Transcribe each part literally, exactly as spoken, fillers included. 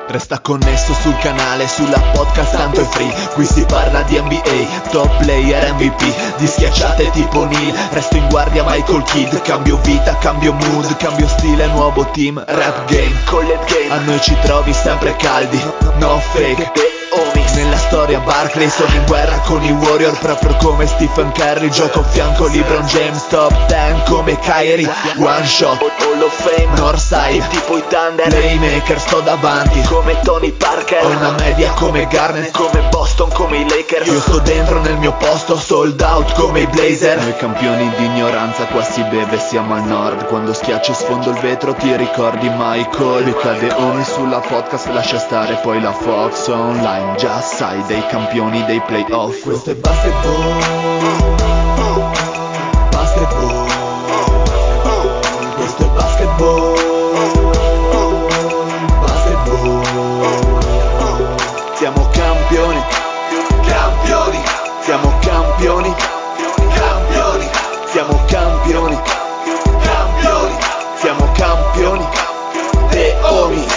Resta connesso sul canale, sulla podcast tanto è free. Qui si parla di N B A, top player M V P, di schiacciate tipo Neil. Resto in guardia Michael Kidd. Cambio vita, cambio mood, cambio stile, nuovo team. Rap game, collet game, a noi ci trovi sempre caldi. No fake, nella storia Barkley, sono in guerra con i Warrior proprio come Stephen Curry. Gioco a fianco LeBron James, top dieci come Kyrie. One shot, Hall of Fame, Northside, tipo i Thunder. Playmaker, sto davanti come Tony Parker. Ho una media come Garnett, come Boston, come i Lakers. Io sto dentro nel mio posto, sold out come i Blazer. Noi campioni di ignoranza, qua si beve, siamo al nord. Quando schiacci sfondo il vetro ti ricordi Michael. Mi cade ogni sulla podcast, lascia stare poi la Fox online. Già sai dei campioni dei playoff. Questo è basketball, basketball. Questo è basketball, basketball. Siamo campioni, campioni. Siamo campioni, campioni. Siamo campioni, campioni. Siamo campioni. The Homies.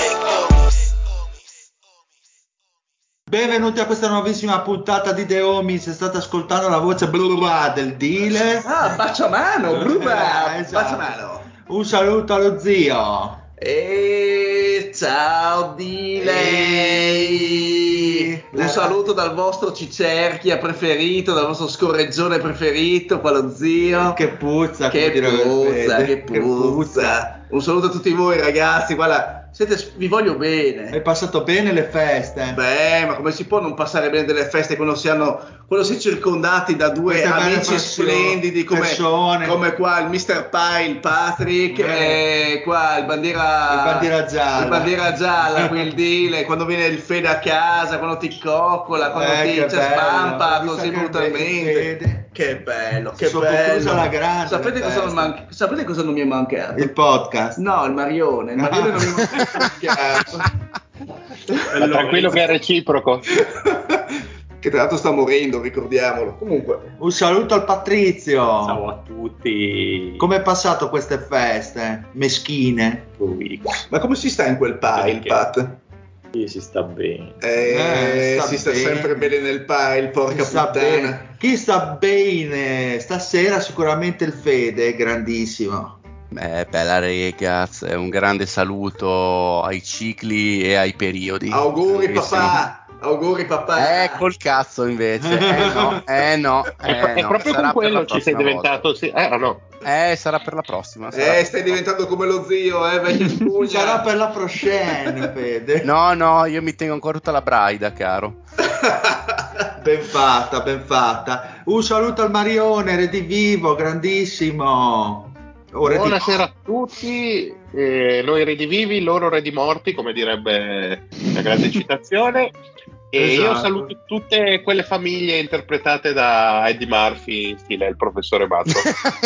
Benvenuti a questa nuovissima puntata di The Homies. State ascoltando la voce blu blu del Dile. Ah, baciamano, blu blu, Eh, esatto. baciamano. Un saluto allo zio. E ciao Dile. E... Un saluto dal vostro cicerchia preferito, dal vostro scorreggione preferito, qua lo zio. Che puzza, che come dire puzza, Fede. che puzza. Che puzza. Un saluto a tutti voi ragazzi, guarda, siete, vi voglio bene. Hai passato bene le feste? Beh, ma come si può non passare bene delle feste quando si hanno, quando si è circondati da due Queste belle amici persone, splendidi come, persone. come qua il mister Pie, il Patrick, Eh. e qua il bandiera, Il bandiera gialla. il bandiera gialla, qui il Dile, quando viene il Fede a casa, quando ti coccola, quando Eh, ti che cioè, bello. spampa Visto così che brutalmente. Fede. Che bello, che Sono bello. conclusa la grande Sapete le cosa, feste. non man- sapete cosa non mi è mancato? Il podcast. No, il Marione, il Marione non mi è mancato. Ma tranquillo che è reciproco. Che tra l'altro sta morendo, ricordiamolo. Comunque, Un saluto al Patrizio. Ciao a tutti. Come è passato queste feste meschine? Ui, ma come si sta in quel pile, Perché? Pat? sì, si sta bene. Eh, Eh, sta si sta bene. sempre bene nel pile, porca Chi sta puttana. bene? Chi sta bene? Stasera sicuramente il Fede, grandissimo. Eh, bella ragazzi, un grande saluto ai cicli e ai periodi. Auguri Bellissimo. papà, auguri papà. Eh, col cazzo invece, eh no, eh no, È, eh è no. proprio Sarà con per la quello ci sei prossima diventato. Sì. Eh, no, no. volta. Eh, sarà per la prossima. sarà Eh, per stai la diventando come lo zio, eh, vecchia spugna. Sarà per la proscena, Fede. prossima. No, no, io mi tengo ancora tutta la braida, caro. Ben fatta, ben fatta. Un saluto al Marione, redivivo, grandissimo. Ora ti- Buonasera a tutti, eh, noi redivivi, loro redimorti, come direbbe la grande citazione. E io Esatto. saluto tutte quelle famiglie interpretate da Eddie Murphy in stile il professore Bazzo.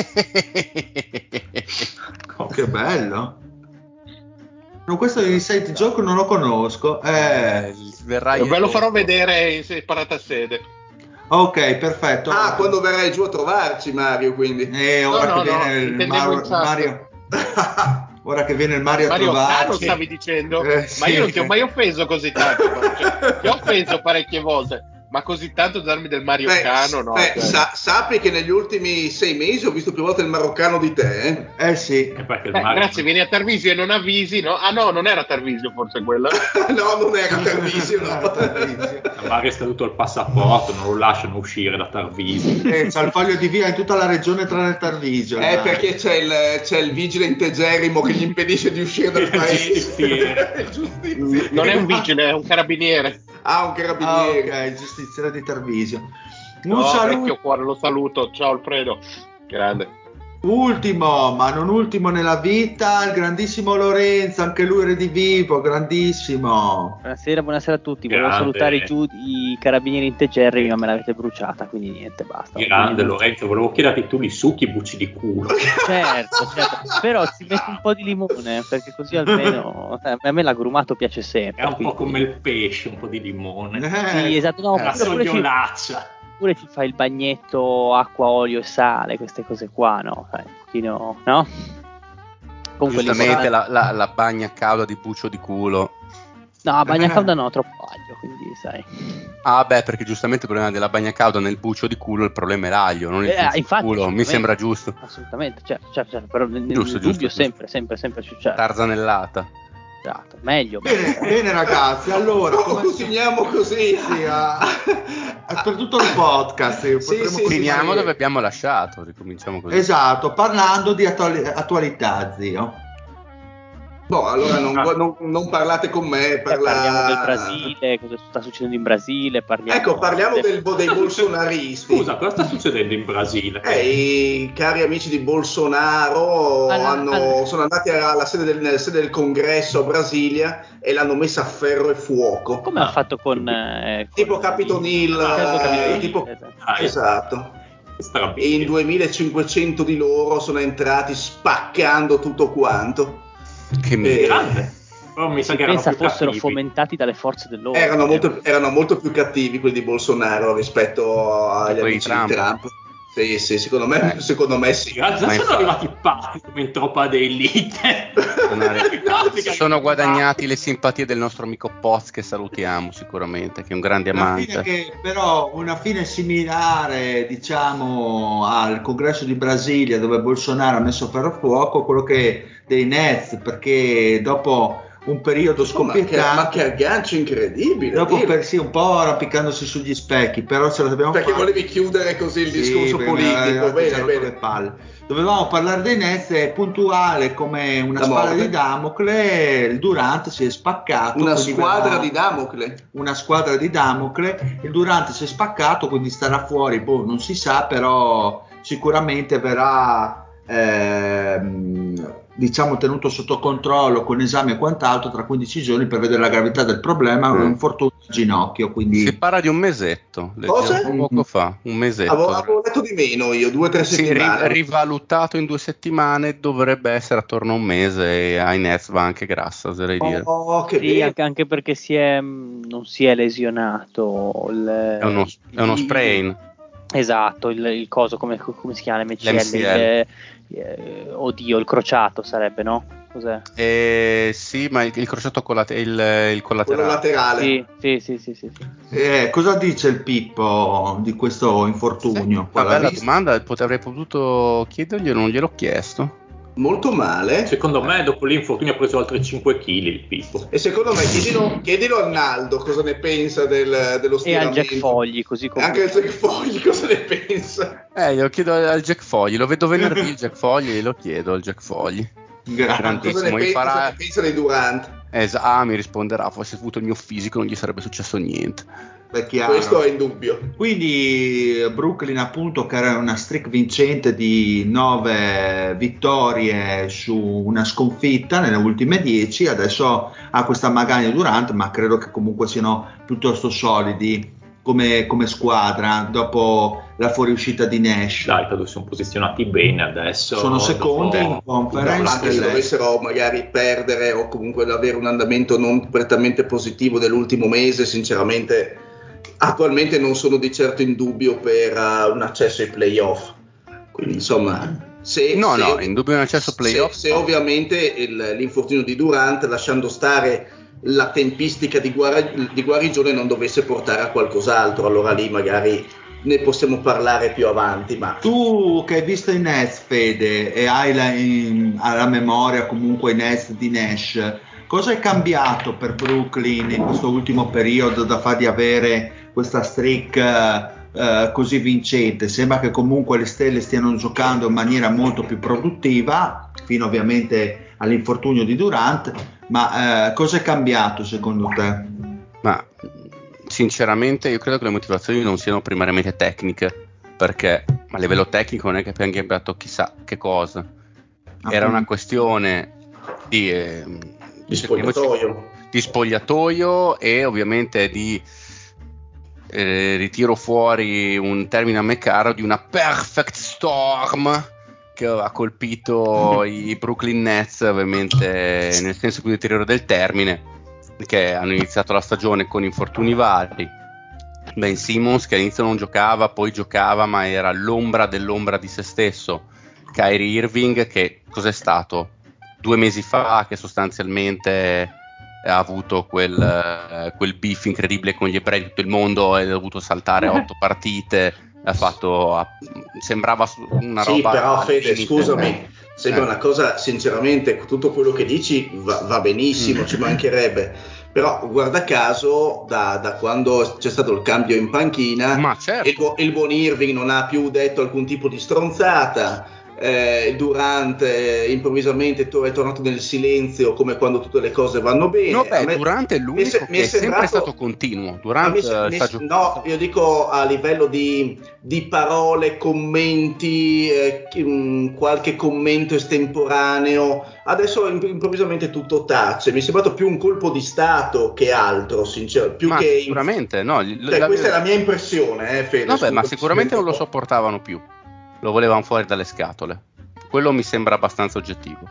Oh, che bello. No, questo di Inside Joke non lo conosco. Eh, Eh, verrai Ve lo farò agosto. vedere in separata sede. ok, perfetto. Ah, quando verrai giù a trovarci, Mario, quindi. Eh, ora No, no, che viene no, il intendevo Mario, in chat. Mario- ora che viene il Mario a Mario Cano trovarci. stavi dicendo? Eh, Ma sì. io non ti ho mai offeso così tanto. Cioè, ti ho offeso parecchie volte, ma così tanto darmi del Mario Beh, Cano, no? beh, Cioè, sa- sappi che negli ultimi sei mesi ho visto più volte il maroccano di te, eh? Eh sì. E perché il beh, Mario- grazie, vieni a Tarvisio e non avvisi, no? Ah no, non era Tarvisio forse quella. No, non era Tarvisio, no. Tarvisio. a Mario è scaduto il passaporto, non lo lasciano uscire da Tarvisio. Eh, c'ha il foglio di via in tutta la regione tranne il Tarvisio. Eh, dai. perché c'è il, c'è il vigile integerrimo che gli impedisce di uscire dal Il paese. giustiziere. Il giustiziere. Non è un vigile, è un carabiniere. Ah, un Ah, carabiniere. ok, giustiziere di Tarvisio. Un No, saluto. vecchio cuore, lo saluto. Ciao Alfredo. Grande. Ultimo, ma non ultimo nella vita, il grandissimo Lorenzo, anche lui redivivo, grandissimo. Buonasera, buonasera a tutti. Volevo Grande. salutare giù i carabinieri integerrimi, ma me l'avete bruciata, quindi niente, basta. Grande Quindi- Lorenzo, volevo chiederti tu li succhi i bucci di culo. Certo, certo. Però ci metti un po' di limone, perché così almeno eh, a me l'agrumato piace sempre. È un po' quindi- come il pesce, un po' di limone. Eh, Sì, esatto, no, Eh, La pure, pure ci, sogliolaccia. pure ci fai il bagnetto acqua, olio e sale, queste cose qua, no? Sai, un pochino, no? Comunque Giustamente l'importante- la, la, la bagna cauda di buccio di culo. No, a bagna cauda no, troppo aglio, quindi sai. Ah beh, perché giustamente il problema della bagna cauda nel buccio di culo, il problema è l'aglio, non il Eh, buccio infatti, di culo, mi assolutamente. sembra giusto. Assolutamente, certo, certo, certo, però nel, nel Giusto, dubbio giusto, sempre, sempre, sempre, certo. Tarzanellata. Esatto, meglio. Bene, bene ragazzi, allora come Continuiamo così. sì, a- a- per tutto il podcast Sì, potremmo sì, continuare. Finiamo dove abbiamo lasciato, ricominciamo così. Esatto, parlando di attuali- attualità, zio. Boh, allora non, Ah. non- non parlate con me, Eh, parla... parliamo del Brasile, cosa sta succedendo in Brasile, parliamo Ecco, parliamo del, dei bolsonaristi. Scusa, cosa sta succedendo in Brasile? Eh, i cari amici di Bolsonaro Alla- hanno- alla- sono andati alla sede del, nella sede del congresso a Brasilia e l'hanno messa a ferro e fuoco. come Ah, ha fatto con, eh, con Tipo Capitol Hill, Certo, eh, Capitol Hill, tipo- esatto. Ah, eh, esatto. strabile. E in duemilacinquecento di loro sono entrati spaccando tutto quanto. Che Eh, mia. Grande. Però mi sa Si che erano pensa più fossero cattivi. fomentati dalle forze dell'ordine. Erano molto, erano molto più cattivi quelli di Bolsonaro rispetto agli quelli amici di di Trump. Trump. Sì, sì, secondo me, Eh. secondo me sì. Già Ma sono infatti- arrivati pazzi come in troppa d'elite. Sono, arri- No, si sono guadagnati le simpatie del nostro amico Poz, che salutiamo sicuramente, che è un grande Una fine amante. che però una fine similare, diciamo, al congresso di Brasilia dove Bolsonaro ha messo ferro a fuoco, quello che dei Nets, perché dopo un periodo Oh, ma, che, ma scoppiettante, che aggancio incredibile. dopo Dio. per sì un po' arrampicandosi sugli specchi, però ce l'abbiamo Perché fatta. volevi chiudere così il Sì, discorso perché mi aveva- politico. aveva Bene, rotto bene. le palle. Dovevamo parlare dei Nets, è puntuale come una La spada morte. di Damocle, il Durant si è spaccato. Una quindi squadra verrà- di Damocle. una squadra di Damocle, il Durant si è spaccato, quindi starà fuori, boh, non si sa, però sicuramente verrà ehm, diciamo tenuto sotto controllo con esami e quant'altro tra quindici giorni per vedere la gravità del problema, Mm. un infortunio al ginocchio, quindi Si parla di un mesetto, Cosa? leggevo poco fa, un mesetto. Avevo, avevo letto di meno io, due o tre Sì, ri- settimane. rivalutato in due settimane, dovrebbe essere attorno a un mese, e ai Nets va anche grassa, oserei dire. Oh, che Sì, bene. anche, anche perché si è, mh, non si è lesionato. Il, È uno, è uno il- sprain. Esatto, il, il coso, come, come si chiama? M C L? L'M C L. Il, eh, oddio, il crociato sarebbe, no? Cos'è? Eh, sì, ma il, il crociato collate- il, il Quello collaterale. laterale. Sì, sì, sì, sì, sì, sì. eh, cosa dice il Pippo di questo infortunio? Una L'ha bella visto? domanda, pot- avrei potuto chiederglielo, non gliel'ho chiesto. Molto male. Secondo me dopo l'infortunio ha preso altri cinque chili il Pippo. E secondo me chiedilo, chiedilo a Naldo cosa ne pensa del, dello E stiramento. al Jack Fogli, così E come... anche il Jack Fogli cosa ne pensa. Eh, glielo chiedo al Jack Fogli, lo vedo venerdì il Jack Fogli, glielo chiedo al Jack Fogli. Grazie. Grandissimo. Cosa ne, pensa, impara- cosa ne pensa di Durant? Esa- ah, mi risponderà, fosse avuto il mio fisico non gli sarebbe successo niente. È chiaro. Questo è indubbio. Quindi Brooklyn appunto che era una streak vincente di nove vittorie su una sconfitta nelle ultime dieci, adesso ha questa magagna Durant, ma credo che comunque siano piuttosto solidi come, come squadra dopo la fuoriuscita di Nash. Dai, credo sono posizionati bene adesso. Sono secondi in dopo- conference. Anche se delle- dovessero magari perdere o comunque avere un andamento non prettamente positivo dell'ultimo mese, sinceramente attualmente non sono di certo in dubbio per uh, un accesso ai playoff. Quindi insomma, se, No, se, no, in dubbio un accesso se- playoff. se ovviamente il- l'infortunio di Durant, lasciando stare la tempistica di, guari- di guarigione, non dovesse portare a qualcos'altro, allora lì magari ne possiamo parlare più avanti. Ma Tu che hai visto i Nets, Fede, e hai la, in- alla memoria comunque i Nets di Nash, cosa è cambiato per Brooklyn in questo ultimo periodo da far di avere questa streak eh, così vincente? Sembra che comunque le stelle stiano giocando in maniera molto più produttiva, fino ovviamente all'infortunio di Durant, ma eh, cosa è cambiato secondo te? Ma sinceramente io credo che le motivazioni non siano primariamente tecniche, perché a livello tecnico non è che abbiamo cambiato chissà che cosa. Era una questione di, eh, di spogliatoio. di spogliatoio e ovviamente di eh, ritiro fuori un termine a me caro di una perfect storm che ha colpito i Brooklyn Nets, ovviamente nel senso più deterioro del termine, che hanno iniziato la stagione con infortuni vari. Ben Simmons che all'inizio non giocava, poi giocava ma era l'ombra dell'ombra di se stesso. Kyrie Irving che cos'è stato? Due mesi fa che sostanzialmente ha avuto quel, eh, quel beef incredibile con gli ebrei di tutto il mondo, è dovuto saltare otto partite, ha fatto, ha, sembrava una sì, roba... però Fede, limite. scusami, sembra Eh. una cosa, sinceramente, tutto quello che dici va, va benissimo, Mm. ci mancherebbe, però guarda caso, da, da quando c'è stato il cambio in panchina, Ma certo. il, bu- il buon Irving non ha più detto alcun tipo di stronzata, eh, Durant eh, improvvisamente to- è tornato nel silenzio come quando tutte le cose vanno bene. No, beh, A me- Durant è mi è l'unico se- mi che è è sempre sembrato- stato continuo. Ma Durant mi se- eh, mi sta se- giocando. no, io dico a livello di, di parole, commenti, eh, chi- mh, qualche commento estemporaneo. Adesso imp- improvvisamente tutto tace. Mi è sembrato più un colpo di stato che altro, sincero. Più Ma che in- sicuramente, no. l- Cioè, la- questa è la mia impressione, eh, Fede. No, beh, ma scusami, sicuramente non lo se- sopportavano più. Lo volevano fuori dalle scatole. Quello mi sembra abbastanza oggettivo.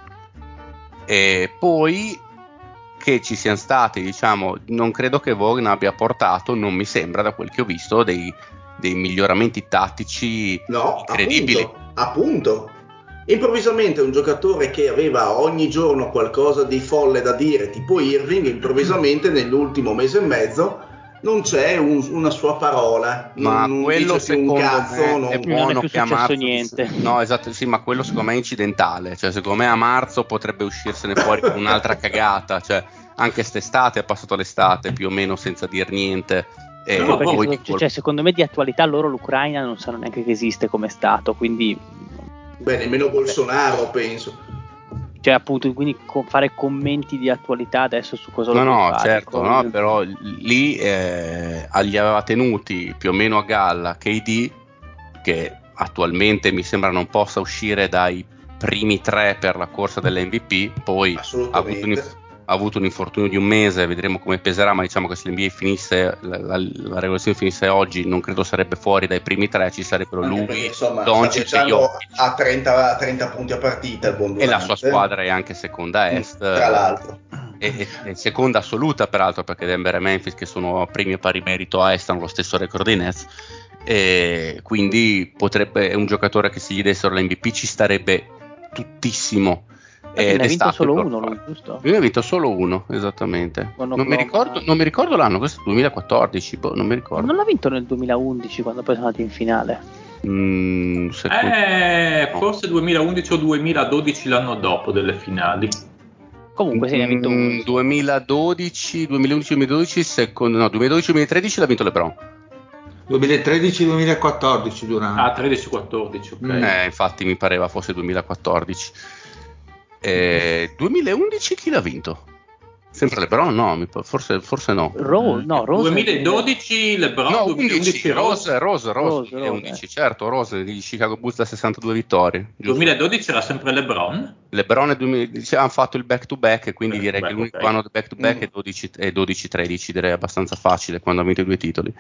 E poi che ci siano stati, diciamo, non credo che Vaughn abbia portato, non mi sembra, da quel che ho visto, dei, dei miglioramenti tattici No, incredibili. appunto, appunto. Improvvisamente un giocatore che aveva ogni giorno qualcosa di folle da dire, tipo Irving, improvvisamente nell'ultimo mese e mezzo non c'è un- una sua parola, Ma non, non quello dice più un secondo cazzo. me non- è Non è buono più che a successo marzo niente. No, esatto, sì, ma quello secondo me è incidentale. Cioè, secondo me a marzo potrebbe uscirsene fuori con un'altra cagata. Cioè, anche quest'estate è passato l'estate più o meno senza dir niente. E No, Sì, perché poi so- di cioè, colpo- secondo me di attualità loro l'Ucraina non sanno neanche che esiste come stato, quindi Beh, nemmeno Bolsonaro, penso. cioè appunto quindi co- fare commenti di attualità adesso su cosa No, lo puoi no, fare, certo, con- no, però lì eh, li aveva tenuti più o meno a galla K D, che attualmente mi sembra non possa uscire dai primi tre per la corsa dell'M V P, poi ha avuto, un, Assolutamente. ha avuto un infortunio di un mese, vedremo come peserà, ma diciamo che se l'N B A finisse, la, la, la regolazione finisse oggi, non credo sarebbe fuori dai primi tre, ci sarebbero Anche lui, perché, insomma, sta Doncic e viaggiando Jokic, a trenta, trenta punti a partita il buon e la Durant, sua eh. squadra è anche seconda a est, Tra l'altro. e, e- e seconda assoluta peraltro, perché Denver e Memphis, che sono primi a pari merito a est, hanno lo stesso record dei Nets, e quindi potrebbe, è un giocatore che se gli dessero l'M V P ci starebbe tuttissimo. Perché Ed ne ha è vinto stato solo il loro uno lui, fatto. giusto? Lui ne ha vinto solo uno, esattamente. Con Non mi, Oklahoma. ricordo, non mi ricordo l'anno, questo è il duemilaquattordici, boh, non mi ricordo. Non l'ha vinto nel duemilaundici quando poi sono andati in finale. Mm, secondo- Eh, no. forse duemilaundici o duemiladodici, l'anno dopo delle finali. Comunque sì, ne ha vinto uno. Mm, insomma. duemiladodici, duemilaundici, duemiladodici, secondo, no, duemiladodici duemilatredici l'ha vinto LeBron. duemilatredici duemilaquattordici Durant. Ah, tredici quattordici, ok. Mm. Eh, infatti mi pareva fosse duemilaquattordici. Eh, duemilaundici chi l'ha vinto? Sempre LeBron? No, mi pa- forse, forse no. Rose, no, Rose nel duemiladodici LeBron, No, duemilaundici undici, Rose. Rose, Rose, Rose, Rose, duemilaundici, Rose, certo, Rose di Chicago Bulls da sessantadue vittorie. Giusto? duemiladodici era sempre LeBron. LeBron e duemila hanno fatto il back to back, e quindi Back to direi back, che l'unico ok. anno back to back Mm. è dodici e dodici tredici, direi abbastanza facile quando ha vinto i due titoli.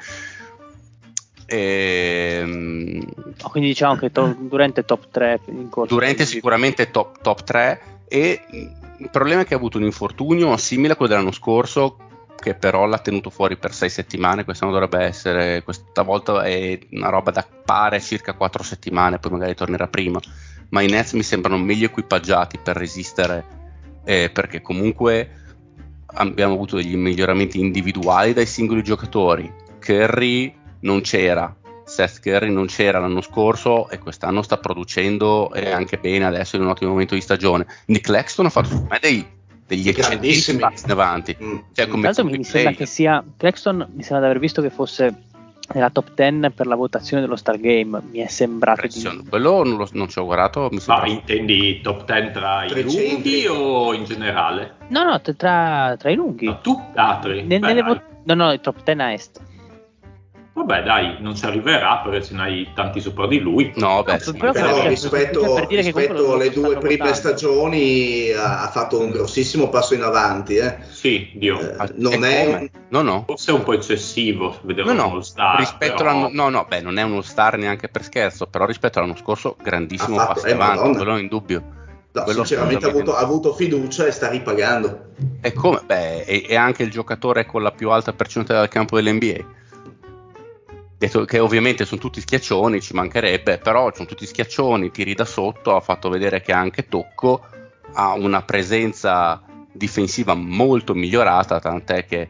Ehm, No, quindi diciamo che to- Durant è top tre in corso. Durant è sicuramente top, top tre, e il problema è che ha avuto un infortunio simile a quello dell'anno scorso, che però l'ha tenuto fuori per sei settimane. Quest'anno dovrebbe essere, questa volta è una roba da pare circa quattro settimane, poi magari tornerà prima, ma i Nets mi sembrano meglio equipaggiati per resistere, eh, perché comunque abbiamo avuto degli miglioramenti individuali dai singoli giocatori. Curry non c'era, Seth Curry non c'era l'anno scorso e quest'anno sta producendo, e anche bene, adesso è in un ottimo momento di stagione. Nick Claxton ha fatto secondo me dei, degli eccellenti Grandissimi. passi in avanti, Mm. cioè Tra come l'altro mi, come mi sembra player. che sia Claxton, mi sembra di aver visto che fosse nella top dieci per la votazione dello Star Game. Mi è sembrato Impressionante. di... Quello non, lo- non ci ho guardato, mi Ma sembra. intendi top dieci tra i Tre lunghi centri. o in generale? No, no, t- tra, tra i lunghi. No, tu? Ah, tre. Ne- Beh, nelle dai. vo- no, no, i top dieci a est. Vabbè, dai, non ci arriverà perché ce n'hai tanti sopra di lui. No, beh, No, sì, però- Però cioè, rispetto, per dire che comunque rispetto lo- alle lo due stanno prime votando. stagioni ha, ha fatto un grossissimo passo in avanti. Eh. Sì, Dio. Eh, Ah, non e è come? un- No, no. Forse è un po' eccessivo vedere No, uno no, star. rispetto però... all'anno, no, no, beh, non è uno star neanche per scherzo, però rispetto all'anno scorso, grandissimo Ha fatto- passo eh, avanti, Madonna. quello è indubbio. No, Quello sinceramente ha assolutamente. avuto, ha avuto fiducia e sta ripagando. E come? Beh, è, è anche il giocatore con la più alta percentuale dal campo dell'N B A. Detto che ovviamente sono tutti schiaccioni, ci mancherebbe, però sono tutti schiaccioni, tiri da sotto, ha fatto vedere che ha anche tocco, ha una presenza difensiva molto migliorata, tant'è che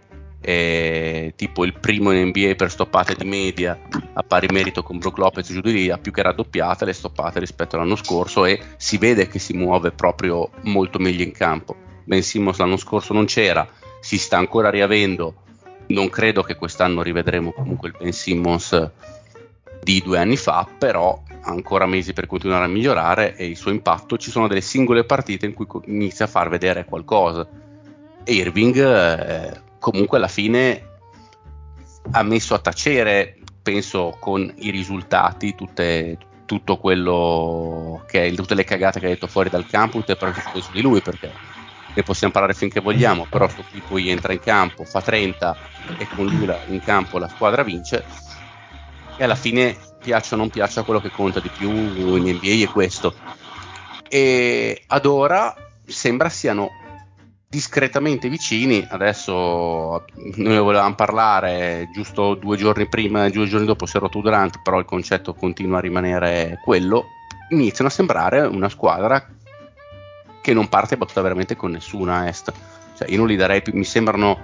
è tipo il primo in N B A per stoppate di media, a pari merito con Brook Lopez giù di lì, ha più che raddoppiate le stoppate rispetto all'anno scorso, e si vede che si muove proprio molto meglio in campo. Ben Simmons l'anno scorso non c'era, si sta ancora riavendo, non credo che quest'anno rivedremo comunque il Ben Simmons di due anni fa, però ha ancora mesi per continuare a migliorare, e il suo impatto, ci sono delle singole partite in cui inizia a far vedere qualcosa, e Irving eh, comunque alla fine ha messo a tacere, penso con i risultati, tutte, tutto quello che è, tutte le cagate che ha detto fuori dal campo, tutte le partite su di lui, perché ne possiamo parlare finché vogliamo, però sto qui poi entra in campo, fa trenta e con lui la, in campo la squadra vince, e alla fine, piaccia o non piaccia, quello che conta di più in N B A è questo. E ad ora sembra siano discretamente vicini. Adesso noi volevamo parlare giusto due giorni prima e due giorni dopo si è rotto Durant, però il concetto continua a rimanere quello. Iniziano a sembrare una squadra che non parte battuta veramente con nessuna a est, cioè io non li darei più, mi sembrano,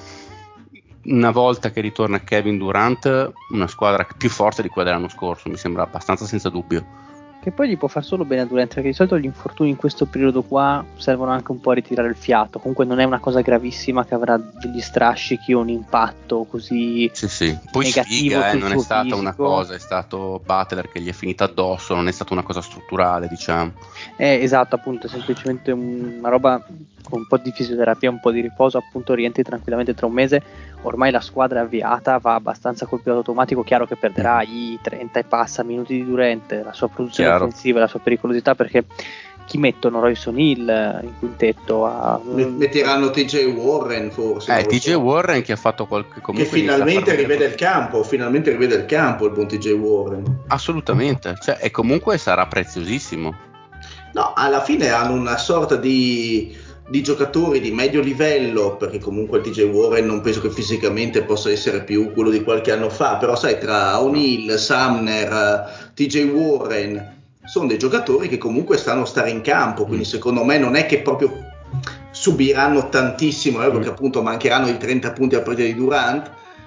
una volta che ritorna Kevin Durant, una squadra più forte di quella dell'anno scorso, mi sembra abbastanza senza dubbio. Che poi gli può far solo bene a Durant, perché di solito gli infortuni in questo periodo qua servono anche un po' a ritirare il fiato. Comunque non è una cosa gravissima che avrà degli strascichi o un impatto così sì, sì. Poi negativo sfiga, eh, sul non suo è stata fisico. Una cosa, è stato Butler che gli è finita addosso, non è stata una cosa strutturale, diciamo. Eh, esatto, appunto, è semplicemente una roba con un po' di fisioterapia, un po' di riposo, appunto rientri tranquillamente tra un mese. Ormai la squadra è avviata, va abbastanza col pilota automatico. Chiaro che perderà mm-hmm. i trenta e passa minuti di Durant, la sua produzione Chiaro. offensiva, la sua pericolosità, perché chi mettono Royce O'Neal in quintetto a... metteranno T J Warren forse, eh, T J so. Warren che ha fatto qualche, comunque che finalmente rivede il campo finalmente rivede il campo il buon T J Warren, assolutamente, cioè, e comunque sarà preziosissimo. No, alla fine hanno una sorta di, di giocatori di medio livello, perché comunque il T J Warren non penso che fisicamente possa essere più quello di qualche anno fa, però sai, tra O'Neal, Sumner, T J Warren sono dei giocatori che comunque stanno a stare in campo, quindi secondo me non è che proprio subiranno tantissimo, eh, perché appunto mancheranno i trenta punti a partita di Durant,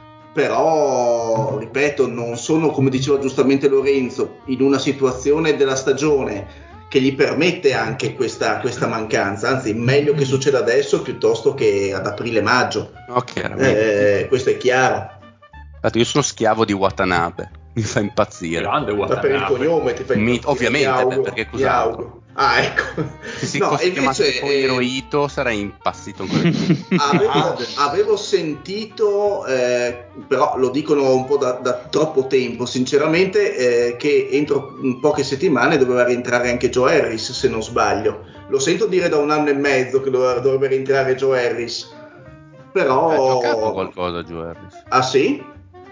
però ripeto, non sono, come diceva giustamente Lorenzo, in una situazione della stagione che gli permette anche questa, questa mancanza, anzi meglio che succeda adesso piuttosto che ad aprile-maggio. Okay, eh, questo è chiaro. Io sono schiavo di Watanabe, mi fa impazzire. Grande Watanabe. Ma per il cognome ti fa impazzire? Mi, ovviamente, auguro, perché cos'altro? Ah, ecco. Se si no, fosse chiamato invece, tipo Hirohito, sarei impazzito ancora. avevo, avevo sentito, eh, però lo dicono un po' da, da troppo tempo, sinceramente, eh, che entro poche settimane doveva rientrare anche Joe Harris, se non sbaglio. Lo sento dire da un anno e mezzo che doveva, dovrebbe rientrare Joe Harris. Però... ha giocato qualcosa Joe Harris? Ah sì?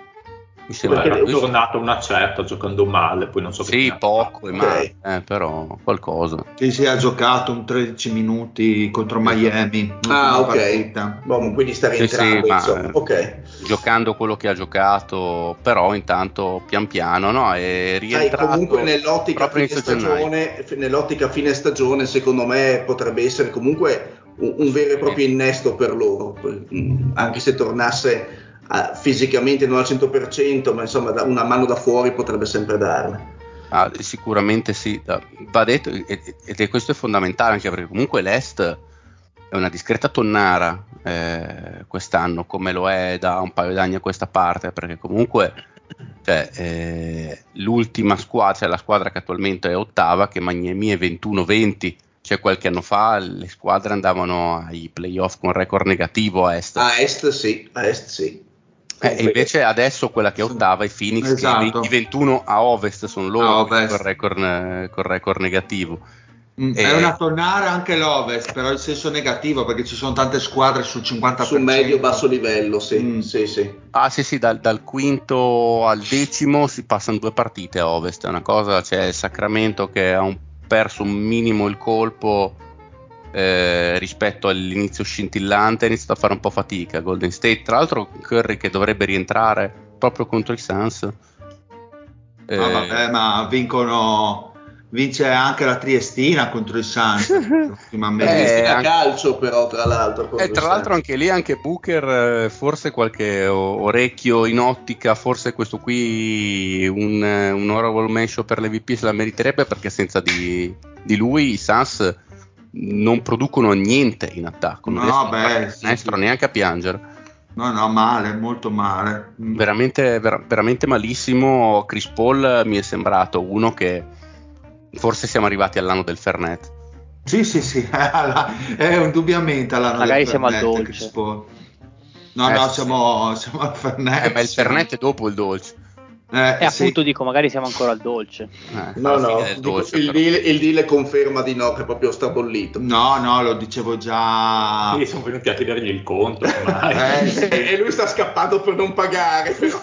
Mi sembra che è tornato una certa giocando male, poi non so sì, che poco e okay. male, eh, però qualcosa. Sì, sì, ha giocato un tredici minuti contro Miami. Ah, ok. Boh, quindi sta rientrando, sì, sì, insomma. Ma, okay. giocando quello che ha giocato, però intanto pian piano, no? È rientrato. Sai, comunque nell'ottica fine stagione, nell'ottica fine stagione, secondo me potrebbe essere comunque un, un vero e proprio innesto per loro, anche se tornasse Uh, fisicamente non al cento per cento, ma insomma da, una mano da fuori potrebbe sempre darle. Ah, sicuramente sì, va detto, ed è questo è fondamentale, anche perché comunque l'Est è una discreta tonnara eh, quest'anno, come lo è da un paio d'anni a questa parte, perché comunque cioè, eh, l'ultima squadra, cioè la squadra che attualmente è ottava, che Miami è ventuno venti, cioè qualche anno fa le squadre andavano ai playoff con record negativo a Est. A Est sì, a Est sì. Eh, e invece adesso quella che è ottava è Phoenix, esatto. Che i ventuno a Ovest sono loro con il record, col record negativo. Mm, e... È una tonnara anche l'Ovest, però in senso negativo, perché ci sono tante squadre sul cinquanta per cento. Su medio-basso livello, sì. Mm. sì, sì. Ah sì sì, dal, dal quinto al decimo si passano due partite a Ovest, è una cosa, c'è il Sacramento che ha un, perso un minimo il colpo Eh, rispetto all'inizio scintillante, ha iniziato a fare un po' fatica. Golden State, tra l'altro Curry che dovrebbe rientrare proprio contro i Suns. Eh, ah, vabbè, ma vincono vince anche la Triestina contro il Suns ultimamente. Triestina Eh, anche- calcio però tra l'altro. E tra l'altro anche lì, anche Booker, eh, forse qualche o- orecchio in ottica, forse questo qui un, eh, un honorable mention per l'M V P se la meriterebbe, perché senza di, di lui i Suns non producono niente in attacco, non No, riescono beh, a fare sì, canestro sì. neanche a piangere. No, no, male, molto male. Mm. Veramente, ver- veramente malissimo. Chris Paul mi è sembrato uno che forse siamo arrivati all'anno del Fernet. Sì, sì, sì, è indubbiamente all'anno Magari del siamo al Fernet, dolce. Chris Paul. No, Eh, no, sì, siamo, siamo al Fernet. Eh, ma il siamo- Fernet è dopo il dolce. Eh, E sì. appunto dico, magari siamo ancora al dolce. Eh, No, alla fine no, del dico, dolce, il, però. deal, il deal conferma di no, che proprio sta bollito. No, no, lo dicevo già. Sì, sono venuti a chiedergli il conto ormai. Eh, sì. E lui sta scappando per non pagare. Però.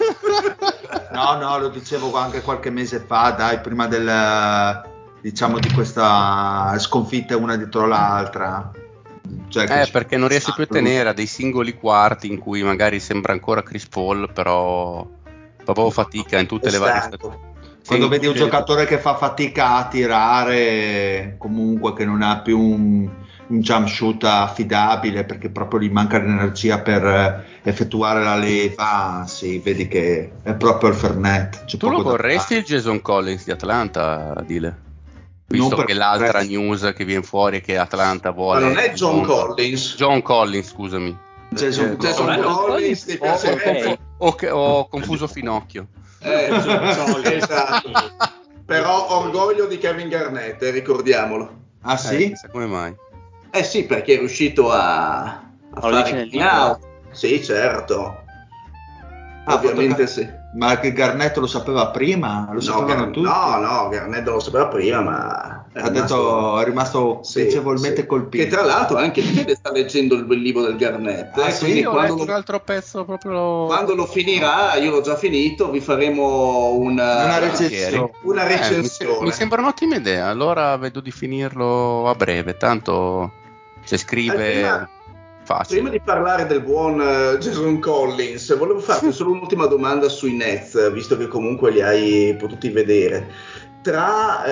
No, no, lo dicevo anche qualche mese fa, dai, prima del, diciamo, di questa sconfitta una dietro l'altra. Cioè, che Eh, ci- perché non riesce più a lui- tenere a dei singoli quarti in cui magari sembra ancora Chris Paul, però fa proprio fatica in tutte È le varie stanco. stagioni. Quando Sì, vedi un sì. giocatore che fa fatica a tirare, comunque che non ha più un, un jump shoot affidabile perché proprio gli manca l'energia per eh, effettuare la leva, sì, vedi che è proprio il Fernet. C'è Tu lo poco da vorresti fare. il Jason Collins di Atlanta, Dile? Non Visto per che l'altra questo. news che viene fuori è che Atlanta Ma vuole non è il John mondo. Collins. John Collins, scusami. Jason Eh, Jason Collins. Collins ti Ho, piacerebbe? ho- ho- ho confuso Finocchio. Eh, John Collins. esatto. Però orgoglio di Kevin Garnett, eh, ricordiamolo. Ah Eh, sì? chissà come mai. Eh sì, perché è riuscito a, a Ma lo dici fare nel clean libro? out. Sì, certo. Ah, Ovviamente fotogra- sì. Ma che Garnett lo sapeva prima? Lo No, sapevano Gar- tutti? no, no, Garnett non lo sapeva prima, ma è Ha detto, è rimasto sì, piacevolmente sì. colpito. Che tra l'altro anche Fede sta leggendo il bel libro del Garnett. Ah, eh, sì? quindi Io ho quando letto lo, un altro pezzo proprio. quando lo finirà, io l'ho già finito, vi faremo una, Una recensione. una Eh, mi, se- recensione. mi sembra un'ottima idea. Allora vedo di finirlo a breve. Tanto se Eh, scrive prima, facile. prima di parlare del buon eh, Jason Collins, volevo farti solo un'ultima domanda sui Nets, visto che comunque li hai potuti vedere. Tra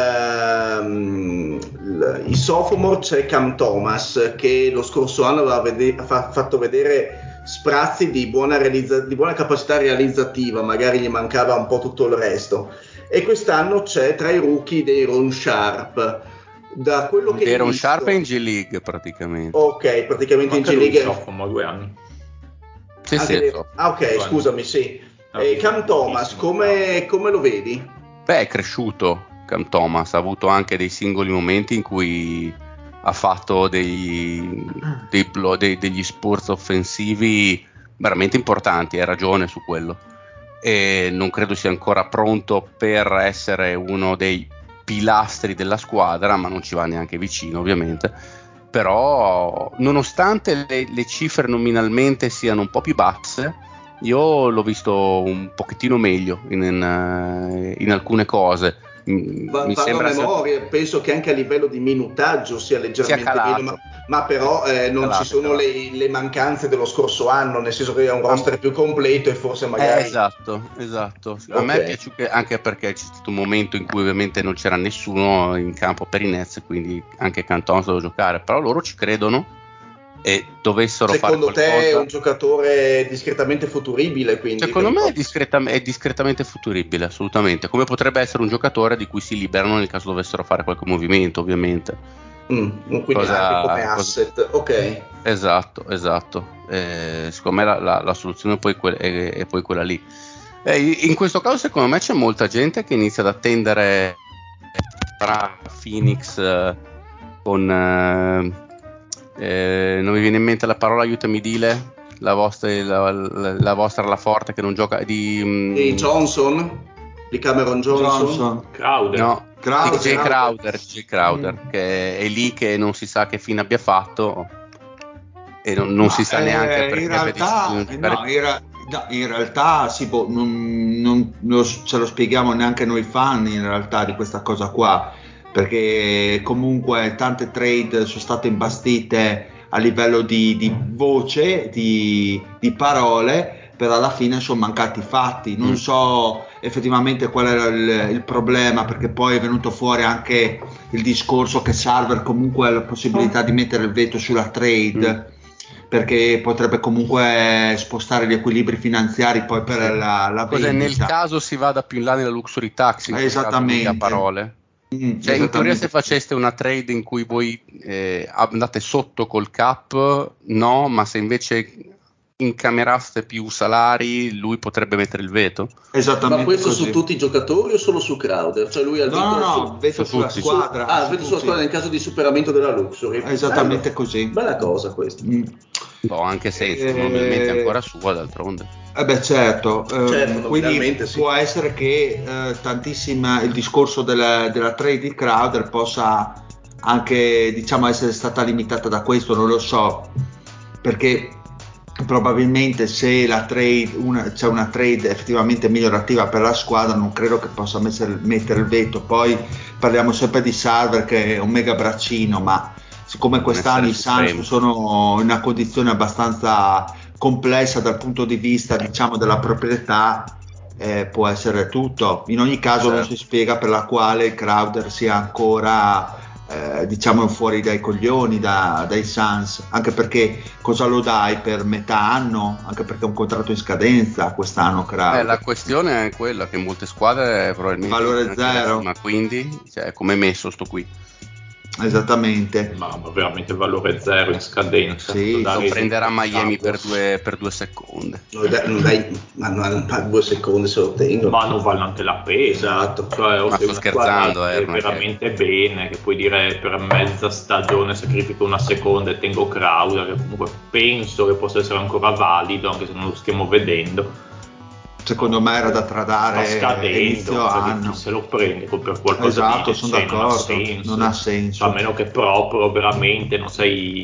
ehm, l- i sophomore c'è Cam Thomas, che lo scorso anno aveva vede- fa- fatto vedere sprazzi di buona, realizza- di buona capacità realizzativa, magari gli mancava un po' tutto il resto. E quest'anno c'è tra i rookie dei Ron Sharp. Da quello che hai Era un visto- Sharp in G League praticamente. Ok, praticamente in Anche lui G-League. sophomore, due anni. Sì, Anche sì, le- so. Ah, ok, Due scusami, sì. Ah, E Cam pochissimo. Thomas, come, come lo vedi? Beh, è cresciuto Cam Thomas, ha avuto anche dei singoli momenti in cui ha fatto dei, dei blo- dei- degli spurts offensivi veramente importanti, hai ragione su quello. E non credo sia ancora pronto per essere uno dei pilastri della squadra, ma non ci va neanche vicino, ovviamente. Però, nonostante le, le cifre nominalmente siano un po' più basse, io l'ho visto un pochettino meglio in, in, in alcune cose. M- Va- Mi Vado a sembra sia- memoria, penso che anche a livello di minutaggio sia leggermente Sia calato. meno, ma, ma però eh, non Calato, ci sono calato. le, le mancanze dello scorso anno, nel senso che è un roster più completo e forse Eh, magari... esatto, esatto. A Ok. me è piaciuto anche perché c'è stato un momento in cui ovviamente non c'era nessuno in campo per i Nets, quindi anche Canton doveva giocare, però loro ci credono e dovessero Secondo fare te è qualcosa. un giocatore discretamente futuribile, quindi? Secondo Cam me è, Thomas? discretam- è discretamente futuribile, assolutamente. Come potrebbe essere un giocatore di cui si liberano nel caso dovessero fare qualche movimento, ovviamente. Mm, quindi Cosa- anche come cosa- asset, ok. Esatto, esatto. Eh, secondo me la, la- la soluzione è poi, que- è, è poi quella lì. Eh, in questo caso, secondo me, c'è molta gente che inizia ad attendere tra Phoenix eh, con. eh, eh, non mi viene in mente la parola, aiutami, Dile. La vostra, la, la, la vostra, la forte che non gioca. Di, mm, Di Johnson? Di Cameron Johnson? Johnson. Crowder. No, Crowder. di Jay Crowder, Jay Crowder Mm. che è lì che non si sa che fine abbia fatto e non, non Ma, si sa eh, neanche perché in abbia deciso di realtà, non eh, giocare no, in, ra- no, in realtà sì, boh, non, non- non ce lo spieghiamo neanche noi fan in realtà di questa cosa qua, perché comunque tante trade sono state imbastite a livello di, di voce, di, di parole, però alla fine sono mancati i fatti. Non so effettivamente qual era il, il problema, perché poi è venuto fuori anche il discorso che Sarver comunque ha la possibilità di mettere il veto sulla trade, mm. perché potrebbe comunque spostare gli equilibri finanziari poi per sì. la, la Cos'è, vendita. nel caso si vada più in là nella luxury tax, in esattamente a parole. Mm, cioè in teoria se faceste una trade in cui voi eh, andate sotto col cap, no, ma se invece incameraste più salari lui potrebbe mettere il veto. Esattamente. Ma questo così. Su tutti i giocatori o solo su Crowder? Cioè lui ha il no, veto, no, su, no, veto su sulla tutti. squadra. Ah, su veto sulla squadra nel caso di superamento della luxury. Esattamente Bello. così. Bella cosa questa. Mm. No, anche se eh, nominalmente è ancora sua, d'altronde. Eh beh certo, certo eh, quindi sì. può essere che eh, tantissima il discorso della, della trade di Crowder possa anche diciamo essere stata limitata da questo, non lo so, perché probabilmente se la trade una, c'è una trade effettivamente migliorativa per la squadra, non credo che possa mettere, mettere il veto. Poi parliamo sempre di Sarver che è un mega braccino, ma siccome quest'anno i Suns sono in una condizione abbastanza complessa dal punto di vista diciamo della proprietà, eh, può essere tutto. In ogni caso certo. Non si spiega per la quale il Crowder sia ancora eh, diciamo fuori dai coglioni da, dai Suns, anche perché cosa lo dai per metà anno, anche perché è un contratto in scadenza quest'anno Crowder. Eh, la questione è quella che molte squadre probabilmente valore zero, ma quindi cioè, come è messo sto qui? Esattamente, ma, ma veramente valore zero in scadenza. Sì, lo prenderà Miami per due, per due secondi. Non dai, non dai, ma, non, ma due secondi se lo tengo. Ma non vale anche la pena. Esatto. Cioè, ma sto scherzando, eh, veramente che... bene, che puoi dire per mezza stagione sacrifico una seconda e tengo Crowder, che comunque penso che possa essere ancora valido, anche se non lo stiamo vedendo. Secondo me era da tradare scadendo, inizio anno. Chi se lo prende per qualcosa esatto, di sono decente, d'accordo, non ha senso. Non ha senso. A meno che proprio veramente non sei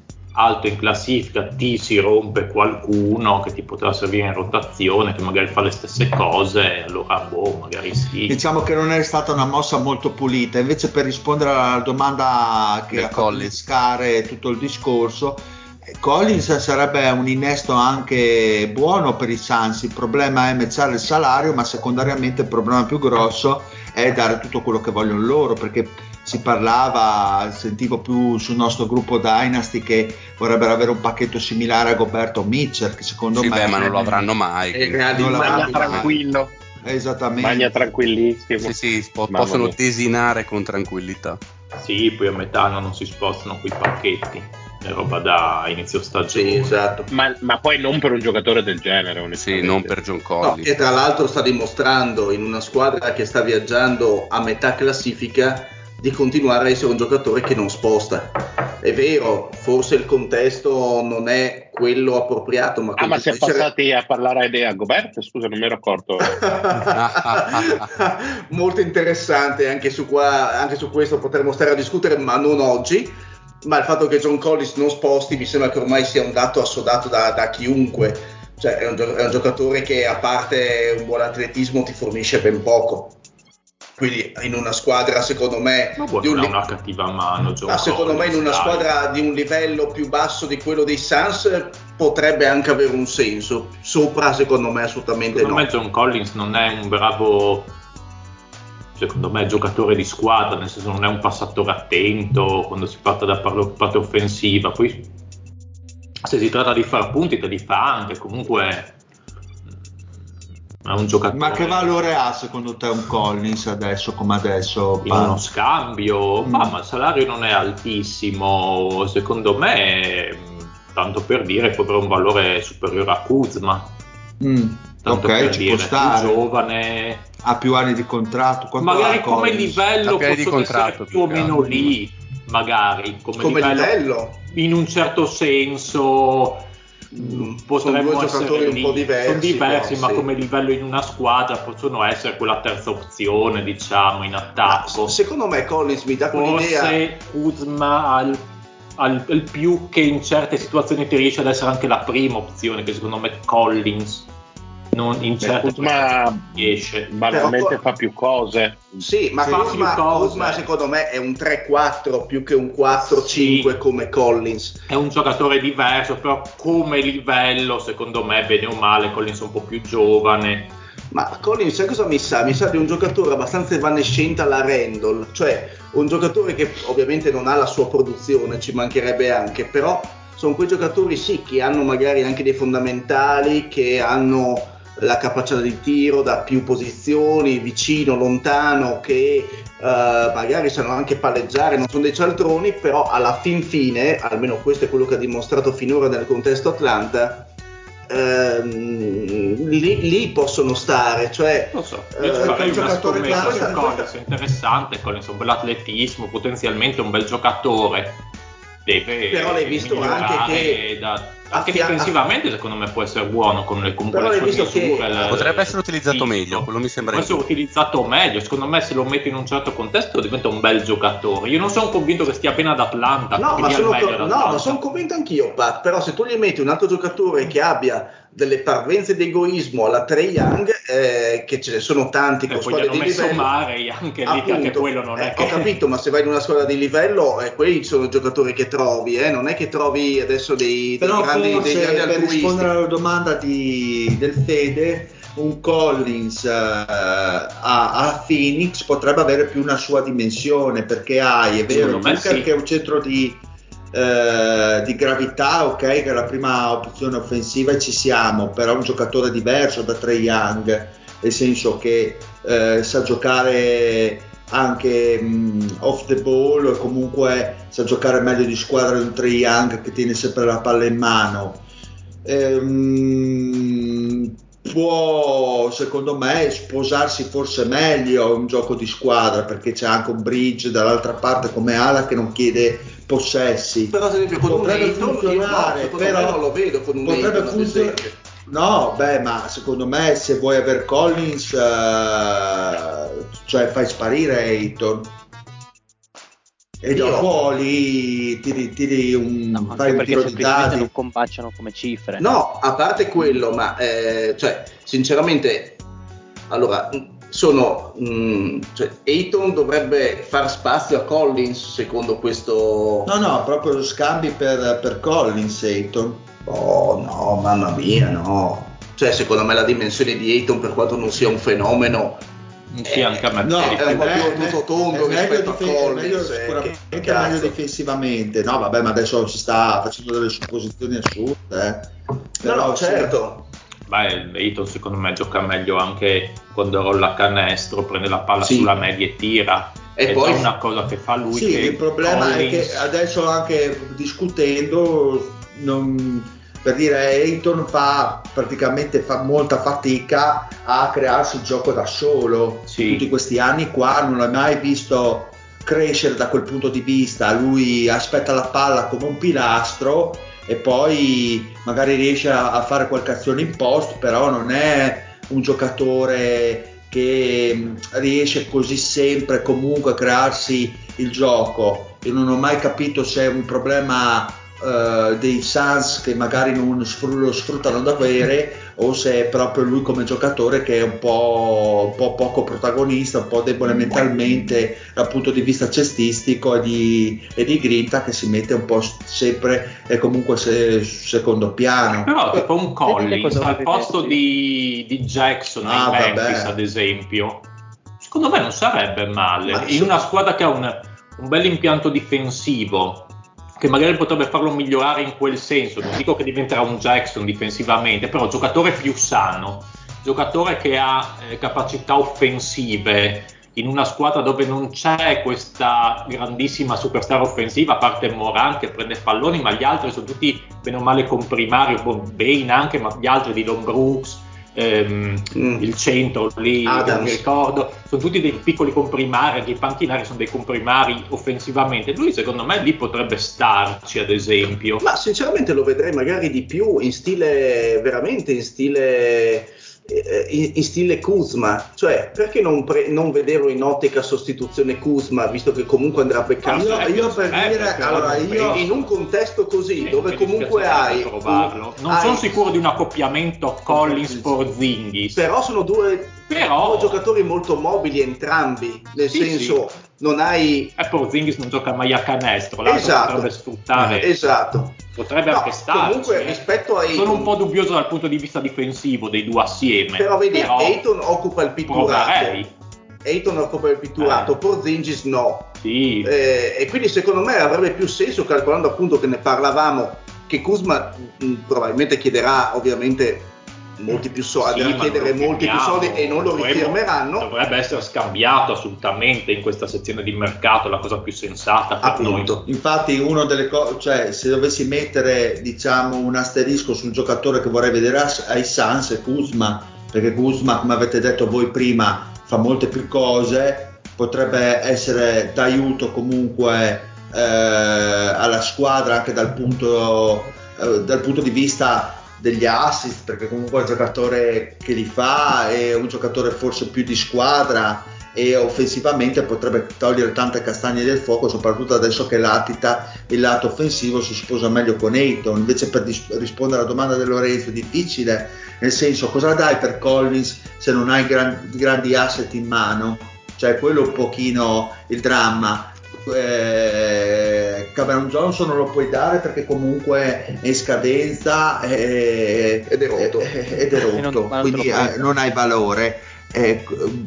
alto in classifica, ti si rompe qualcuno che ti potrà servire in rotazione, che magari fa le stesse cose, allora boh, magari sì. Diciamo che non è stata una mossa molto pulita. Invece, per rispondere alla domanda che ha fatto innescare tutto il discorso, Collins sarebbe un innesto anche buono per i Suns. Il problema è matchare il salario, ma secondariamente il problema più grosso è dare tutto quello che vogliono loro, perché si parlava, sentivo più sul nostro gruppo Dynasty che vorrebbero avere un pacchetto similare a Goberto Mitchell, che secondo sì, me beh, ma non lo avranno mai, non magna tranquillo mai. Esattamente, magna tranquillissimo. Sì, sì, po- possono mia. desinare con tranquillità. Sì, poi a metà anno non si spostano quei pacchetti, è roba da inizio stagione. Sì, esatto. Ma, ma poi non per un giocatore del genere, sì, non per John Collins. No, che tra l'altro sta dimostrando in una squadra che sta viaggiando a metà classifica di continuare a essere un giocatore che non sposta. È vero, forse il contesto non è quello appropriato, ma ah, ma si è essere... passati a parlare di Gobert? Scusa, non mi ero accorto. Molto interessante, anche su, qua, anche su questo potremmo stare a discutere, ma non oggi. Ma il fatto che John Collins non sposti mi sembra che ormai sia un dato assodato da, da chiunque. Cioè è un, è un giocatore che, a parte un buon atletismo, ti fornisce ben poco. Quindi in una squadra, secondo me, ma di un... non ha una cattiva mano John ma secondo Collins, me in una dai. squadra di un livello più basso di quello dei Suns potrebbe anche avere un senso. Sopra, secondo me, assolutamente secondo no. me John Collins non è un bravo, secondo me, giocatore di squadra, nel senso non è un passatore attento quando si parla da parte offensiva. Poi se si tratta di far punti te li fa anche, comunque è un giocatore. Ma che valore ha secondo te un Collins adesso come adesso? In uno scambio? Mm. Ma, ma il salario non è altissimo, secondo me, tanto per dire, può avere un valore superiore a Kuzma. Mm. Tanto ok, per ci dire, può stare. Più giovane, ha più anni di contratto. Quanto magari ha come Collins? livello possono di contratto, essere più o meno lì, magari come, come livello, livello in un certo senso. Mm, Potremmo sono due giocatori un lì. po' diversi, sono diversi però, ma sì. come livello in una squadra possono essere quella terza opzione, diciamo, in attacco. Ah, secondo me Collins mi dà quell'idea. Forse Kuzma al, al, al più che in certe situazioni ti riesce ad essere anche la prima opzione, che secondo me Collins non in certe Kuzma riesce. banalmente Però- fa più cose. Sì, ma Sì, Kuzma, più cose. Kuzma secondo me è un tre quattro più che un quattro cinque Sì. come Collins. È un giocatore diverso, però come livello, secondo me, bene o male, Collins è un po' più giovane. Ma Collins, sai cosa mi sa? Mi sa di un giocatore abbastanza evanescente alla Randall, cioè un giocatore che ovviamente non ha la sua produzione, ci mancherebbe anche, però sono quei giocatori sì che hanno magari anche dei fondamentali, che hanno la capacità di tiro da più posizioni, vicino, lontano, che uh, magari sanno anche palleggiare, non sono dei cialtroni, però alla fin fine, almeno questo è quello che ha dimostrato finora nel contesto Atlanta, Ehm, lì, lì possono stare, cioè Non so, eh, io ci farei un una giocatore scommessa su classico. Collins, è interessante, Collins ha un bel atletismo, potenzialmente un bel giocatore, deve Però l'hai visto migliorare anche che da- anche affia- difensivamente secondo me può essere buono con le, comunque Però le l'hai sue visto misure, che- le- Potrebbe essere utilizzato fisico. meglio, quello mi sembra Può di essere più. utilizzato meglio, secondo me se lo metti in un certo contesto diventa un bel giocatore. Io non sono convinto che stia bene ad Atlanta, No, che ma dia sono, il meglio co- ad no, Atlanta. ma sono convinto anch'io, Pat, però se tu gli metti un altro giocatore che abbia delle parvenze di egoismo alla Trae Young, eh, che ce ne sono tanti E con poi gli squadre hanno di messo livello, Murray anche lì, che anche appunto, quello non eh, è che... ho capito, ma se vai in una squadra di livello, eh, quelli sono i giocatori che trovi, eh, non è che trovi adesso dei, dei Però grandi, forse, dei grandi per altruisti. rispondere alla domanda di, del Fede, un Collins eh, a, a Phoenix potrebbe avere più una sua dimensione, perché hai, è vero, Secondo me Booker sì. che è un centro di, eh, di gravità, ok, che è la prima opzione offensiva e ci siamo, però è un giocatore diverso da Trae Young, nel senso che eh, sa giocare anche mh, off the ball, comunque sa giocare meglio di squadra di un Trae Young che tiene sempre la palla in mano. Ehm, può secondo me sposarsi forse meglio a un gioco di squadra, perché c'è anche un Bridge dall'altra parte come ala che non chiede possessi. Però ad esempio con Potrebbe un Ayton, io no, funzionare, secondo però me non lo vedo con un potrebbe Ayton ad funzionare. esempio. No, beh, ma secondo me se vuoi aver Collins, eh, cioè fai sparire Ayton e Io- dopo lì tiri, tiri un, No, fai anche un perché tiro di semplicemente dadi. non combaciano come cifre. No, a parte quello, ma eh, cioè, sinceramente, allora, sono, mh, cioè, Ayton dovrebbe far spazio a Collins secondo questo. No, no, proprio scambi per, per Collins, Ayton. Oh no, mamma mia, no. Cioè, secondo me la dimensione di Ayton, per quanto non sia un fenomeno, Sì, anche a me. No, è un po' me- più a me- tutto tondo è meglio rispetto a dife- è meglio- Collins. eh, sicuramente che è cazzo. meglio difensivamente. No, vabbè, ma adesso si sta facendo delle supposizioni assurde. Eh. No, Però no, sì. certo. Beh, Ayton secondo me gioca meglio anche quando rolla canestro, prende la palla Sì. sulla media e tira. E è poi- già una cosa che fa lui. Sì, che il problema Collins- è che adesso anche discutendo, non- per dire, Ayton fa praticamente fa molta fatica a crearsi il gioco da solo. Sì. Tutti questi anni qua non l'hai mai visto crescere da quel punto di vista. Lui aspetta la palla come un pilastro e poi magari riesce a, a fare qualche azione in post, però non è un giocatore che mh, riesce così sempre comunque a crearsi il gioco. Io non ho mai capito se è un problema eh, dei Suns che magari non sfr- lo sfruttano davvero, o se è proprio lui come giocatore che è un po', un po' poco protagonista, un po' debole mentalmente dal punto di vista cestistico e di, e di grinta, che si mette un po' sempre e comunque se, secondo piano. Però tipo un Vedi Collins cosa al vorrei posto dirti? di, di Jackson Ah, in Memphis vabbè. ad esempio, secondo me non sarebbe male. Ma In una squadra che ha un, un bel impianto difensivo, che magari potrebbe farlo migliorare in quel senso, non dico che diventerà un Jackson difensivamente, però giocatore più sano, giocatore che ha eh, capacità offensive, in una squadra dove non c'è questa grandissima superstar offensiva, a parte Morant che prende palloni, ma gli altri sono tutti bene o male comprimari, Bane anche, ma gli altri di Don Brooks, ehm, Mm. il centro lì, che non Adams. mi ricordo, sono tutti dei piccoli comprimari, anche i panchinari sono dei comprimari offensivamente. Lui secondo me lì potrebbe starci ad esempio. Ma sinceramente lo vedrei magari di più in stile, veramente in stile in, in stile Kuzma, cioè perché non, pre, non vederlo in ottica sostituzione Kuzma, visto che comunque andrà a beccare? Io, io per eh, dire, allora io in un contesto così, eh, dove comunque hai, provarlo. Non hai sono sicuro di un accoppiamento Collins-Porzingis, però sono due, però... due giocatori molto mobili entrambi, nel sì, senso sì. non hai e Porzingis non gioca mai a canestro, l'altro esatto. potrebbe sfruttare, esatto potrebbe no, anche starci. Comunque rispetto a Ayton, sono un po' dubbioso dal punto di vista difensivo dei due assieme, però vedi, però Ayton occupa il pitturato, proverei. Ayton occupa il pitturato, eh. Porzingis no, sì. eh, e quindi secondo me avrebbe più senso, calcolando appunto che ne parlavamo, che Kuzma mh, probabilmente chiederà ovviamente molti più soldi, sì, a chiedere molti più soldi e non lo rifirmeranno. Dovrebbe essere scambiato assolutamente in questa sezione di mercato, la cosa più sensata per appunto. noi. Infatti uno delle cose, cioè se dovessi mettere diciamo un asterisco sul giocatore che vorrei vedere ai Suns è Kuzma, perché Kuzma, come avete detto voi prima, fa molte più cose, potrebbe essere d'aiuto comunque eh, alla squadra anche dal punto, eh, dal punto di vista degli assist, perché comunque è un giocatore che li fa, è un giocatore forse più di squadra e offensivamente potrebbe togliere tante castagne del fuoco, soprattutto adesso che latita il lato offensivo, si sposa meglio con Ayton. Invece, per dis- rispondere alla domanda di Lorenzo, è difficile, nel senso, cosa dai per Collins se non hai gran- grandi asset in mano? Cioè quello è un pochino il dramma. Eh, Cameron Johnson non lo puoi dare perché comunque è in scadenza e, ed è rotto, ed è rotto, non, quindi non, eh, non hai valore. Eh,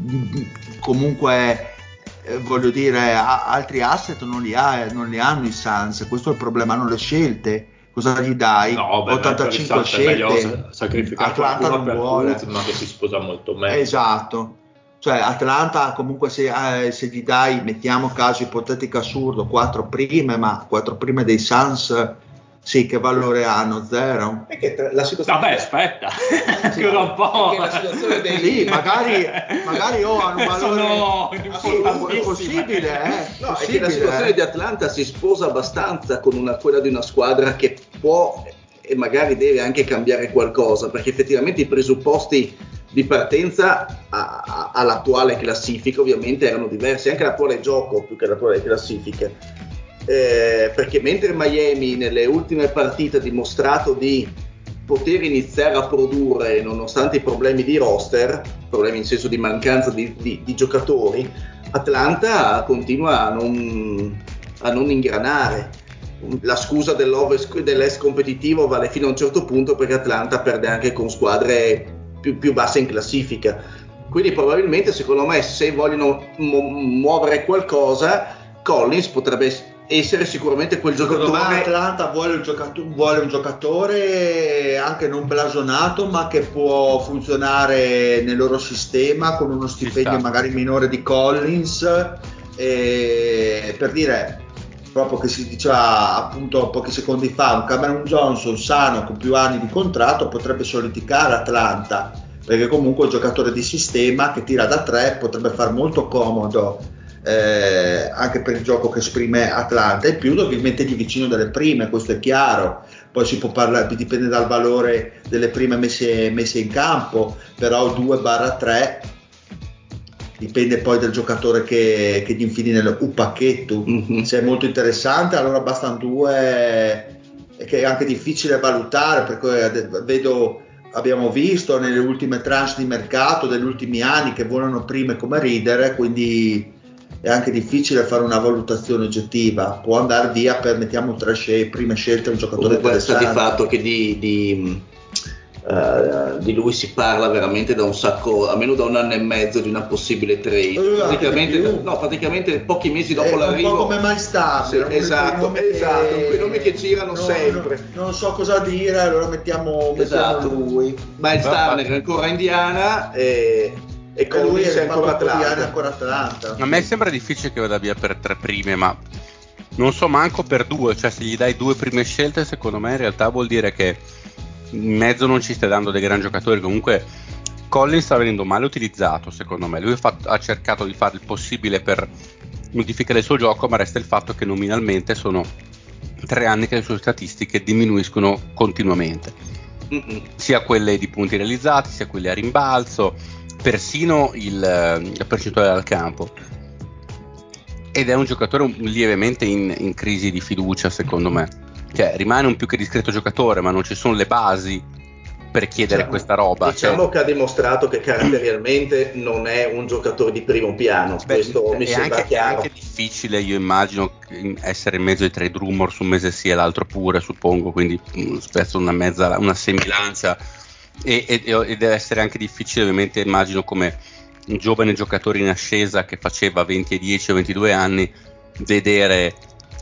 comunque eh, voglio dire, a, altri asset non li, ha, non li hanno i Suns, questo è il problema, hanno le scelte. Cosa gli dai? No, beh, ottantacinque scelte, sacrificare Atlanta non per vuole, Kuzma che si sposa molto meglio. Esatto. Cioè Atlanta comunque se, eh, se gli dai, mettiamo caso ipotetico assurdo, quattro prime, ma quattro prime dei Suns, sì, che valore hanno? Zero. Perché la situazione... Vabbè, aspetta, ancora un po'. La situazione dei... Sì, magari, magari oh, hanno un valore sono sì, possibile, eh? No, possibile, è che la situazione eh? di Atlanta si sposa abbastanza con una, quella di una squadra che può e magari deve anche cambiare qualcosa, perché effettivamente i presupposti di partenza a, a, all'attuale classifica ovviamente erano diversi, anche l'attuale gioco più che l'attuale classifica, eh, perché mentre Miami nelle ultime partite ha dimostrato di poter iniziare a produrre nonostante i problemi di roster, problemi in senso di mancanza di, di, di giocatori, Atlanta continua a non, a non ingranare. La scusa dell'est competitivo vale fino a un certo punto, perché Atlanta perde anche con squadre più, più basse in classifica, quindi probabilmente secondo me se vogliono mu- muovere qualcosa Collins potrebbe essere sicuramente quel secondo giocatore. Me Atlanta vuole un, giocato- vuole un giocatore anche non blasonato, ma che può funzionare nel loro sistema con uno stipendio magari minore di Collins, e, per dire, proprio che si diceva appunto pochi secondi fa, un Cameron Johnson sano con più anni di contratto potrebbe solidificare Atlanta, perché comunque è un giocatore di sistema che tira da tre, potrebbe far molto comodo eh, anche per il gioco che esprime Atlanta, e più devi mettergli vicino delle prime, questo è chiaro. Poi si può parlare, dipende dal valore delle prime messe, messe in campo, però due barra tre dipende poi dal giocatore che, che gli infili nel un pacchetto. Mm-hmm. Se è molto interessante allora bastano due, che è anche difficile valutare, perché vedo, abbiamo visto nelle ultime tranche di mercato degli ultimi anni che volano prime come ridere, quindi è anche difficile fare una valutazione oggettiva. Può andare via per, mettiamo, tre scel- prime scelte un giocatore interessante. Sta di fatto che di, di Uh, di lui si parla veramente da un sacco, almeno da un anno e mezzo, di una possibile trade. Uh, praticamente, no, praticamente pochi mesi dopo è l'arrivo. Un po' come Miles Turner, sì, esatto, esatto, che... quei nomi che girano no, sempre. No, non so cosa dire, allora mettiamo, esatto. mettiamo lui. Miles Turner è ancora Indiana e, e Collins è ancora Atlanta. ancora Atlanta. A me sembra difficile che vada via per tre prime, ma non so manco per due, cioè se gli dai due prime scelte, secondo me in realtà vuol dire che in mezzo non ci stai dando dei gran giocatori. Comunque Collins sta venendo male utilizzato, secondo me. Lui ha, fatto, ha cercato di fare il possibile per modificare il suo gioco, ma resta il fatto che nominalmente sono tre anni che le sue statistiche diminuiscono continuamente. Mm-mm. sia quelle di punti realizzati, sia quelle a rimbalzo, persino il, la percentuale dal campo. Ed è un giocatore lievemente in, in crisi di fiducia, secondo me. Cioè, rimane un più che discreto giocatore, ma non ci sono le basi per chiedere Diciamo- questa roba. Diciamo Cioè, che ha dimostrato che caratterialmente non è un giocatore di primo piano, beh, questo mi è sembra anche, è chiaro. anche difficile, io immagino, essere in mezzo ai tre rumors, un mese sì e l'altro pure, suppongo, quindi mh, spezzo una mezza, una semilancia, e, e, e deve essere anche difficile, ovviamente, immagino, come un giovane giocatore in ascesa che faceva venti e dieci o ventidue anni, vedere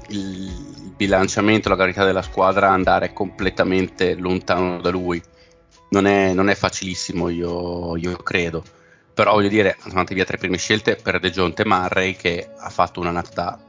il bilanciamento, la qualità della squadra andare completamente lontano da lui. Non è, non è facilissimo, io, io credo. Però voglio dire, sono andate via tre prime scelte per DeJounte Murray, che ha fatto un'annata da,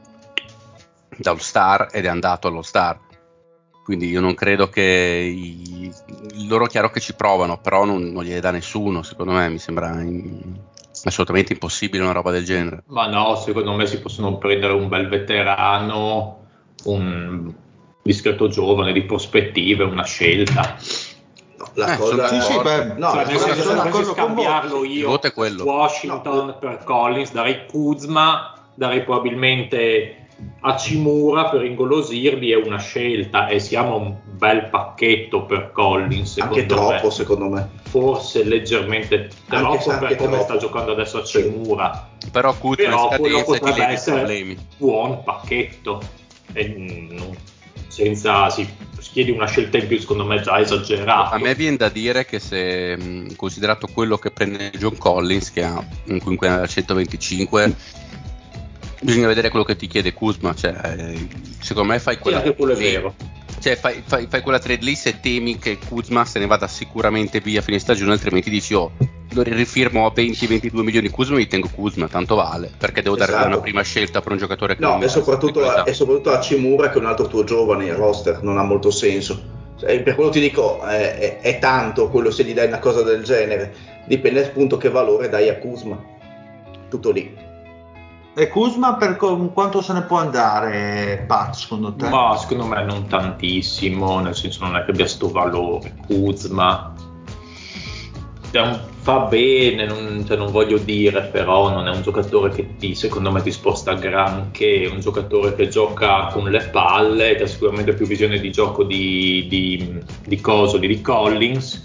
da All-Star ed è andato all'All-Star. Quindi io non credo che i, loro, chiaro che ci provano, però non, non gliene dà nessuno, secondo me. Mi sembra in, assolutamente impossibile una roba del genere. Ma no, secondo me si possono prendere un bel veterano, un discreto giovane di prospettive, una scelta. No, la Eh, cosa sono Sì, sì, d'accordo. beh, no, Cioè, la nel cosa senso, se sono dovessi d'accordo con voi. scambiarlo Il io, voto è quello. Washington No, per Collins, darei Kuzma, darei probabilmente a Cimura per ingolosirli, è una scelta, e siamo un bel pacchetto per Collins, anche secondo troppo me. secondo me. Forse leggermente Anche se troppo anche per come troppo. sta giocando adesso a Sì. Cimura. Però Kuzma in Però quello scadenza e ti potrebbe levi i essere problemi. buon pacchetto, e, mm, non- senza si chiedi una scelta in più, secondo me già esagerato. A me viene da dire che se mh, considerato quello che prende John Collins, che ha un quinquennale da centoventicinque, bisogna vedere quello che ti chiede Kuzma. Cioè, eh, secondo me fai Sì, quella anche quello è lì. vero. Cioè, fai, fai, fai quella trade lì se temi che Kuzma se ne vada sicuramente via a fine stagione, altrimenti dici, oh, lo rifirmo a venti ventidue milioni Kuzma, mi tengo Kuzma, tanto vale, perché devo dare Esatto. una prima scelta per un giocatore che No, non mi e dà soprattutto, qualità. e soprattutto a Cimura, che è un altro tuo giovane in roster, non ha molto senso. E per quello ti dico, è, è, è tanto quello se gli dai una cosa del genere. Dipende appunto che valore dai a Kuzma. Tutto lì. E Kuzma per co- quanto se ne può andare, Pat, secondo te? Ma secondo me non tantissimo, nel senso non è che abbia sto valore. Kuzma è un- fa bene, non, cioè non voglio dire, però non è un giocatore che ti, secondo me ti sposta granché, è un giocatore che gioca con le palle, che ha sicuramente più visione di gioco di, di, di Cosoli, di Collins,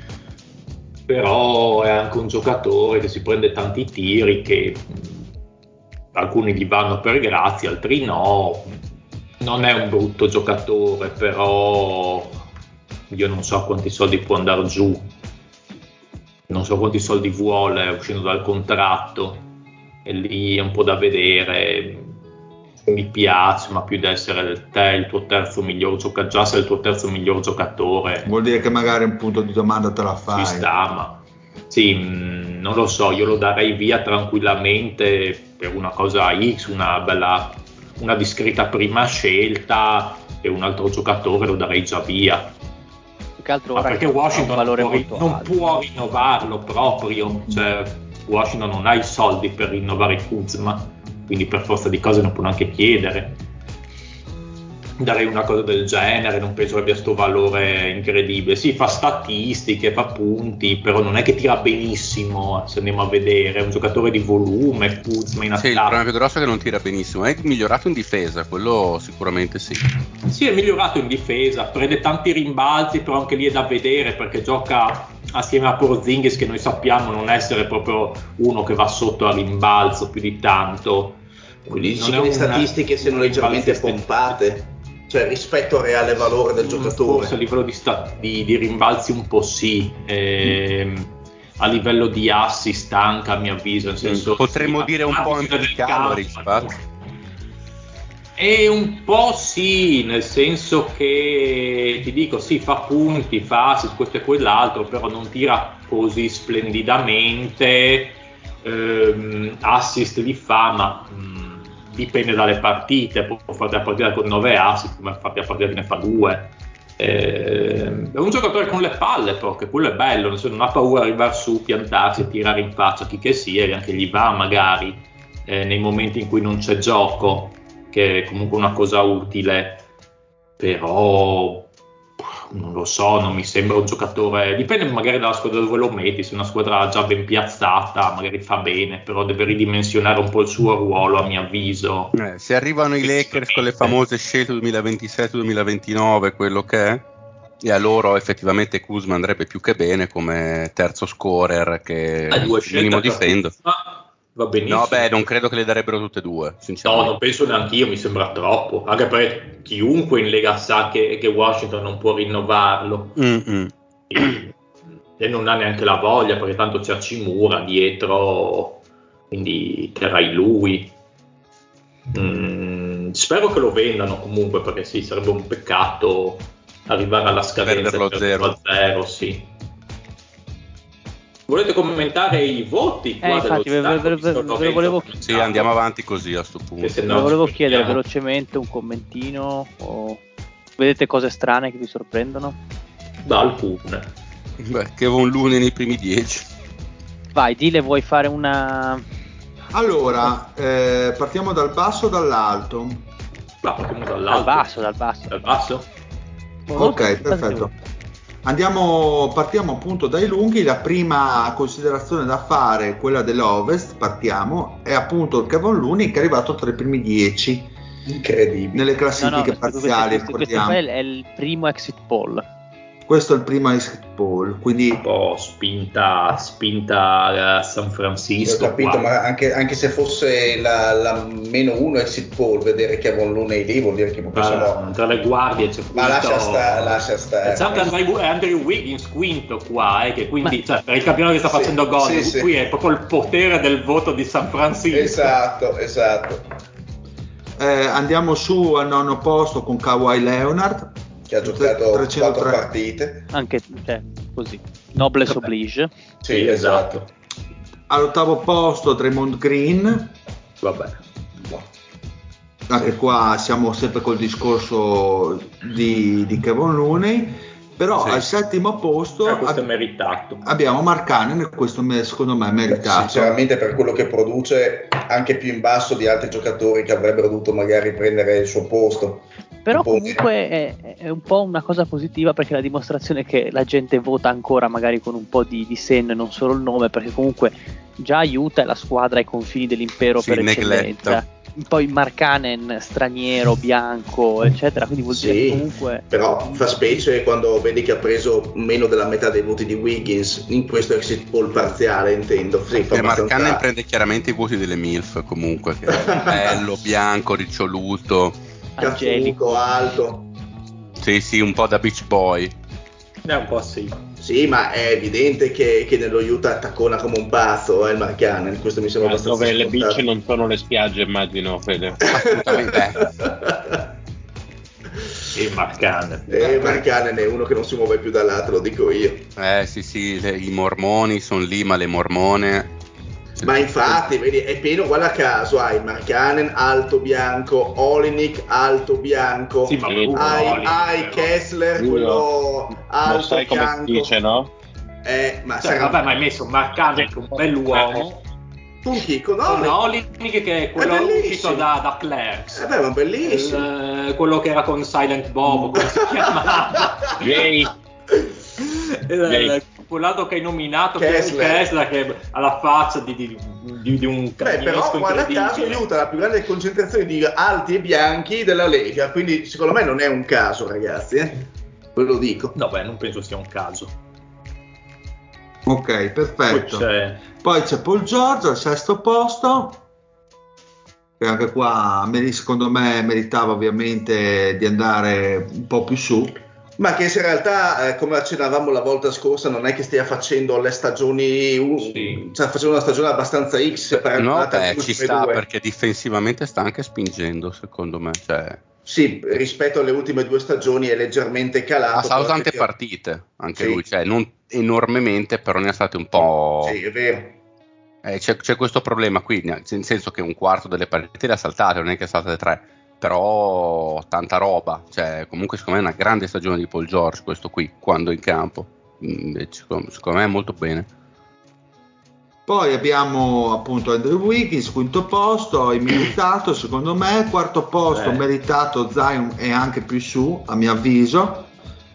però è anche un giocatore che si prende tanti tiri, che alcuni gli vanno per grazia, altri no. Non è un brutto giocatore, però io non so quanti soldi può andare giù, non so quanti soldi vuole uscendo dal contratto, e lì è un po' da vedere. Mi piace, ma più da essere te il tuo terzo miglior giocatore, già sei il tuo terzo miglior giocatore, Vuol dire che magari un punto di domanda te la ci fai. sta, ma sì, mh, non lo so, io lo darei via tranquillamente per una cosa X, una bella, una discreta prima scelta, e un altro giocatore lo darei già via. Più che altro Ma ora perché ha un Washington non valore può, ri- molto non alto. può rinnovarlo proprio, cioè Washington non ha i soldi per rinnovare Kuzma, quindi per forza di cose non può neanche chiedere. Darei una cosa del genere, non penso che abbia sto valore incredibile. Sì, fa statistiche, fa punti, però non è che tira benissimo, se andiamo a vedere. È un giocatore di volume, Kuzma in Sì, il problema attacco. più grosso è che non tira benissimo. È migliorato in difesa, quello sicuramente sì. Sì, è migliorato in difesa, prende tanti rimbalzi, però anche lì è da vedere, perché gioca assieme a Porzingis, che noi sappiamo non essere proprio uno che va sotto a rimbalzo più di tanto. Quindi dici Non che è le un- statistiche siano un leggermente rimbalzista- pompate, cioè rispetto al reale valore del Mm, giocatore. Forse a livello di, sta- di- di rimbalzi un po' sì, ehm, a livello di assist anche, a mio avviso, nel senso, Potremmo sì, dire un ha po' visione del anti-calories, campo. Pat. E un po' sì, nel senso che ti dico, sì, fa punti, fa assist, questo e quell'altro, però non tira così splendidamente, ehm, assist li fa, ma mh, dipende dalle partite, può fare la partita con nove assist, come fa la partita che ne fa due. Eh, è un giocatore con le palle, però, che quello è bello, nel senso, non ha paura di arrivare su, piantarsi e tirare in faccia chi che sia, e anche gli va magari eh, nei momenti in cui non c'è gioco, che è comunque una cosa utile. Però non lo so, non mi sembra un giocatore, dipende magari dalla squadra dove lo metti, se è una squadra già ben piazzata magari fa bene, però deve ridimensionare un po' il suo ruolo, a mio avviso. Eh, se arrivano i Lakers con le famose scelte duemilaventisette duemilaventinove, quello che è, e a loro effettivamente Kuzma andrebbe più che bene come terzo scorer che Ah, due minimo scelte per difendo. Kuzma, va benissimo. No, beh, non credo che le darebbero tutte e due, No, sinceramente. non penso neanche io, mi sembra troppo, anche perché chiunque in Lega sa che, che Washington non può rinnovarlo. Mm-mm. E, e non ha neanche la voglia, perché tanto c'è Hachimura dietro, quindi terrai lui. Mm, spero che lo vendano comunque, perché sì, sarebbe un peccato arrivare alla scadenza Perderlo a zero. a zero, sì. Volete commentare i voti qua Eh, infatti, ve, dello ve, ve, Stato? ve, ve lo volevo, Sì, andiamo avanti così a sto punto. Che se ve no lo ci volevo perdiamo. chiedere velocemente un commentino. O vedete cose strane che vi sorprendono? Da alcune. Beh, Kevon Looney nei primi dieci. Vai, Dile, vuoi fare una... Allora, eh, partiamo dal basso o dall'alto? Ma partiamo Dal dall'alto. basso, dal basso. Dal basso? Ok, perfetto. Andiamo, partiamo appunto dai lunghi. La prima considerazione da fare, quella dell'Ovest, partiamo, è appunto il Kevon Looney, che è arrivato tra i primi dieci Incredibile. nelle No, classifiche no, questo, parziali. questo, questo qua è il primo exit poll. Questo è il primo exit poll, quindi Un po' spinta, spinta a San Sì, ho Francisco. capito, qua. ma anche, anche se fosse la, la meno uno exit poll, vedere che Kevon Looney lì vuol dire che possiamo... Ma, tra le guardie c'è Ma quinto, lascia stare, lascia stare. E c'è anche Andrew, Andrew Wiggins quinto qua, eh, che quindi, Ma- cioè, per il campionato che sta Sì, facendo gol, sì, sì. qui è proprio il potere del voto di San Francisco. Esatto, esatto. eh, andiamo su al nono posto con Kawhi Leonard, Che ha giocato trecentotre quattro partite. Anche, cioè, così. Noblesse oblige. Sì, esatto. All'ottavo posto Draymond Green, Vabbè. anche qua siamo sempre col discorso di, di Kevon Looney, però Sì. al settimo posto Eh, questo è ab- meritato. abbiamo Mark Cannon, e questo me- secondo me è meritato. Sinceramente, per quello che produce, anche più in basso di altri giocatori che avrebbero dovuto magari prendere il suo posto. Però Tipo- comunque è, è un po' una cosa positiva, perché è la dimostrazione che la gente vota ancora magari con un po' di, di senno e non solo il nome, perché comunque già aiuta la squadra ai confini dell'impero Sì, per negletta. eccellenza. Poi Markkanen, straniero, bianco, eccetera, quindi vuol dire che Sì, comunque... però fa specie quando vedi che ha preso meno della metà dei voti di Wiggins in questo exit poll parziale, intendo. Sì, fa E Mark abbastanza... Cannon prende chiaramente i voti delle MILF comunque, che è bello, bianco, riccioluto. Angelico. Cazzuto, alto. Sì, sì, un po' da beach boy. È un po' sì. Sì, ma è evidente che, che nello Utah attaccona come un pazzo, eh, il Mark Cannon. Questo mi sembra Ah, abbastanza dove le scontato. beach non sono le spiagge, immagino, Fede. Assolutamente. E Marcane. E Mark Cannon è uno che non si muove più da là, te lo dico io. Eh sì, sì, le- i mormoni sono lì, ma le mormone... Ma infatti, vedi, è pieno, guarda caso, hai Markkanen alto bianco, Olinik alto bianco, Sì, ma Sì, brutto, hai, Oli, hai però. Kessler, Io- quello non alto sai come si bianco. dice, no? Eh, ma Cioè, sai, vabbè, ma hai messo Marcane che è un bell'uomo, un chicco, no? con ma- Olinik che è quello È bellissimo. uscito da, da Clerks. Eh beh, ma bellissimo. Il- quello che era con Silent Bob, come si chiamava? Jay, Il- Quell'altro che hai nominato, Kessler. Kessler, che ha la faccia di, di, di, di un Beh, però cagnesco guarda caso incredibile. aiuta la più grande concentrazione di alti e bianchi della Lega, quindi secondo me non è un caso, ragazzi, eh? Ve lo dico. No, beh, non penso sia un caso. Ok, Poi perfetto. c'è Poi c'è Paul George al sesto posto, che anche qua meri- secondo me meritava ovviamente di andare un po' più su. Ma che se in realtà, eh, come accennavamo la volta scorsa, non è che stia facendo le stagioni, uh, Sì. sta facendo una stagione abbastanza X per No, arrivare alle beh, ci ultime sta due. perché difensivamente sta anche spingendo, secondo me. Cioè, Sì, rispetto alle ultime due stagioni è leggermente calato. ha stato però tante effettivamente- partite, anche Sì. lui, cioè non enormemente, però ne ha state un po'... Sì, è vero. Eh, c'è, c'è questo problema qui, nel senso che un quarto delle partite le ha saltate, non è che ha saltate tre, però tanta roba, cioè comunque secondo me è una grande stagione di Paul George questo qui, quando in campo. Invece, secondo, secondo me è molto bene. Poi abbiamo appunto Andrew Wiggins, quinto posto, immeritato secondo me, quarto posto Eh. meritato Zion e anche più su a mio avviso.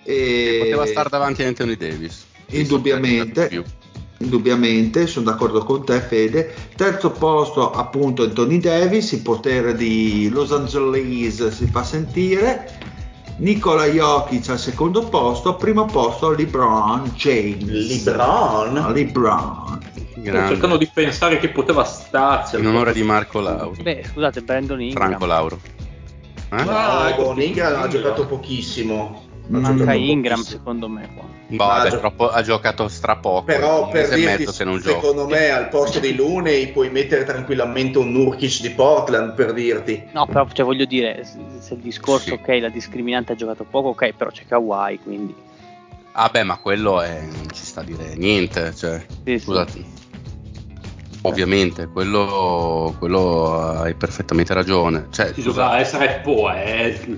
E... poteva stare davanti a Anthony Davis. Indubbiamente, indubbiamente, sono d'accordo con te, Fede. Terzo posto appunto Anthony Davis, il potere di Los Angeles si fa sentire. Nikola Jokic al secondo posto, primo posto LeBron James. LeBron? LeBron. Sto cercando di pensare che poteva starsi in onore di Marco Lauro. Beh, scusate, Brandon Ingram. Franco Lauro. Eh? No, ecco, con Ingram ha giocato pochissimo. Ha Manca giocato Ingram pochissimo. secondo me qua. Boh, Ma vabbè, gio- troppo, ha giocato stra poco. Però un per mese e dirti, mezzo che non gioca. secondo me al posto di Looney puoi mettere tranquillamente un Nurkic di Portland, per dirti. No, però cioè, voglio dire, se, se il discorso, Sì. ok, la discriminante ha giocato poco, ok, però c'è Kawhi, quindi... Ah beh, ma quello è, non ci sta a dire niente, cioè, Sì, scusate. Ovviamente, quello, quello hai perfettamente ragione. Cioè, Si scusa, gioca a essere poeti.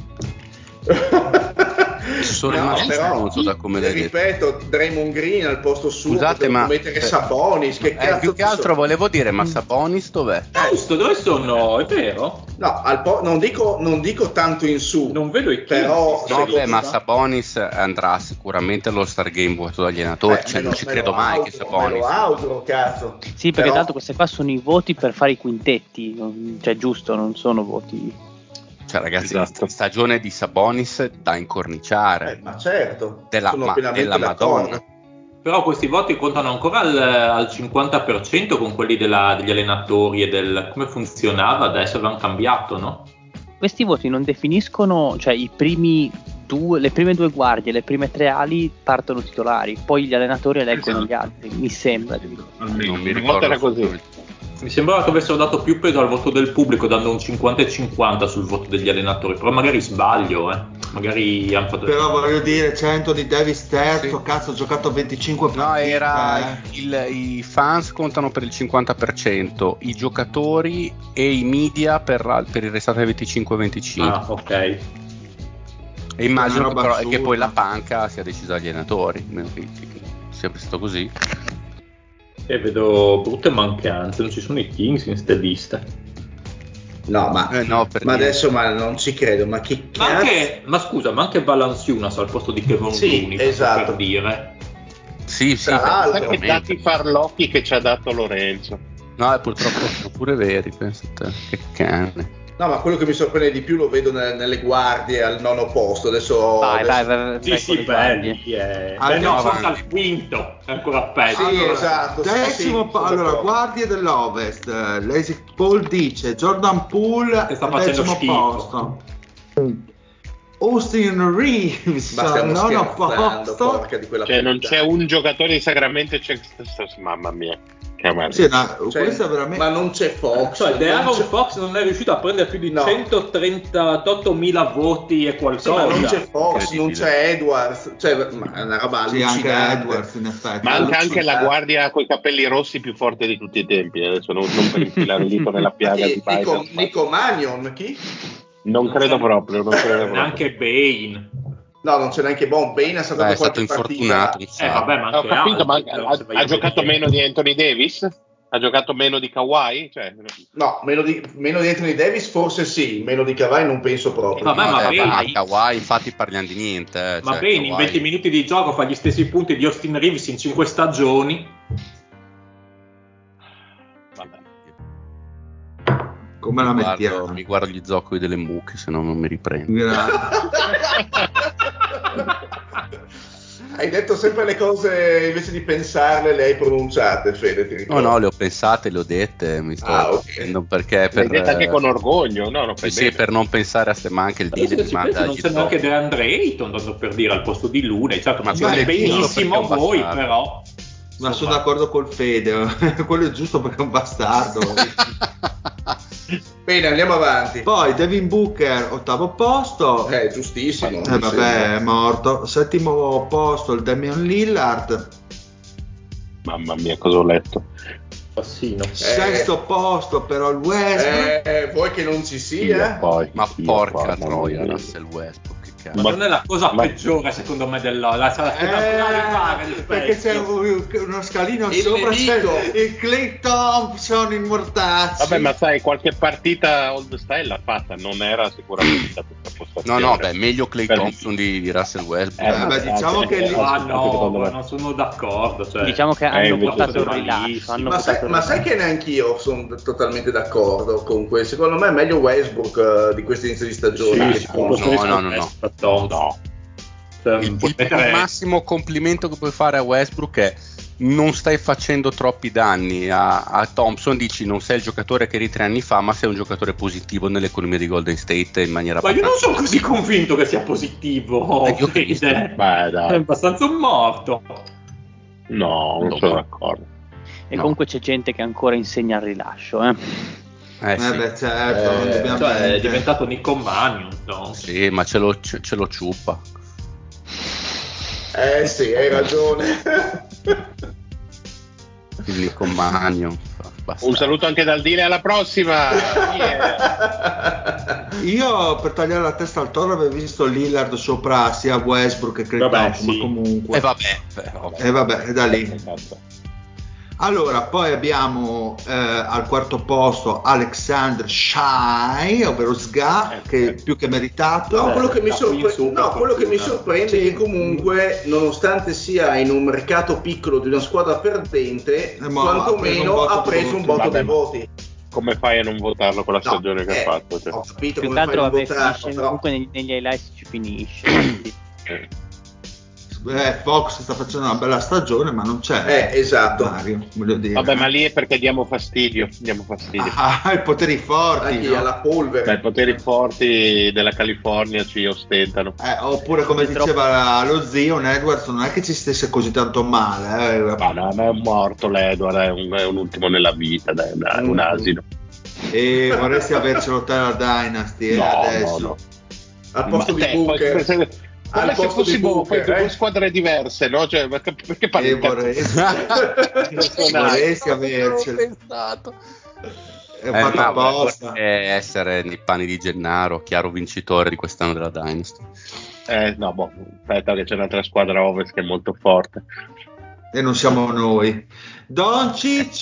sono No, rimasto però, stronzo da come l'hai detto. ripeto, Draymond Green al posto suo, Scusate, potevano ma mettere eh, Sabonis, che eh, cazzo più che ci altro sono? volevo dire, ma Sabonis dov'è? Giusto, dove sono? È vero? No, al po- non, dico, non dico tanto in su, Non vedo i però Kings. No, secondo beh, ma me- Sabonis andrà sicuramente allo Star Game votato dagli allenatori, Eh, cioè me non lo- ci me credo lo mai auguro, che me lo Sabonis. auguro, cazzo. Sì, perché Però- tanto queste qua sono i voti per fare i quintetti, non- cioè giusto, non sono voti... Cioè, ragazzi, Esatto. la stagione di Sabonis da incorniciare. Eh, ma certo, Della- sono ma pienamente della d'accordo. Madonna. Però questi voti contano ancora al, al cinquanta per cento con quelli della- degli allenatori e del come funzionava, adesso avevano cambiato, no? Questi voti non definiscono, cioè i primi due, le prime due guardie, le prime tre ali partono titolari, poi gli allenatori eleggono Esatto. gli altri, mi sembra. Non mi Una volta ricordo era così. assolutamente. Mi sembrava che avessero dato più peso al voto del pubblico, dando un cinquanta e cinquanta sul voto degli allenatori, però magari sbaglio, eh. Magari hanno fatto... Però voglio dire, c'è Anthony Davis terzo, Sì. cazzo, ha giocato venticinque No, partite. era eh. il- i fans contano per il cinquanta per cento, i giocatori e i media per, la- per il restante venticinque venticinque. Ah, ok. E immagino Una che, roba però- assurda. che poi la panca sia decisa dagli allenatori, almeno che, che sia stato così. E vedo brutte mancanze, non ci sono i Kings in ste liste. No, ma, Eh, no, per ma niente. adesso ma non ci credo, ma che Ma, cazzo? anche, ma scusa, ma anche Valanciunas al posto di Kevin Sì, Looney, esatto. per dire. Sì, sì, Tra per- l'altro. Sai che veramente. tanti farlocchi che ci ha dato Lorenzo. No, e purtroppo sono pure veri, pensa te, che cane. No, ma quello che mi sorprende di più lo vedo ne- nelle guardie al nono posto. Adesso, Vai, adesso- vai, vai, Sì, vai sì, con le guardie. belli. Eh. Ah, Beh, andiamo no, forse avanti. al quinto, è ancora peggio. Sì, Allora, esatto, sì, decimo sì, po- sono allora, d'accordo. guardie dell'Ovest, eh, l'exit poll dice Jordan Poole Che sta al facendo decimo schifo. posto, Austin Reeves Ma al stiamo nono scherzando, posto. porca di quella Cioè, non puttana. c'è un giocatore di Sacramento. C'è... Mamma mia, che amarezza. Sì, no, Cioè, questo è veramente ma non c'è Fox, Cioè, De non Aaron c'è- Fox non è riuscito a prendere più di No. centotrentottomila voti e Sì, qualcosa. ma non c'è Fox, non Incredibile. c'è Edwards, cioè, ma è una roba sì, anche allucinante. Edwards in effetti. Manca anche la allucinante. guardia con i capelli rossi più forte di tutti i tempi. Adesso non, non per infilare il dito nella Ma piaga chi? di Biden. Nico, ma- Nico Mannion, chi? Non credo proprio, non credo proprio. Neanche Bane. No, non c'è neanche Bon. Bane ha saltato Beh, è stato qualche infortunato, partita. mi Eh sa. vabbè, ma Ho anche capito, ma altri, però, ha, se vai ha a giocato vedere. meno di Anthony Davis? Ha giocato meno di Kawhi? Cioè, No, meno di, meno di Anthony Davis forse sì, meno di Kawhi non penso proprio. Vabbè, No, ma dai, Bane- ma Kawhi infatti parliamo di niente. eh, Ma cioè, Bane in Kawhi- venti minuti di gioco fa gli stessi punti di Austin Reeves in cinque stagioni. vabbè. Come la mi guardo, mettiamo? mi guardo gli zoccoli delle mucche, se no non mi riprendo. Grazie. Hai detto sempre le cose invece di pensarle, le hai pronunciate, Fede, ti No, ricordo. no, le ho pensate, le ho dette, mi sto Ah, ok. dicendo perché L'hai per, detto anche eh, con orgoglio, no? Lo sì, fai sì, bene. per non pensare a ste manche il Adesso Dide che mi ci manda penso non gli c'è neanche zoccoli. DeAndre Ayton, tanto per dire, al posto di Lune. Certo, Ma ma quello siete è giusto benissimo perché è un voi, bastardo. però. Ma sono Insomma, d'accordo col Fede, quello è giusto perché è un bastardo. Bene, andiamo avanti. Poi Devin Booker, ottavo posto. Eh, giustissimo. Eh, mi vabbè, sembra. è morto. Settimo posto il Damian Lillard. Mamma mia, cosa ho letto. Bassino. Sesto posto però il Westbrook. Eh, vuoi che non ci Io sia? poi, Ma io porca poi, mamma troia, mia. Russell Westbrook, che cazzo. Ma Ma- non è la cosa ma- peggiore, secondo me, della la, la, la, Eh, perché c'è un- uno scalino Il sopra, nemico. c'è il Clay Thompson, il Mortacci. Vabbè, ma sai, qualche partita old style l'ha fatta, non era sicuramente stato troppo No, no, beh, meglio Klay Per- Thompson di, di Russell Westbrook. Eh, beh, diciamo che lì- Ah anche no, secondo me. ma non sono d'accordo. Cioè, Diciamo che eh, hanno invece votato il sono rilascio, malissimo. hanno Ma sai, votato il ma sai rilascio. che neanche io sono totalmente d'accordo con questo. Secondo me è meglio Westbrook eh, di questo inizio di stagione. Sì, sì, con questo No, no, no, rispetto a Thompson. No. Cioè, Il, puoi il mettere- massimo complimento che puoi fare a Westbrook è: non stai facendo troppi danni. A, a Thompson dici non sei il giocatore che eri tre anni fa, ma sei un giocatore positivo nell'economia di Golden State in maniera Ma io non abbastanza- sono così convinto che sia positivo. Eh, io capisco. Fede. Beh, È dai. abbastanza un morto. No, non No, sono ma- d'accordo. E no. comunque c'è gente che ancora insegna il rilascio, eh. Eh, Eh sì. beh, certo, non Eh, dobbiamo Cioè, è diventato Nico Magnon. No? Sì, ma ce lo, ce, ce lo ciuppa. Eh sì, hai ragione. Il Nico Magnon. Basta. Un saluto anche dal Dile, alla prossima. Yeah. Io per tagliare la testa al toro avevo visto Lillard sopra sia Westbrook che Klay Vabbè, Thompson, ma sì. comunque E vabbè, beh, ovvio. e vabbè, è da lì. Esatto. Allora, poi abbiamo eh, al quarto posto Alexander Shai, ovvero Sga, che è più che meritato. No, quello che mi, da qui in sorpre- su, per no, quello che mi fortuna. sorprende Sì. è che comunque, nonostante sia in un mercato piccolo di una squadra perdente, Eh, ma ha preso un quantomeno botto ha di preso un voti. botto Vabbè, di ma- voti. Come fai a non votarlo con la No, stagione che eh, ha fatto? Cioè? Ho capito Più come che altro fai a vabbè, votarlo, finisce, però... comunque negli, negli highlights ci finisce. quindi- Eh. Eh, Fox sta facendo una bella stagione, ma non c'è. Eh, esatto. Mario, voglio dire. Vabbè, ma lì è perché diamo fastidio. Diamo fastidio. Ah, i poteri forti, Anche no? alla polvere. Beh, i poteri forti della California ci ostentano. Eh, oppure come È diceva lo zio, un Edwards non è che ci stesse così tanto male. Eh. Ma no, ma è un morto l'Edward, è un, è un ultimo nella vita, dai, dai, un Mm. asino. E vorresti avercelo te la Dynasty eh, No, adesso. no, no. Al posto Ma di te, poi- Booker. Guarda Al se posto di fossimo Booker, poi due eh. squadre diverse, no? Cioè, perché, perché parli E di cazzo? vorresti, Personale. vorresti avercelo. pensato. È Eh, fatto no, apposta. vorrei essere nei panni di Gennaro, chiaro vincitore di quest'anno della Dynasty. Eh, no, boh, aspetta che c'è un'altra squadra ovest che è molto forte. E non siamo noi. Doncic,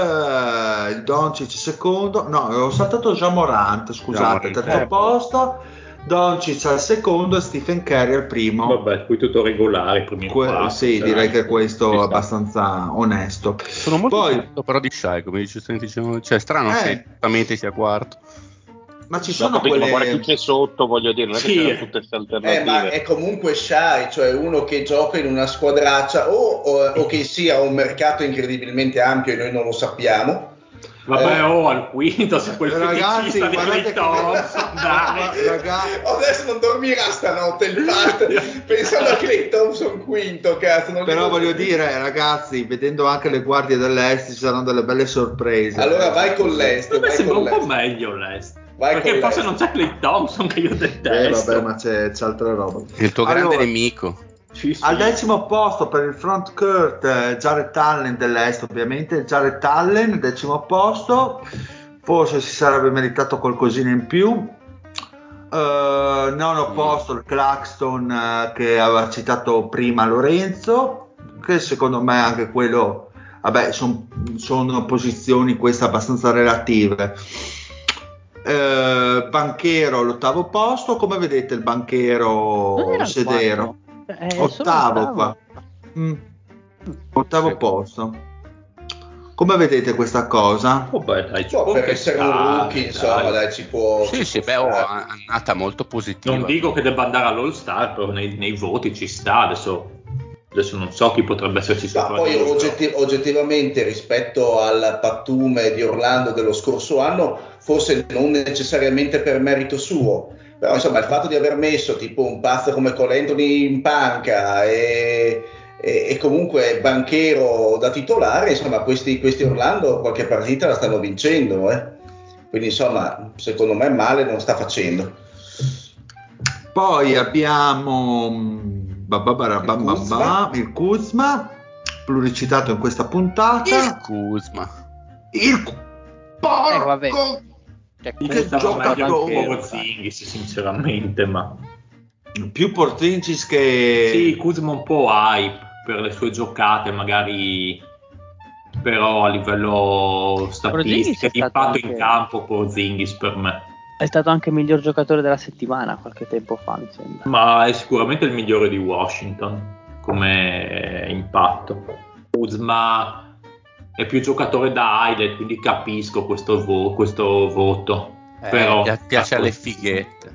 eh, il Doncic secondo, no, ho saltato già Morant, scusate, Già Morant. terzo Eh, posto, Doncic al secondo e Stephen Curry al primo. Vabbè, qui tutto regolare, primi Que- quattro, sì, cioè, direi che questo ci è sta. abbastanza onesto. Sono molto Poi, contento però di Shai, come dice diciamo, cioè strano Eh. che esattamente sia quarto. ma ci Ho sono capito, ma guarda chi quelle... c'è sotto, voglio dire, non è che Sì. c'erano tutte queste Eh, alternative. ma è comunque Shai, cioè uno che gioca in una squadraccia o, o, o che sia un mercato incredibilmente ampio e noi non lo sappiamo. Vabbè, Eh. oh, al quinto, se quel Ragazzi, feticista di guardate Klay che- Thompson, dai. Ragazzi, Adesso non dormirà stanotte il Pat pensando a Klay Thompson quinto, cazzo. Non gli però posso- voglio dire, ragazzi, vedendo anche le guardie dell'Est ci saranno delle belle sorprese. Allora vai con l'Est. A me vai sembra con un po' l'Est. meglio l'Est. Vai Perché con forse l'Est. non c'è Klay Thompson che io Eh, detesto. vabbè, ma c'è, c'è altra roba. Il tuo grande Allora, nemico. Sì, sì. al decimo posto per il front court eh, Jared Allen dell'Est, ovviamente Jared Allen, decimo posto, forse si sarebbe meritato qualcosina in più. Eh, nono posto il Claxton eh, che aveva citato prima Lorenzo, che secondo me anche quello, vabbè, son- sono posizioni queste abbastanza relative. Eh, banchero all'ottavo posto, come vedete il Non banchero era il Sedero? quarto. Eh, solo Ottavo l'ottavo. qua. Mm. Ottavo Sì. posto. Come vedete questa cosa? Vabbè, dai, ci Boh, può per anche essere un stare, rookie, insomma, dai. dai, ci può. Sì, ci sì, può beh, oh, stare. è andata molto positiva. Non dico che debba andare all'All Star, però nei, nei voti ci sta. Adesso, adesso non so chi potrebbe esserci Ma sopra poi di lui, oggetti- oggettivamente rispetto al pattume di Orlando dello scorso anno, forse non necessariamente per merito suo, però insomma il fatto di aver messo tipo un pazzo come Cole Anthony in panca e, e- e comunque banchero da titolare, insomma questi, questi Orlando qualche partita la stanno vincendo, eh. Quindi insomma secondo me male non sta facendo. Poi abbiamo mm, ba ba ba ra ba Il ba Kuzma. ba, il Kuzma, pluricitato in questa Il puntata. Kuzma. Il Ku- porco! Eh, vabbè. Cioè, Che comunque Stava gioca meglio con- con Porzingis, sinceramente, ma Più Porzingis che... sì, Kuzma un po' hype per le sue giocate, magari, però a livello Porzingis statistico, è di stato impatto anche- in campo Porzingis per me. È stato anche il miglior giocatore della settimana qualche tempo fa, mi sembra. Ma è sicuramente il migliore di Washington come impatto. Kuzma è più giocatore da highlight, quindi capisco questo, vo- questo voto. Eh, Però pi- piace alle fighette.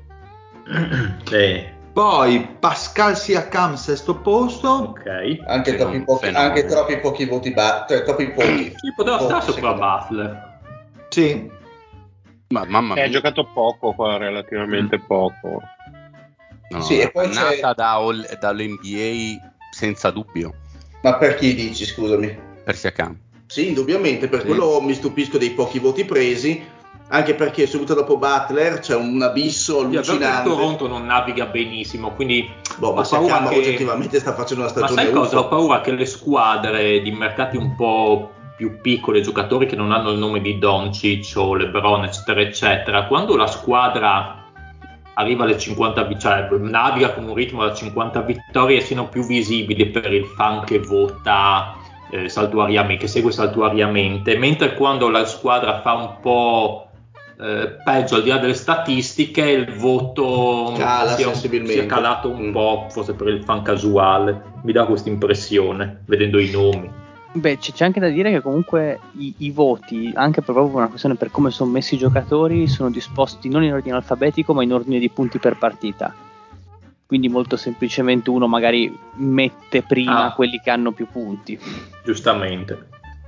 Sì. Poi Pascal Siakam sesto posto. Ok. Anche, troppi un pochi, fenomeno. anche troppi pochi voti, ba- cioè, troppi pochi. Sì, poteva Voti, stare sopra secondo me. Butler. Sì. Ma mamma Eh, ha mia, giocato poco qua, relativamente poco. no, no, Sì, è e poi c'è- nata da all- dall'N B A senza dubbio Ma per chi dici, scusami? per Siakam. Sì, indubbiamente, per Sì. quello mi stupisco dei pochi voti presi, anche perché subito dopo Butler c'è un abisso Sì, è vero che il allucinante. Toronto non naviga benissimo, quindi Boh, ma ho paura Siakam che... oggettivamente sta facendo una Ma stagione sai cosa? uffa. Ho paura che le squadre di mercati un po' più piccoli, giocatori che non hanno il nome di Doncic o LeBron, eccetera, eccetera, quando la squadra arriva alle cinquanta, cioè naviga con un ritmo da cinquanta vittorie, siano più visibili per il fan che vota eh, saltuariamente, che segue saltuariamente, mentre quando la squadra fa un po' eh, peggio al di là delle statistiche, il voto Cala sia, sensibilmente. sia calato un Mm. po', forse per il fan casuale. Mi dà questa impressione vedendo i nomi. Beh, c- c'è anche da dire che comunque i, i voti, anche per proprio una questione per come sono messi i giocatori, sono disposti non in ordine alfabetico ma in ordine di punti per partita. Quindi molto semplicemente uno magari mette prima Ah. quelli che hanno più punti. Giustamente.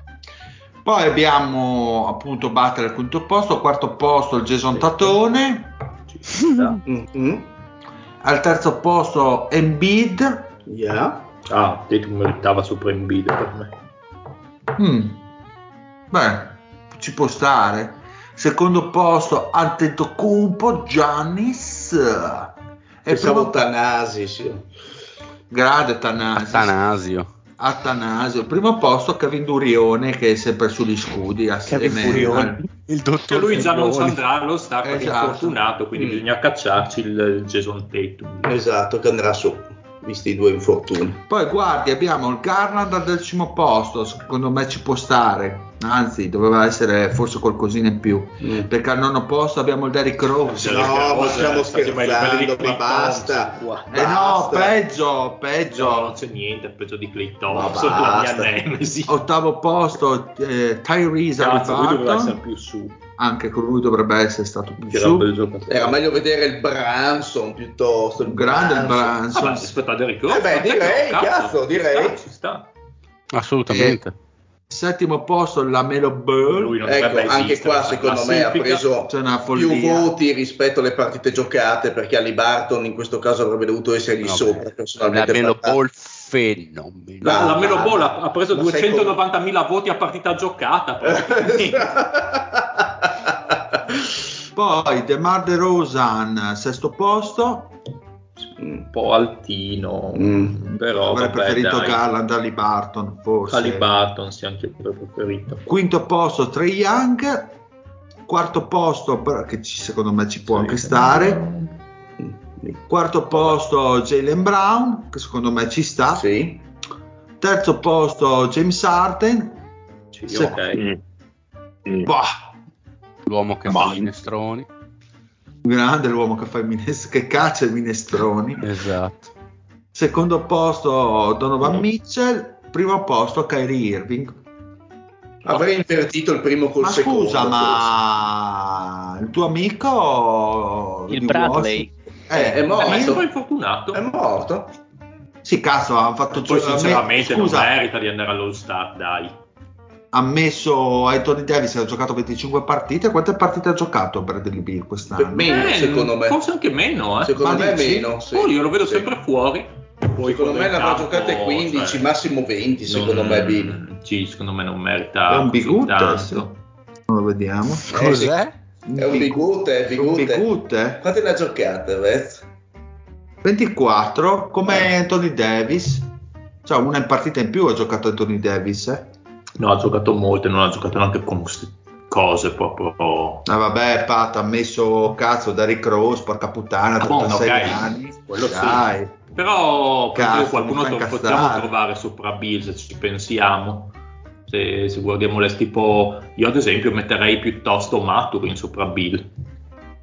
Poi abbiamo appunto Butler al quinto posto, al quarto posto il Jason Tatone, Ci sta. Mhm. al terzo posto Embiid. Yeah. Ah, Tatum meritava sopra Embiid per me. Mm. Beh, ci può stare. Secondo posto Antetokounmpo, Giannis. E Pensavo primo Tanasi, sì. grande Tanasi. Atanasio. Atanasio. Primo posto Kevin Durione, che è sempre sugli scudi assieme Kevin Furioni. al- Il Che dottor lui già non Furioni. andrà allo staff perché è Esatto. infortunato, quindi Mm. bisogna cacciarci il Jason Tatum. Esatto, che andrà su, visti i due infortuni. Poi guardi, abbiamo il Garland al decimo posto, secondo me ci può stare, anzi doveva essere forse qualcosina in più, Mm. perché al nono posto abbiamo il Derrick Rose. Derrick No, ma Rose, stiamo siamo ai livelli di scherzando, Klay ma basta. Thompson qua. Eh no, Basta. peggio, peggio. No, non c'è niente, peggio di Klay Ma Thompson, la mia basta. nemesi. Ottavo posto eh, Tyrese Cazzo, lui doveva essere Haliburton, più su. anche con lui dovrebbe essere stato più Che era un bel su. giocatore. Era meglio vedere il Branson piuttosto. Il Un grande il Ah, Branson. beh, rispetto a Derrick Rose, Eh beh, ma sai direi, che, cazzo, ci direi. sta, ci sta. Assolutamente. Settimo posto la Melo Ball. Lui non Ecco, dovrebbe anche esistere qua nella secondo me ha classifica. preso C'è una più follia. voti rispetto alle partite giocate, perché Haliburton in questo caso avrebbe dovuto essergli Vabbè, sopra la personalmente. Melo parlando. Ball fenomeno. La, No, la Melo ma- Ball ha, ha preso ma sei duecentonovantamila voti a partita giocata. praticamente. Poi DeMar DeRozan sesto posto. Un po' altino, Mm. però Avrei vabbè, preferito dai. Garland a Haliburton forse. Haliburton sì, anche io l'avrei preferito. Quinto posto Trae Young. Quarto posto, però, che ci- secondo me ci può anche stare. Quarto posto Jaylen Brown, che secondo me ci sta. Sì. Terzo posto James Harden. Sì, Se- ok. Mm. Mm. Bah, L'uomo che fa i minestroni. grande l'uomo che fa i mines- che caccia i minestroni. Esatto. Secondo posto Donovan Mitchell. Primo posto Kyrie Irving. Avrei invertito il primo col Ma secondo. scusa, ma il tuo amico Il di Bradley. Washington- Eh, è eh, morto. Ma è sì? sempre infortunato. È morto. Sì, cazzo, ha fatto Poi gio- ha me- sinceramente scusa, non merita di andare all'All Star, dai. ha messo Anthony Davis, ha giocato venticinque partite. Quante partite ha giocato Bradley Beal quest'anno? Meno, Eh, secondo me. Forse anche meno, eh. Secondo Ma me dici? meno. Sì. Poi io lo vedo Sì. sempre fuori. Poi Secondo quando me in ne avrà campo, giocate quindici, cioè, massimo venti. Secondo non- me, Bill. Sì, secondo me non merita È un così bigute, tanto. sì. Non lo vediamo. Eh, sì. Cos'è? È un bigute, è È un bigute. bigute? Quante ne ha giocate, Vez? ventiquattro, come Eh. Anthony Davis. Cioè, una in partita in più ha giocato Anthony Davis, eh? No, ha giocato molte, non ha giocato neanche con queste cose proprio. Ah, vabbè, Pat, ha messo cazzo Derrick Rose, porca puttana, Ah, buono, trentasei ok. anni. Quello sì. Dai. Però per Cazzo, dire, qualcuno mi fa tro- incazzare. possiamo trovare sopra Bill se ci pensiamo. Se, se guardiamo le tipo, io ad esempio metterei piuttosto Maturin sopra Bill.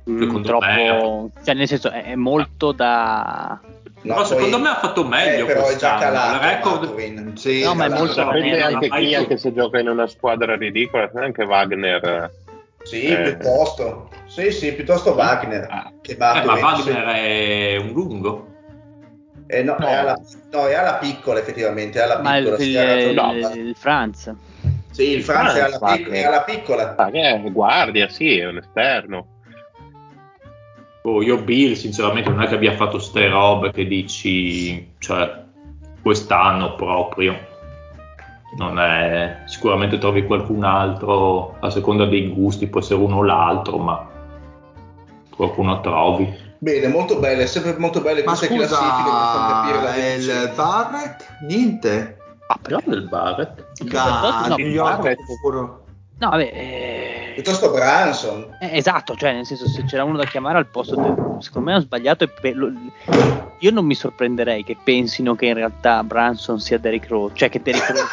Secondo troppo, me. cioè nel senso è, è molto da. No, Però secondo poi- me ha fatto meglio eh, però è già quest'anno. calato Il record- Maturin. Sì, No, ma è calato. molto Sapete onesto. anche chi, Mai- anche se gioca in una squadra ridicola, anche Wagner. Sì, Eh. piuttosto. Sì, sì, piuttosto Wagner. Ah. Che Eh, ma Maturin, Wagner sì. è un lungo. Eh, no, No. È, alla, no, è alla piccola effettivamente, è alla Ma il, piccola. sì, il, ha ragione. il- il Franz. Sì, il il Franz è alla, Franz, pic- è Wagner. alla piccola. Ah, che è guardia, sì, è un esterno. Oh, io Bill sinceramente non è che abbia fatto ste robe che dici, cioè quest'anno proprio non è, sicuramente trovi qualcun altro a seconda dei gusti, può essere uno o l'altro, ma qualcuno trovi. Bene, molto belle, sempre molto belle Ma queste classifiche per far capire la scusa, il deficienza. Barrett? Niente. Ah, però. Del Barrett. Da no, New York Barrett. puro. No, vabbè. eh, Piuttosto Branson. eh, esatto, cioè nel senso se c'era uno da chiamare al posto del, secondo me hanno sbagliato e pe- lo- io non mi sorprenderei che pensino che in realtà Branson sia Derrick Rose, cioè che Derrick Rose.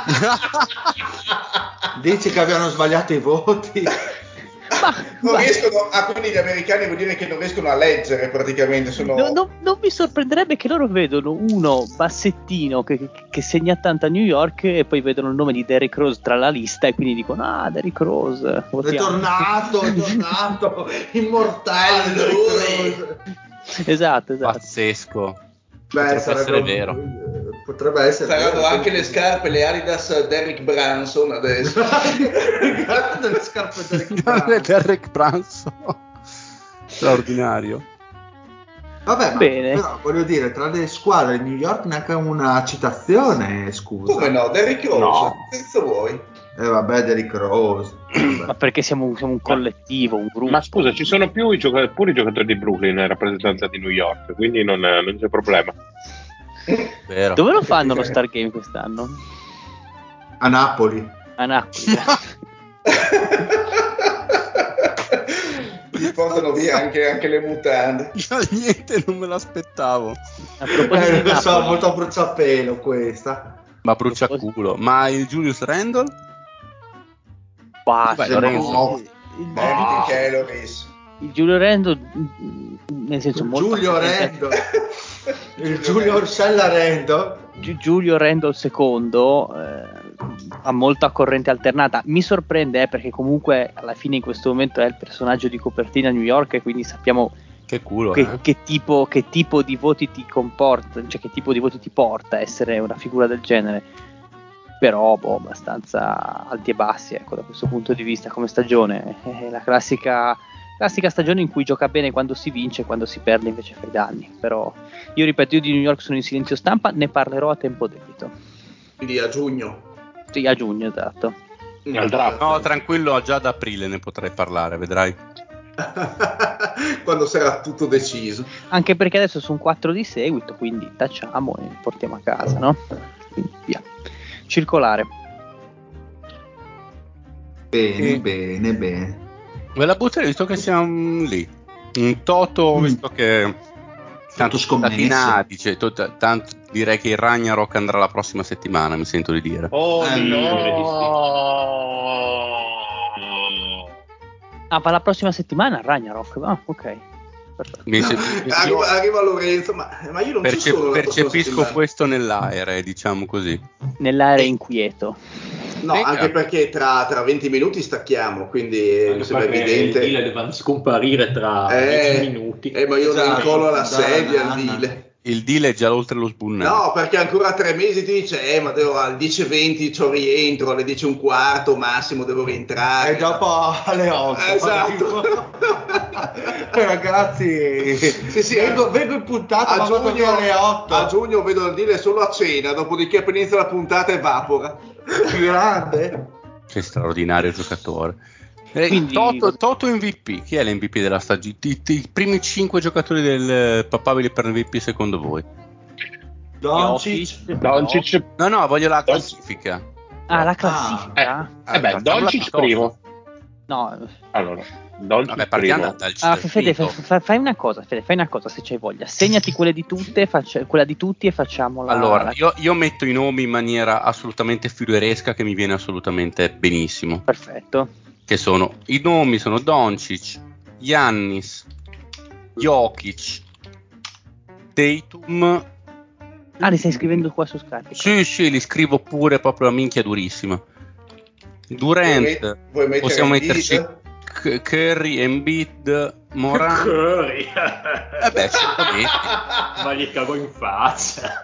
Dici che abbiano sbagliato i voti. Ma, Non ma- riescono a quindi gli americani vuol dire che non riescono a leggere praticamente. Sono... no, no, non mi sorprenderebbe che loro vedono uno bassettino che, che, che segna tanto a New York e poi vedono il nome di Derrick Rose tra la lista e quindi dicono ah Derrick Rose È votiamo. tornato, è tornato, immortale. Allora. Esatto, esatto. Pazzesco. Beh, Potrebbe sarebbe essere un- vero. Potrebbe essere Saranno vero. anche le scarpe, le Adidas Derrick Branson adesso. Guarda le scarpe del Brown. Derrick Branson. Straordinario. Vabbè, ma Bene. però voglio dire, tra le squadre di New York neanche una citazione, scusa. Come no? Derrick Rose? No. Che cazzo vuoi? Eh vabbè, Derrick Rose. Ma Vabbè. perché siamo, siamo un collettivo, un gruppo. Ma scusa, ci sono più i giocatori, pure i giocatori di Brooklyn in rappresentanza di New York, quindi non, non c'è problema. Vero. Dove lo fanno lo Star Game quest'anno? A Napoli. A Napoli. Gli portano via anche, anche le mutande. Niente, non me l'aspettavo. A proposito Eh, di lo so, Napoli, molto a bruciapelo questa. Ma bruciaculo. Ma il Julius Randle? bah, Beh, se Lorenzo. no, il, Empty il, calories. il Giulio Rendo, nel senso molto Giulio accorrente- Rendo. Il Giulio Orsella Rendo. Gi- Giulio Rendo il secondo eh, ha molta corrente alternata. Mi sorprende eh, perché comunque alla fine in questo momento è il personaggio di copertina a New York e quindi sappiamo Che culo, che, eh? che tipo, che tipo di voti ti comporta, cioè che tipo di voti ti porta a essere una figura del genere. Però boh, abbastanza alti e bassi, ecco, da questo punto di vista come stagione. È la classica, classica stagione in cui gioca bene quando si vince, quando si perde invece fa i danni. Però io ripeto, io di New York sono in silenzio stampa, ne parlerò a tempo debito. Quindi a giugno. Sì, a giugno, esatto. Al draft. No, tranquillo, già ad aprile ne potrei parlare, vedrai. Quando sarà tutto deciso. Anche perché adesso sono quattro di seguito, quindi tacciamo e portiamo a casa, no? Quindi via. Circolare. Bene, Mm. bene, bene. Ve la butterei visto che siamo lì. Un Toto, Mm. visto che tanto scommesse. scommessi, cioè, to- t- tanto direi che il Ragnarok andrà la prossima settimana, mi sento di dire. Oh Eh, no! Ah, va la prossima settimana Ragnarok. Ah, ok. Perfetto. Mi se- Arriva, arriva Lorenzo, ma, ma io non ci perce- sono la prossima percepisco settimana. questo nell'aereo, diciamo così. Nell'area Ehi. inquieto. No, Venga. anche perché tra, tra venti minuti stacchiamo, quindi eh, mi sembra evidente. Il deal deve scomparire tra Eh, dieci minuti. eh, ma io non Esatto, incollo alla dai, sedia al Anna. deal. Il deal è già oltre lo sbunnato. No, perché ancora tre mesi ti dice, eh, ma devo alle dieci e venti c'ho rientro, alle dieci e un quarto massimo devo rientrare. E dopo alle otto. Esatto. Eh, Ragazzi, Sì, sì, vengo, vengo in puntata, a ma vado giugno, via alle otto. a giugno vedo il deal solo a cena, dopodiché appena inizia la puntata evapora. Grande. Che straordinario giocatore. Eh, Quindi- Toto, Toto M V P, chi è l'M V P della stagione? I, i primi cinque giocatori del eh, papabili per M V P secondo voi? Doncic. Doncic, No, no, voglio la classifica. Ah, la classifica? eh, eh beh, facciamola Doncic piuttosto. primo. No. Allora, Doncic Vabbè, partiamo primo. dal Ah, dal Fede, quinto. fa- fa- fai una cosa, Fede, fai una cosa se c'hai voglia. Segnati quelle di tutte, faccia- quella di tutti e facciamola. Allora, la- io, io metto i nomi in maniera assolutamente fiuresca che mi viene assolutamente benissimo. Perfetto. Che sono, i nomi sono Doncic, Giannis, Jokic, Tatum. Ah, li stai scrivendo qua su Skype? Sì, sì, li scrivo pure proprio a minchia durissima. Durant, Vuoi, vuoi mettere possiamo Embiid? metterci K- Curry, Embiid, Morant. Curry. Eh beh, ce lo metti. Ma gli cago in faccia.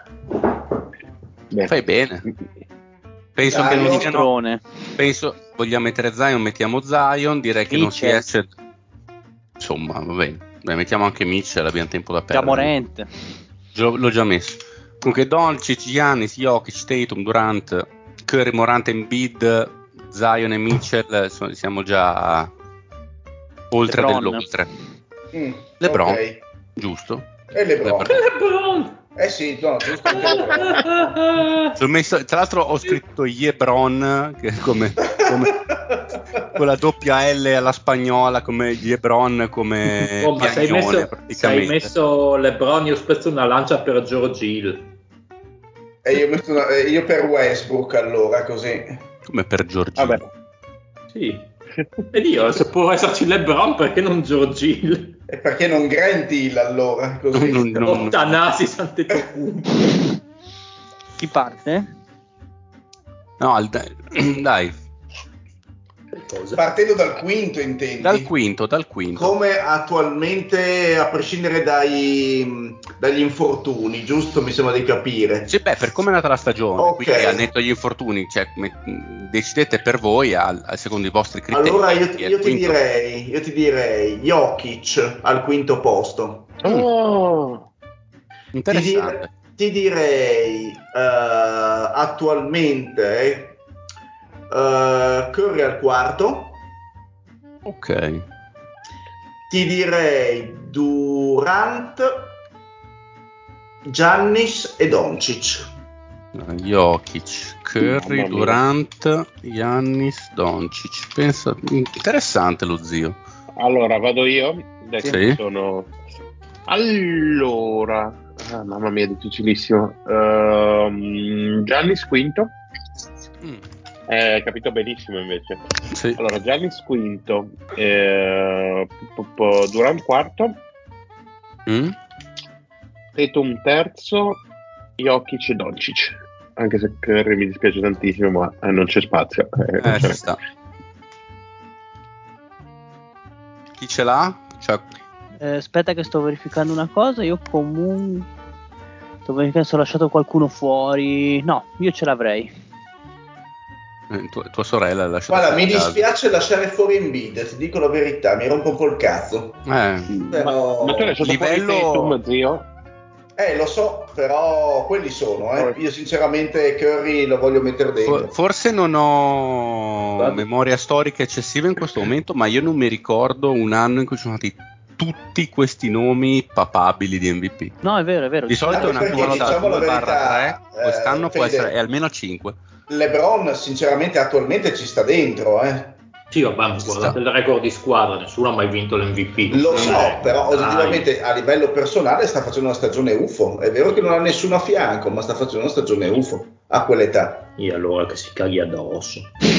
Beh, Fai bene. Penso Dai, che non io- siano. Strone. Penso vogliamo mettere Zion, mettiamo Zion. Direi che non si Mitchell. esce. Insomma, va bene. Beh, mettiamo anche Mitchell, abbiamo tempo da perdere. Jamorant. L'ho, l'ho già messo. Comunque Doncic, Giannis, Jokic, Tatum, Durant, Curry, Morant, Embiid, Zion e Mitchell, insomma, siamo già oltre LeBron. dell'oltre. Mm, LeBron, ok. giusto? E LeBron. LeBron. Eh sì, no, giusto anche LeBron. Ci ho messo- tra l'altro ho scritto Yebron, che è come, come con la doppia L alla spagnola, come Yebron, come Oh, ma sei piagnone messo, praticamente. sei messo LeBron, io spezzo una lancia per George Hill. E io, metto una- e io per Westbrook allora, così. Come per Giorgino. vabbè, Sì. Ed io, se può esserci LeBron, perché non George Hill? E perché non Grant Hill allora, così? Non- non- non- Oh, Tanasi Santetocumpo. Chi parte? No, al- dai, Cosa? Partendo dal quinto, intendi? dal quinto, dal quinto. Come attualmente, a prescindere dai, dagli infortuni, giusto? Mi sembra di capire. Sì, beh, per come è andata la stagione, Ok. quindi al netto degli infortuni, cioè, me- decidete per voi, al, al- secondo i vostri criteri. Allora io, chi è il io ti quinto. direi, io ti direi Jokic al quinto posto. oh, Ti, Interessante. dire- ti direi eh, attualmente eh, Curry al quarto. Ok. Ti direi Durant, Giannis e Doncic. Jokic, Curry, Mamma mia. Durant, Giannis, Doncic. Pensa, interessante lo zio. allora vado io. Adesso Sì. sono. Allora, ah, mamma mia, difficilissimo. Ehm, Giannis quinto. Mm, Eh, capito benissimo invece. sì. Allora, Giannis quinto, eh, p- p- Durant quarto, Mm? Tatum terzo, Jokic e Doncic. Anche se Curry mi dispiace tantissimo, ma eh, non c'è spazio. Eh, non Eh, ce ci n'è. sta. Chi ce l'ha? Cioè, Eh, aspetta che sto verificando una cosa. Io comunque sto verificando se ho lasciato qualcuno fuori. No, io ce l'avrei. eh, tua, tua sorella l'ha lasciata Guarda, mi fuori casa. dispiace lasciare fuori Embiid, ti dico la verità, mi rompo un po' il cazzo. Eh, Però... Ma tu hai lasciato Livello- fuori Tatum, zio? Eh, lo so, però quelli sono, eh. Io sinceramente Curry lo voglio mettere fo- dentro. forse non ho Guarda. memoria storica eccessiva in questo momento, ma io non mi ricordo un anno in cui sono stati tutti questi nomi papabili di M V P. No, è vero, è vero. Di solito è Anche una perché, cosa diciamo la due barra tre, verità, quest'anno eh, può Fede, essere è almeno cinque. LeBron sinceramente attualmente ci sta dentro, eh. Sì, vabbè, ma Ci guardate sta. il record di squadra, nessuno ha mai vinto l'M V P. Lo so, Eh, però dai. oggettivamente a livello personale sta facendo una stagione U F O. È vero che non ha nessuno a fianco, ma sta facendo una stagione U F O a quell'età. E allora che si caghi addosso.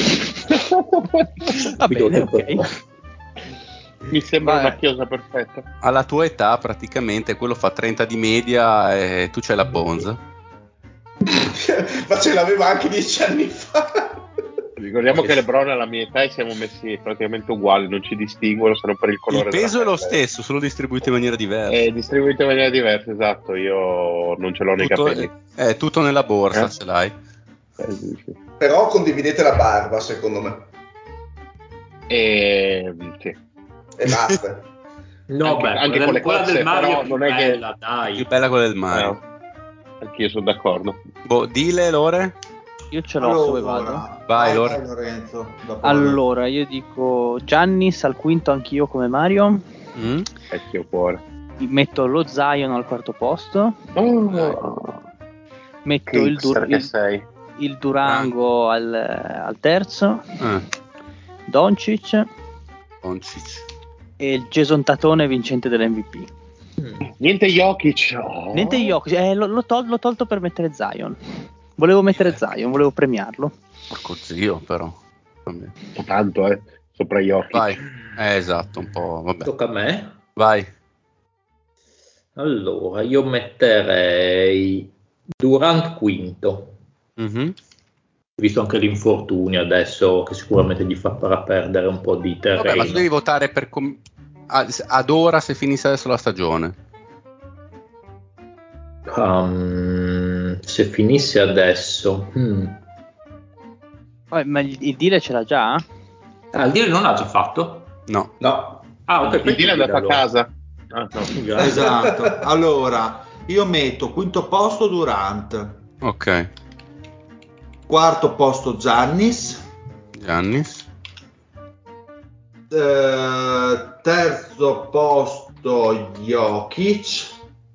Va bene, ok. Mi sembra Vai. una chiosa perfetta. Alla tua età praticamente quello fa trenta di media e tu c'hai la bonza. Ma ce l'aveva anche dieci anni fa. Ricordiamo che LeBron alla mia età e siamo messi praticamente uguali, non ci distinguono se non per il colore Il peso è della lo pelle. stesso, solo distribuito in maniera diversa. È distribuito in maniera diversa, esatto. Io non ce l'ho nei tutto, capelli. è, è tutto nella borsa, Eh? ce l'hai. Eh, sì, sì. Però condividete la barba, secondo me. E sì. E basta. No, Anche- beh, anche quella, con le quella cozze, del Mario però è più non è che- bella, dai. Più bella quella del Mario. Eh, anch'io sono d'accordo. Boh, dile Lore. Io ce l'ho, dove vado? Vai, Lore. Lorenzo. dopo- Allora, io dico Giannis al quinto anch'io come Mario. Mm? Vecchio cuore. Metto lo Zion al quarto posto. Oh, Metto il, Dur- Kickster che il, sei. il Durango al, al terzo. Eh, Doncic Doncic. e il Jason Tatone vincente dell'M V P. Niente Jokic. Oh. Niente Jokic, eh, l'ho, l'ho tol- l'ho tolto per mettere Zion. Volevo mettere Zion, volevo premiarlo. Porco zio, però. Vabbè. Tanto, eh. sopra gli occhi. Vai. Eh, esatto, un po'. Vabbè. Tocca a me? Vai. Allora, io metterei Durant quinto. Mm-hmm. Visto anche l'infortunio adesso, che sicuramente gli fa perdere un po' di terreno. Vabbè, ma tu devi votare per com- ad ora se finisse adesso la stagione. Um, se finisse adesso, hmm. Vabbè, ma il, il deal ce l'ha già? Ah, il deal non l'ha già fatto? No. No. Ah, ok, Il deal è andato a allora. casa. Ah, no. Esatto. Allora, io metto quinto posto Durant, Ok. quarto posto Giannis, Giannis. eh, terzo posto Jokic,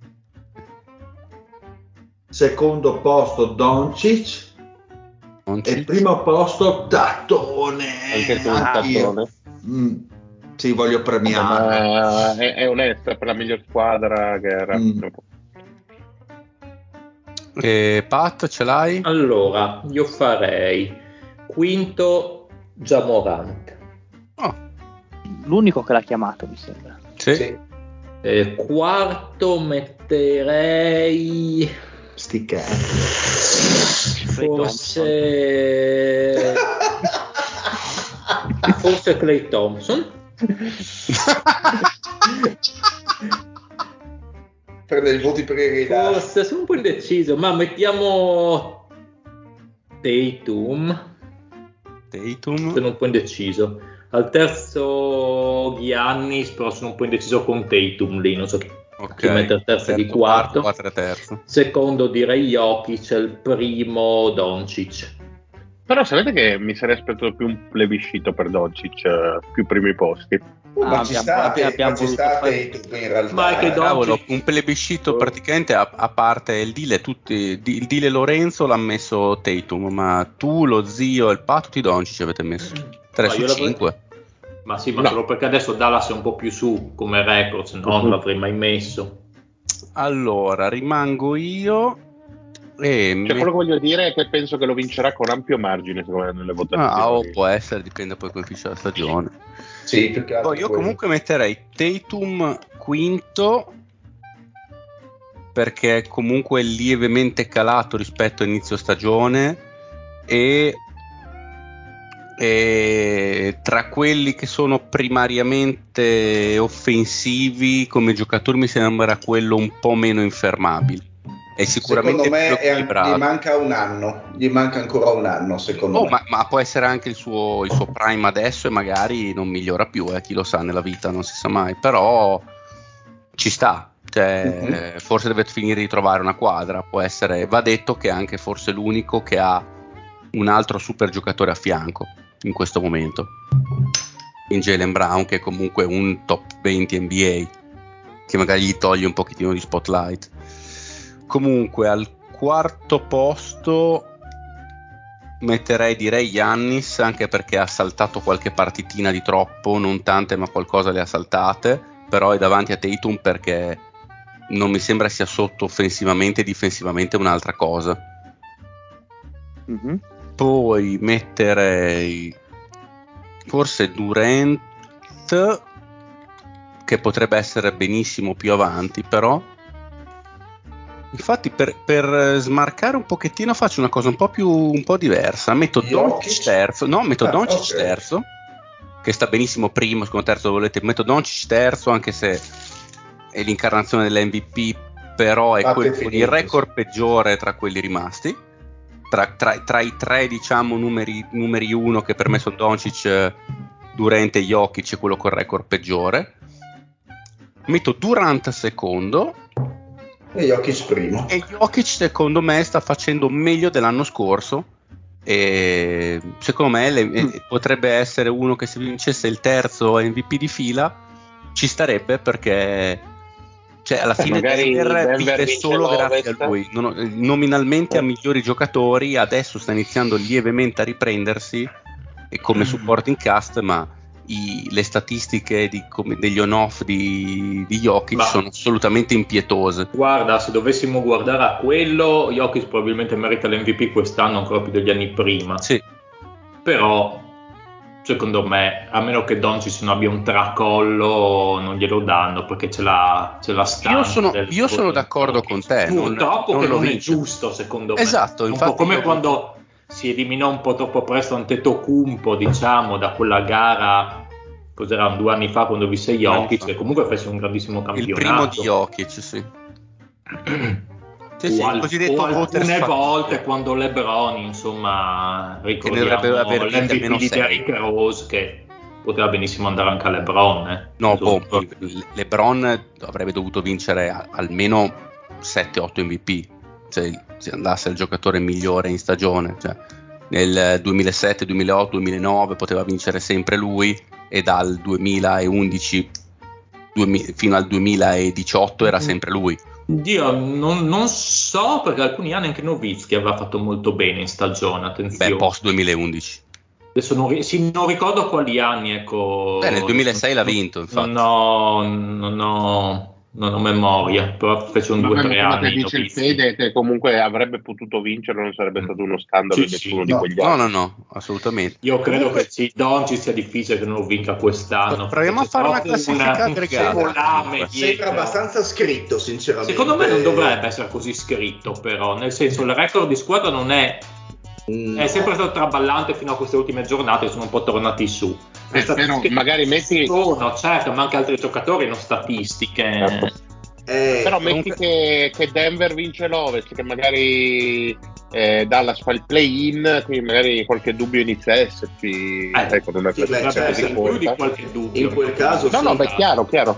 secondo posto Doncic e primo posto Tattone. Anche tu, Anch'io. Tattone. Mm, sì, voglio premiarlo. Ma è, è onesta per la miglior squadra che era. Mm. E Pat, ce l'hai? Allora, io farei quinto Ja Morant. Oh, L'unico che l'ha chiamato, mi sembra. sì. Sì. Eh, quarto metterei Sti cazzi. forse forse Klay Thompson. Prende i voti per i rilasci. Forse sono un po' indeciso, ma mettiamo Tatum. Tatum. Sono un po' indeciso. Al terzo Giannis, però sono un po' indeciso con Tatum lì, non so chi, Ok. chi mettere al terzo, di quarto. quarto e terzo. Secondo direi Jokic, il primo Doncic. Però sapete che mi sarei aspettato più un plebiscito per Doncic, eh, più primi posti. Uh, ma Ah, ci abbiamo- state, abbiamo ma ci voluto state fare- in realtà. Ma è che eh. Don- Cavolo, Doncic- un plebiscito Oh. praticamente a, a parte il deal, è tutti, il deal e Lorenzo l'ha messo Tatum, ma tu, lo zio e il Pat, tutti i Doncic avete messo tre No, su io l'avrei- cinque. Ma sì, ma No. solo perché adesso Dallas è un po' più su come record, se no non l'avrei mai messo. Allora, rimango io e Cioè, met- quello che voglio dire è che penso che lo vincerà con ampio margine, secondo me, nelle ah, votazioni. o può essere, dipende poi come finisce la stagione. Sì, più che altro Poi io quello. comunque metterei Tatum quinto perché è comunque lievemente calato rispetto a inizio stagione e, e tra quelli che sono primariamente offensivi come giocatore mi sembra quello un po' meno infermabile. È sicuramente Secondo me più è an- equilibrato. gli manca un anno, gli manca ancora un anno secondo Oh, me. ma, ma può essere anche il suo, il suo prime adesso e magari non migliora più, eh, chi lo sa nella vita, non si sa mai, però ci sta, cioè, Mhm. forse deve finire di trovare una quadra, può essere, va detto che è anche forse l'unico che ha un altro super giocatore a fianco in questo momento, in Jaylen Brown, che è comunque un top venti N B A, che magari gli toglie un pochettino di spotlight. Comunque al quarto posto metterei direi Giannis, anche perché ha saltato qualche partitina di troppo, non tante ma qualcosa le ha saltate, però è davanti a Tatum perché non mi sembra sia sotto offensivamente e difensivamente un'altra cosa. Mhm. Poi metterei forse Durant, che potrebbe essere benissimo più avanti, però infatti per, per smarcare un pochettino faccio una cosa un po' più un po' diversa, metto Doncic Jokic? terzo, no, metto Ah, Doncic ok. terzo, che sta benissimo primo, secondo, terzo volete, metto Doncic terzo anche se è l'incarnazione dell'M V P, però è Ah, quello che con finito, il record peggiore tra quelli rimasti, tra, tra, tra i tre diciamo numeri, numeri uno che per me sono Doncic, Durant e Jokic, è quello con il record peggiore. Metto Durant secondo E Jokic primo. e Jokic secondo me sta facendo meglio dell'anno scorso e secondo me le, Mm. potrebbe essere uno che se vincesse il terzo M V P di fila ci starebbe, perché cioè alla Eh, fine magari Denver, Denver vive vince solo grazie a l'Ovest. lui. Non- nominalmente Eh. ha migliori giocatori, adesso sta iniziando lievemente a riprendersi e come supporting cast, ma i- le statistiche di, come, degli on-off di, di Jokic Ma- sono assolutamente impietose. Guarda, se dovessimo guardare a quello, Jokic probabilmente merita l'M V P quest'anno ancora più degli anni prima. Sì, Però secondo me, a meno che Doncic non abbia un tracollo, non glielo danno perché ce l'ha, ce l'ha stanca. Io sono, del- io sono d'accordo con te. Purtroppo non, che non non lo è vince. giusto, secondo me. Esatto, È un infatti po' come io- quando si eliminò un po' troppo presto Antetokounmpo, diciamo, da quella gara, cos'era, due anni fa quando visse Due anni Jokic, fa. che comunque fece un grandissimo Il campionato. primo di Jokic, sì. Sì, sì, o, il al- cosiddetto o voter alcune sfatito. volte quando LeBron, insomma, ricordiamo dovrebbe aver vinte l'M V P almeno di sei. Derrick Rose, che poteva benissimo andare anche a LeBron. Eh. No, Insomma, boh, il- LeBron avrebbe dovuto vincere a- almeno sette otto M V P, cioè se andasse il giocatore migliore in stagione, cioè, nel duemilasette, duemilaotto, duemilanove poteva vincere sempre lui, e dal duemilaundici duemi- fino al duemiladiciotto era sempre lui. Dio, non, non so, perché alcuni anni anche Nowitzki aveva fatto molto bene in stagione, attenzione. Beh, post duemilaundici. Adesso non, ri- sì, non ricordo quali anni, ecco. Beh, nel duemilasei l'ha Non- vinto, infatti. Non ho, non ho, non ho memoria, però fece un due Vabbè, tre ma quello che anni dice il Nowitzki. Fede è che comunque avrebbe potuto vincere, non sarebbe stato uno scandalo Sì, in sì. nessuno di No. quegli No, anni. no, no, assolutamente. Io credo Comunque- che sì, Doncic sia difficile che non lo vinca quest'anno. Proviamo a perché fare c'è una proprio classifica un aggregata, folame comunque. dietro. Sembra abbastanza scritto, sinceramente. Secondo me non dovrebbe essere così scritto, però, nel senso, il record di squadra non è. No. È sempre stato traballante fino a queste ultime giornate, sono un po' tornati su. Eh, Le statistiche però magari metti- sono, certo, ma anche altri giocatori hanno statistiche. Certo. Eh, Però metti comunque- che, che Denver vince l'Ovest, che magari eh, Dallas fa il play-in, quindi magari qualche dubbio inizia a esserci, Eh, sai, con una sì, beh, classifica certo, così Potrebbe essere più di corta. qualche dubbio. In quel caso No, sì. no, beh, chiaro, chiaro.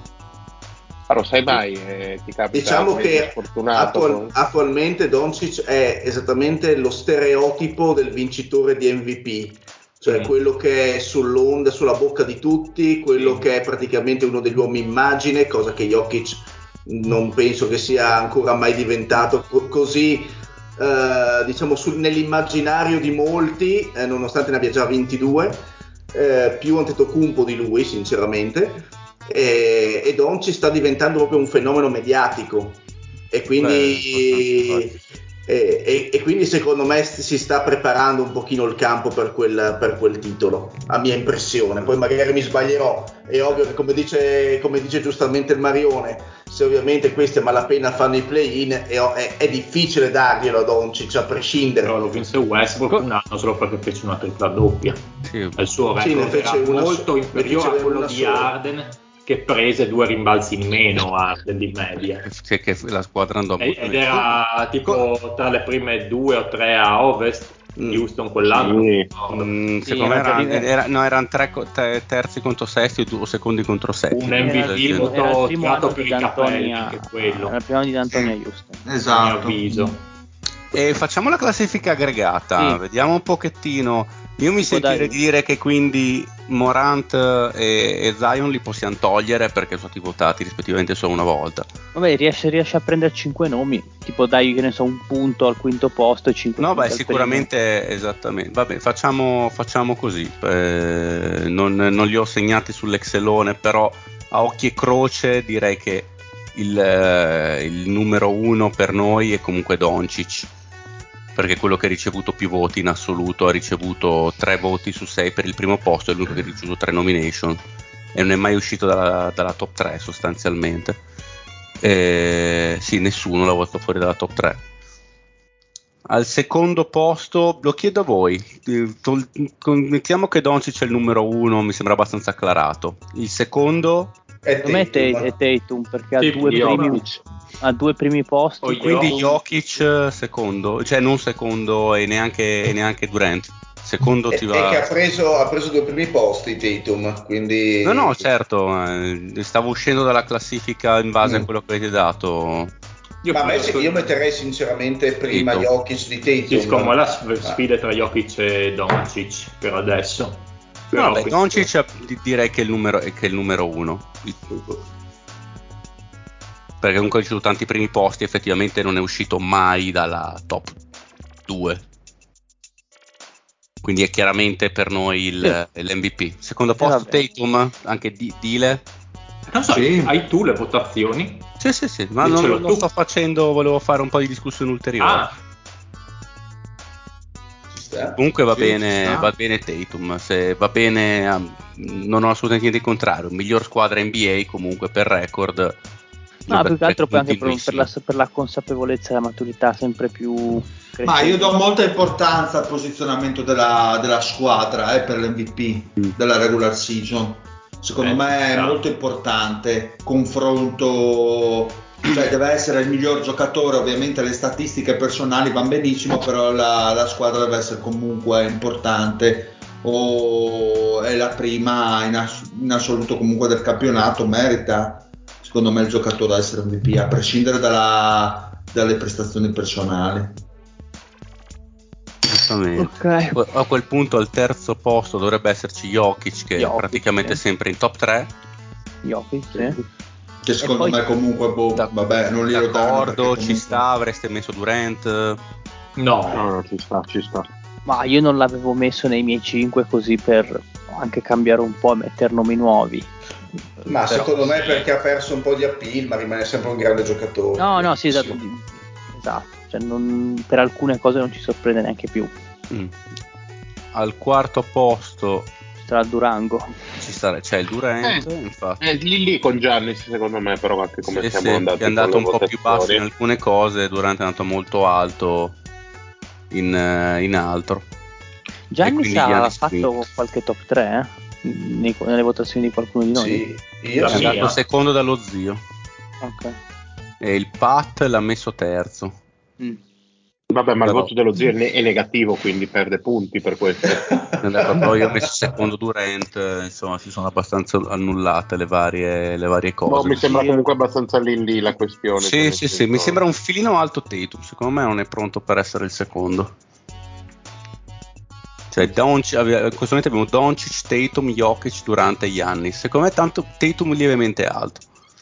Però sai mai, eh, ti capita Diciamo un mese che sfortunato. attual- con- attualmente Doncic è esattamente lo stereotipo del vincitore di M V P, cioè Mm. quello che è sull'onda, sulla bocca di tutti, quello Sì. che è praticamente uno degli uomini immagine, cosa che Jokic non penso che sia ancora mai diventato co- così, eh, diciamo, sul- nell'immaginario di molti, eh, nonostante ne abbia già ventidue, eh, più Antetokounmpo di lui, sinceramente. E, e Doncic sta diventando proprio un fenomeno mediatico e quindi, Beh, e, e- e quindi secondo me st- si sta preparando un pochino il campo per quel, per quel titolo, a mia impressione. Poi magari mi sbaglierò, è ovvio che come dice, come dice giustamente il Marione, se ovviamente questi a malapena fanno i play-in è, è, è difficile darglielo a Doncic a prescindere. Però lo vinse Westbrook Co- un anno solo perché fece una tripla doppia. Sì. Il suo Sì, ne record fece era una molto so- inferiore ne fece a quello una di sola. Harden, che prese due rimbalzi in meno a Harden di media. Che, che la squadra andò E- molto Ed bene. era tipo tra le prime due o tre a Ovest Mm. di Houston quell'anno. Sì. Mm, Sì, secondo me era già era, diverso. era- no, erano tre, co- te- terzi contro sesti o due secondi contro setti. Un qualcosa M V del P genere. molto Era il primo tirato anno per di i capelli, D'Antoni a, anche quello. era il primo anno di D'Antoni a Sì. Houston. A mio Esatto. avviso. E facciamo la classifica aggregata, Sì. vediamo un pochettino. Io mi Tipo, sentirei dai. di dire che quindi Morant e, e Zion li possiamo togliere perché sono stati votati rispettivamente solo una volta. Vabbè, riesce, riesce a prendere cinque nomi, tipo dai, che ne so, un punto al quinto posto e cinque No, punti beh, al sicuramente, esattamente. Vabbè, facciamo, facciamo così. Eh, non, non li ho segnati sull'Excelone, però a occhi e croce direi che il, eh, il numero uno per noi è comunque Doncic, perché è quello che ha ricevuto più voti in assoluto, ha ricevuto tre voti su sei per il primo posto, è l'unico che ha ricevuto tre nomination e non è mai uscito dalla, dalla top tre sostanzialmente. Eh, sì, nessuno l'ha votato fuori dalla top tre. Al secondo posto, lo chiedo a voi, eh, tol- con- mettiamo che Doncic è il numero uno, mi sembra abbastanza acclarato. Il secondo, È Secondo me è Tatum. Tate- è Tatum perché ha Sì, due, io- primi, ha due primi posti. Poi quindi io- Jokic eh, secondo, cioè non secondo e neanche, e neanche Durant. Secondo E, ti e che ha va... preso, ha preso due primi posti Tatum, quindi No, no, certo, eh, stavo uscendo dalla classifica in base Mm. a quello che avete dato. Io ma a me credo sì, che- io metterei sinceramente prima Tatum. Jokic di Tatum. Sì, secondo me la s- Ah. sfida è tra Jokic e Doncic per adesso. Però No, beh, penso- Doncic di- direi che è il numero, che è il numero uno. Perché comunque ha ricevuto tanti primi posti, effettivamente non è uscito mai dalla top due. Quindi è chiaramente per noi il, l'M V P. Secondo posto vabbè. Tatum, anche di, Dile. Non so, Sì. hai tu le votazioni? Sì, sì, sì, ma non Dicelo lo tu. sto facendo, volevo fare un po' di discussione ulteriore. Ah, Ci Eh? Comunque va Sì, bene, ci sta. va bene Tatum, se va bene, um, non ho assolutamente niente di contrario, miglior squadra N B A comunque per record. No, più che altro poi anche per, per, la, continuissimo. per la consapevolezza e la maturità sempre più crescente. Ma io do molta importanza al posizionamento della, della squadra eh, per l'M V P Mm. della regular season. Secondo Eh, me è no. molto importante. Confronto, cioè deve essere il miglior giocatore. Ovviamente le statistiche personali vanno benissimo, però la, la squadra deve essere comunque importante. O è la prima in, ass- in assoluto comunque del campionato, merita secondo me il giocatore ad essere M V P, a prescindere dalla, dalle prestazioni personali. Esattamente. Ok. A quel punto al terzo posto dovrebbe esserci Jokic, che è Jokic, praticamente sì. sempre in top tre. Jokic, sì. Che secondo E poi- me comunque boh, Da- vabbè, non li lo danno D'accordo, perché comunque... ci sta, avreste messo Durant. No, No, no, ci sta, ci sta. Ma io non l'avevo messo nei miei cinque così per anche cambiare un po' e mettere nomi nuovi. Ma Però- secondo me perché ha perso un po' di appeal, ma rimane sempre un grande giocatore. No, no, sì, esatto. Sì. Esatto. Cioè, non- per alcune cose non ci sorprende neanche più. Mm. Al quarto posto Sarà il Durango. ci sta, c'è il Durant, infatti. Eh, lì lì con Giannis secondo me, però anche come Sì, siamo sì, andati che è andato con un le po' più basso in votazioni. alcune cose, Durant è andato molto alto in, eh, in altro. E Giannis quindi ha Giannis fatto Smith. qualche top tre eh? Nei- nelle votazioni di qualcuno di noi. Sì, io È Sì, sì. andato eh. secondo dallo zio. Ok. E il Pat l'ha messo terzo. Mm. Vabbè, ma il Però- voto dello zio è ne- è negativo, quindi perde punti per questo. Ecco, però io ho messo secondo Durant, eh, insomma si sono abbastanza annullate le varie, le varie Boh, cose. mi sembra Sì. comunque abbastanza lì lì la questione. cioè, Sì, nel sì, sì, senso- mi sembra un filino alto Tatum, secondo me non è pronto per essere il secondo. Cioè, Doncic, ave- in questo momento abbiamo Doncic, Tatum, Jokic, Durant e Giannis. Secondo me tanto Tatum lievemente alto.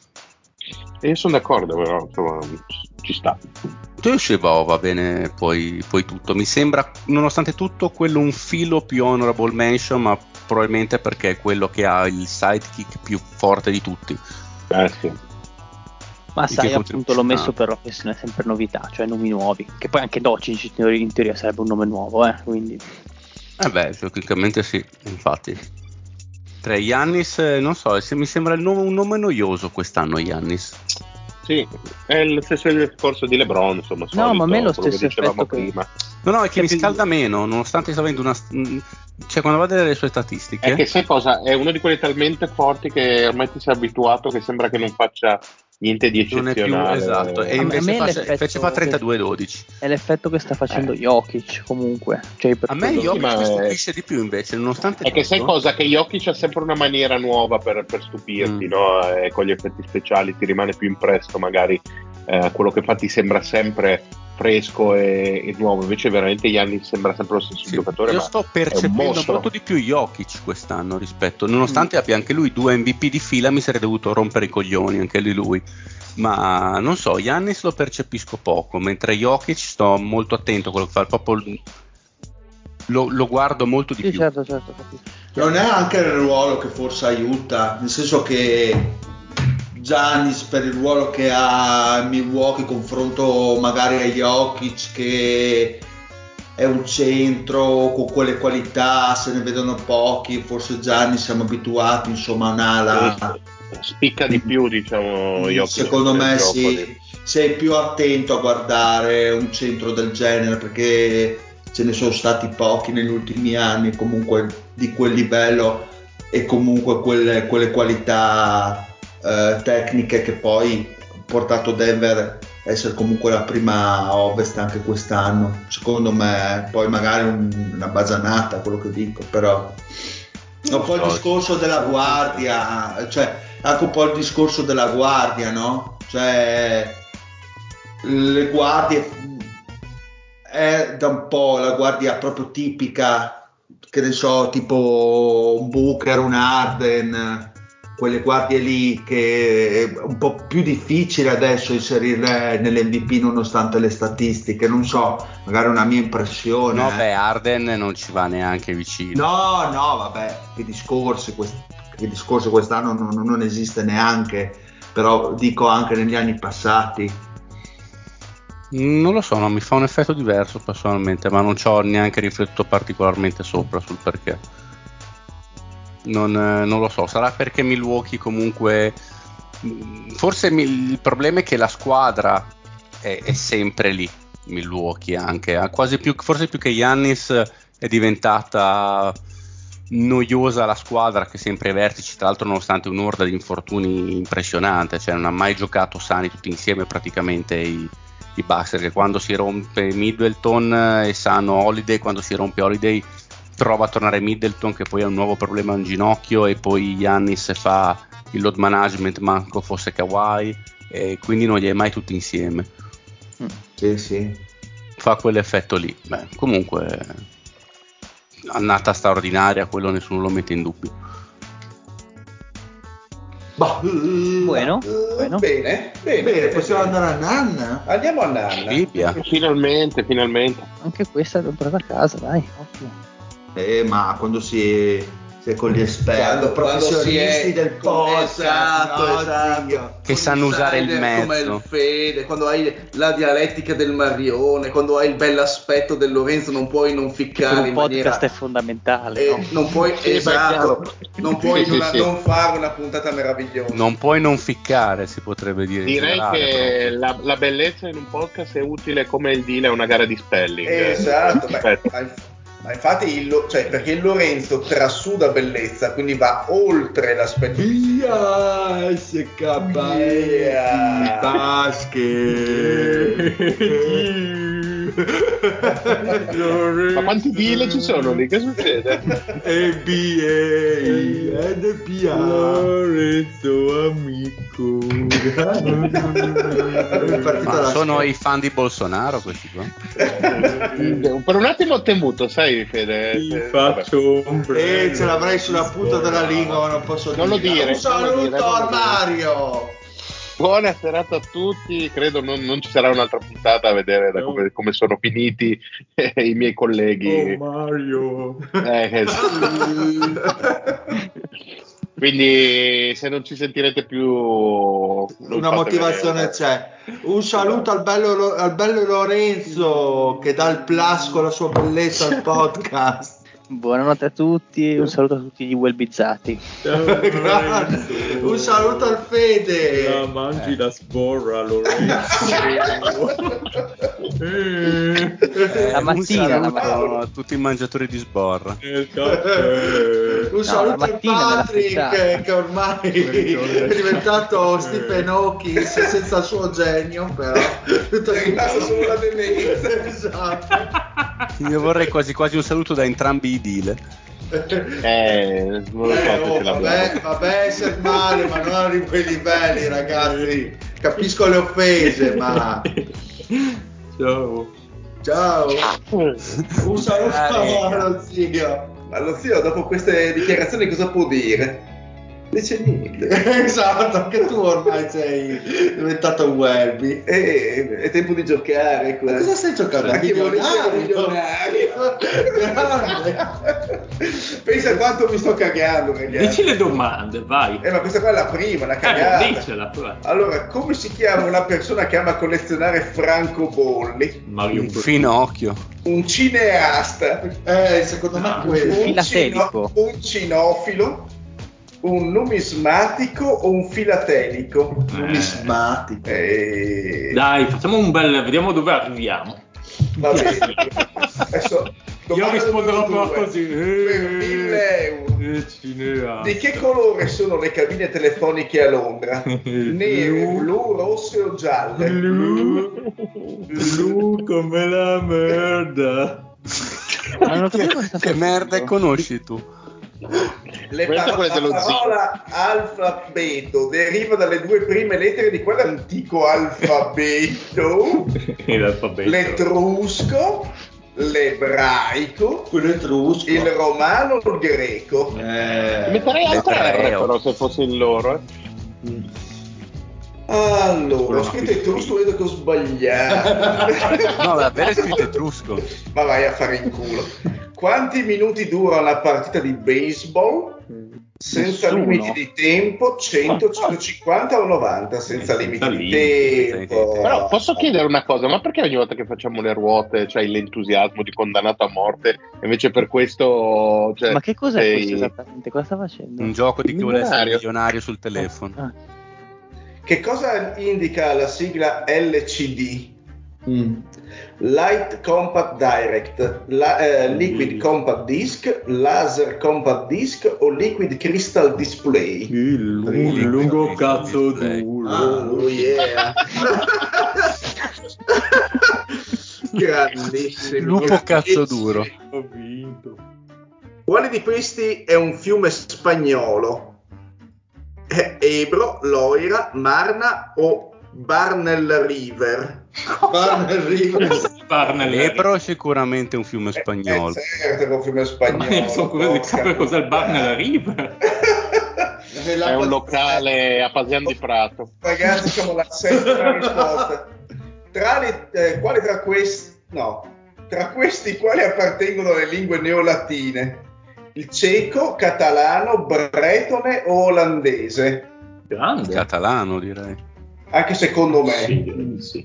E io sono d'accordo, però insomma, ci sta. Sì, sì, va, va bene, poi, poi tutto. Mi sembra, nonostante tutto, quello un filo più honorable mention, ma probabilmente perché è quello che ha il sidekick più forte di tutti. Eh sì. Ma Il sai, che appunto l'ho contribuisce messo tanto. per questione sempre novità, cioè nomi nuovi. Che poi anche Doncic in teoria, in teoria sarebbe un nome nuovo, eh. Quindi. Eh beh, tecnicamente sì, infatti. Tra Giannis, eh, non so, se mi sembra il nome- un nome noioso quest'anno Giannis. Sì, è lo stesso discorso di LeBron, insomma, No, solito, ma a me è lo quello che stesso dicevamo effetto che- prima. No, no, è che Cioè, mi più- scalda meno, nonostante sta avendo una... mm, Cioè, quando vado a vedere le sue È statistiche... che sai cosa? È uno di quelli talmente forti che ormai ti sei abituato che sembra che non faccia niente di non è più eccezionale. esatto, e A me- a invece me fa, l'effetto invece fa trentadue dodici. È l'effetto che sta facendo Eh. Jokic comunque. Cioè, per A me quello- Jokic ma mi è- stupisce di più invece, nonostante È che sai tutto. cosa? Che Jokic ha sempre una maniera nuova per, per stupirti, Mm. no? E con gli effetti speciali ti rimane più impresso magari eh, quello che fa ti sembra sempre fresco e, e nuovo, invece veramente Giannis sembra sempre lo stesso Sì, giocatore, io ma sto è un percependo mostro. molto di più Jokic quest'anno rispetto, nonostante Mm. abbia anche lui due M V P di fila, mi sarei dovuto rompere i coglioni anche di lui. Ma non so, Giannis lo percepisco poco, mentre Jokic sto molto attento a quello che fa, proprio lo, lo guardo molto di Sì, più. certo, certo, capisco. Non è anche il ruolo che forse aiuta, nel senso che Giannis per il ruolo che ha in Milwaukee, confronto magari a Jokic che è un centro con quelle qualità, se ne vedono pochi, forse Giannis siamo abituati insomma a un'ala. Spicca di più, diciamo, Jokic Secondo nel me gioco sì, di- sei più attento a guardare un centro del genere perché ce ne sono stati pochi negli ultimi anni comunque di quel livello e comunque quelle, quelle qualità eh, tecniche che poi ha portato Denver a essere comunque la prima a Ovest anche quest'anno. Secondo me, poi magari un- una basanata quello che dico, però un po' il discorso della guardia, cioè anche un po' il discorso della guardia, no? Cioè le guardie è da un po' la guardia proprio tipica, che ne so, tipo un Booker, un Harden, quelle guardie lì che è un po' più difficile adesso inserirle nell'M V P nonostante le statistiche, non so, magari è una mia impressione. No, eh. beh, Arden non ci va neanche vicino. No, no, vabbè, che discorsi, quest- che discorso quest'anno non, non esiste neanche, però dico anche negli anni passati. Non lo so, non mi fa un effetto diverso personalmente, ma non ci ho neanche riflettuto particolarmente sopra sul perché. Non, eh, non lo so, sarà perché Milwaukee comunque... Forse mi, il problema è che la squadra è, è sempre lì, Milwaukee anche, ha quasi più, forse più che Giannis è diventata noiosa la squadra, che sempre ai vertici, tra l'altro nonostante un'orda di infortuni impressionante, cioè non ha mai giocato sani tutti insieme praticamente i, i Bucks, perché quando si rompe Middleton è sano Holiday, quando si rompe Holiday prova a tornare Middleton che poi ha un nuovo problema in ginocchio, e poi Giannis fa il load management manco fosse Kawhi, e quindi non li hai mai tutti insieme. Sì, sì. Fa quell'effetto lì. Beh, comunque annata straordinaria, quello nessuno lo mette in dubbio. Bah, Bueno, Uh, bueno. Bene, bene, bene, bene, possiamo bene. andare a Nanna? Andiamo a Nanna. Bibbia. Finalmente, finalmente. Anche questa l'ho portata a casa, dai, ottimo. Eh, ma quando si, si è con gli esperti, Quando- professionisti quando si è del con- podcast, esatto, no, esatto. Dio. Che sanno usare il Insider come mezzo. il Fede, quando hai la dialettica del Marione, quando hai il bell'aspetto del Lorenzo, non puoi non Per ficcare un in podcast maniera... è fondamentale, Eh, no? non puoi, Sì, beh, esatto, chiaro. non puoi Sì, sì, non, sì. non fare una puntata meravigliosa. Non puoi non ficcare, si potrebbe dire in Direi generale, che proprio. la, la bellezza in un podcast è utile come il deal è una gara di spelling. Esatto, beh, Aspetta. ma, inf- ma infatti il, Lo- cioè, perché il Lorenzo trasuda bellezza, quindi va oltre l'aspetto fisico. Via, S K Via. basket. Ma quanti deal ci sono lì? Che succede? N B A, N B A. Lorenzo amico. È partita Ma la sono scherza. i fan di Bolsonaro questi qua? Per un attimo ho temuto, sai, Fede? Ti Eh, faccio vabbè. un eh, ce l'avrei sulla punta della lingua, ma non posso Non lo dirla. dire, Un saluto non lo dire, non lo a dire. Mario. Buona serata a tutti, credo non, non ci sarà un'altra puntata a vedere da come, come sono finiti eh, i miei colleghi. Oh Mario. Eh, che- Quindi se non ci sentirete più non Una fate motivazione vedere. c'è. Un saluto al bello, Lo- al bello Lorenzo che dà il plus con la sua bellezza al podcast. Buonanotte a tutti, un saluto a tutti gli wellbizzati. Grazie. Un saluto al Fede. La mangi la sborra, Lorenzo. La mattina, un la saluto mattina. a tutti i mangiatori di sborra. Nel caffè. Un saluto la al mattina me l'ha Patrick frittata. che ormai è diventato Stephen Hawking senza il suo genio, però tutto È rimasto solo la demenza. Esatto. Io vorrei quasi quasi un saluto da entrambi i deal. Eh, non lo so Eh, se oh, ce l'abbiamo. vabbè, vabbè, essere male, ma non arrivo a quei livelli, ragazzi. Capisco le offese, ma Ciao. ciao. Un saluto Raga. allo zio. Ma lo zio dopo queste dichiarazioni cosa può dire? Dice niente. Esatto, anche tu ormai sei diventato un Welby. Eh, è tempo di giocare qua. Ma cosa stai giocando? Ma che vuole essere Milionario? milionario? Grande. Pensa quanto mi sto cagando, ragazzi. Dici le domande, vai. Eh, ma questa qua è la prima, la Eh, cagata. dicela, però. Allora, come si chiama una persona che ama collezionare francobolli? Mario Un finocchio. Un cineasta, Eh, secondo me No. quello. un, Filatelico. cino- un cinofilo, un numismatico o un filatelico? Eh. Numismatico. Eh, Dai, facciamo un bel... Vediamo dove arriviamo. va bene. Adesso, Io domanda risponderò numero però due. così. Per mille euro. Eh, cineasta. Di che colore sono le cabine telefoniche a Londra? Nere, blu, rosse o gialle? Blu, blu come la merda. Ma non capivo cosa sta Che merda facendo. conosci tu? Le Questa è paro- quella la dello zio. parola alfabeto deriva dalle due prime lettere di quell'antico alfabeto, L'alfabeto. l'etrusco, l'ebraico, Quello etrusco. il romano o il greco. Eh, Metterei altra R L'ebreo. però se fosse il loro. Eh. Allora, ho scritto etrusco, vedo che ho sbagliato. No, davvero è scritto etrusco. Ma vai a fare in culo. Quanti minuti dura una partita di baseball? Senza Nessuno. limiti di tempo, cento, centocinquanta o novanta senza, Eh, limiti senza di limiti, tempo. Però posso chiedere una cosa, ma perché ogni volta che facciamo le ruote c'hai l'entusiasmo di condannato a morte e invece per questo... Cioè, Ma che cos'è sei- questo esattamente? Cosa sta facendo? Un gioco di chi vuole essere Milionario. milionario sul telefono. Ah, Che cosa indica la sigla L C D? Mm. Light Compact Direct, la- eh, Liquid Compact Disc, Laser Compact Disc o Liquid Crystal Display? Il lungo, il lungo cazzo Display. duro. Ah, Oh yeah! Grandissimo. Lupo cazzo duro. Ho vinto. Quale di questi è un fiume spagnolo? Eh, Ebro, Loira, Marna o Barnell River? Barnell River. Barnell. L'Ebro è sicuramente un fiume spagnolo. Eh, eh, certo, è un fiume Ma spagnolo. io sono curioso di sapere cos'è il Barnell River. È un locale a Pasian di Prato. Ragazzi, siamo alla settima risposta. Tra le, eh, quali tra questi, no, tra questi quali appartengono alle lingue neolatine? Il ceco, catalano, bretone o olandese? Grande. Catalano, direi. Anche secondo me. Sì, direi di sì.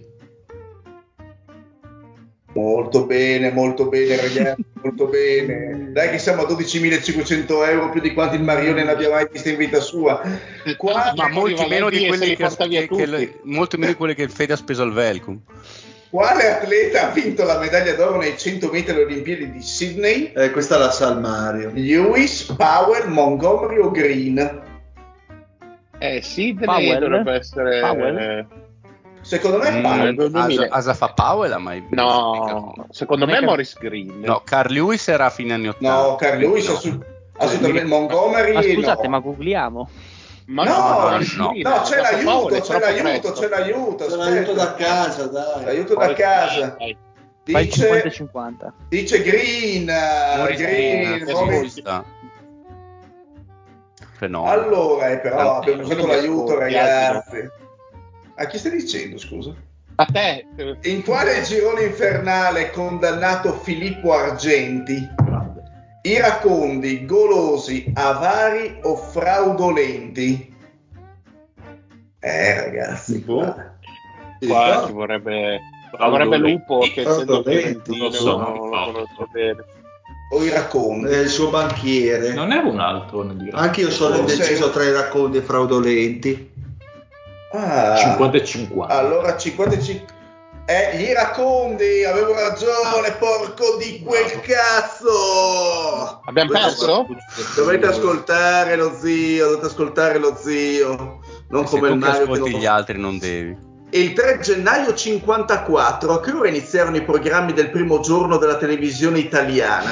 Molto bene, molto bene ragazzi, molto bene. Dai che siamo a dodicimilacinquecento euro, più di quanti il Marione ne abbia mai visto in vita sua. Qua, Ma molti meno di quelli che, porta via che, che tutti. le- molti meno di quelli che il Fede ha speso al Velcom. quale atleta ha vinto la medaglia d'oro nei cento metri alle Olimpiadi di Sydney? Eh, questa la sa il Mario. Lewis, Powell, Montgomery o Green? Eh, Sydney Powell? dovrebbe essere... Powell? Secondo me Mm, Powell. Asa, Asafa Powell ha mai vinto? No, secondo me Non è che- Morris Green. No, Carl Lewis era a fine anni ottanta. No, Carl Lewis No. assu- assolutamente Montgomery Ma scusate, no. ma googliamo. Ma no, no, Morris no. Green, No, c'è Asafa l'aiuto, Powell è c'è troppo l'aiuto, presto. c'è l'aiuto, C'è aspetta. l'aiuto da casa, dai. L'aiuto da casa. Dai. Fai il cinquanta e Dice, cinquanta. dice Green, Morris Green, Green, Morris- sì, sta. Fenomeno. Allora, eh, però No, abbiamo perché usato non mi l'aiuto, ascolti, ragazzi. A chi stai dicendo, scusa? A te. In quale girone infernale è condannato Filippo Argenti? Grande. Iracondi, golosi, avari o fraudolenti? Eh, ragazzi, qua. Qua ci vorrebbe... Vorrebbe Lupo che essendo Fraudolenti, fiorentino non lo so, non no. lo conosce bene. O Iracondi? È il suo banchiere. Non era un altro nel dire. Anche io sono Forse- indeciso tra i racconti fraudolenti. Ah, cinquanta e cinquanta. allora cinquantacinque. Eh, gli Iracondi, avevo ragione, porco di quel cazzo! Abbiamo Dovete- perso? Dovete ascoltare lo zio, dovete ascoltare lo zio, non Se come tu il che Mario che ascolti non- gli altri non devi. Il tre gennaio cinquantaquattro, a che ora iniziarono i programmi del primo giorno della televisione italiana?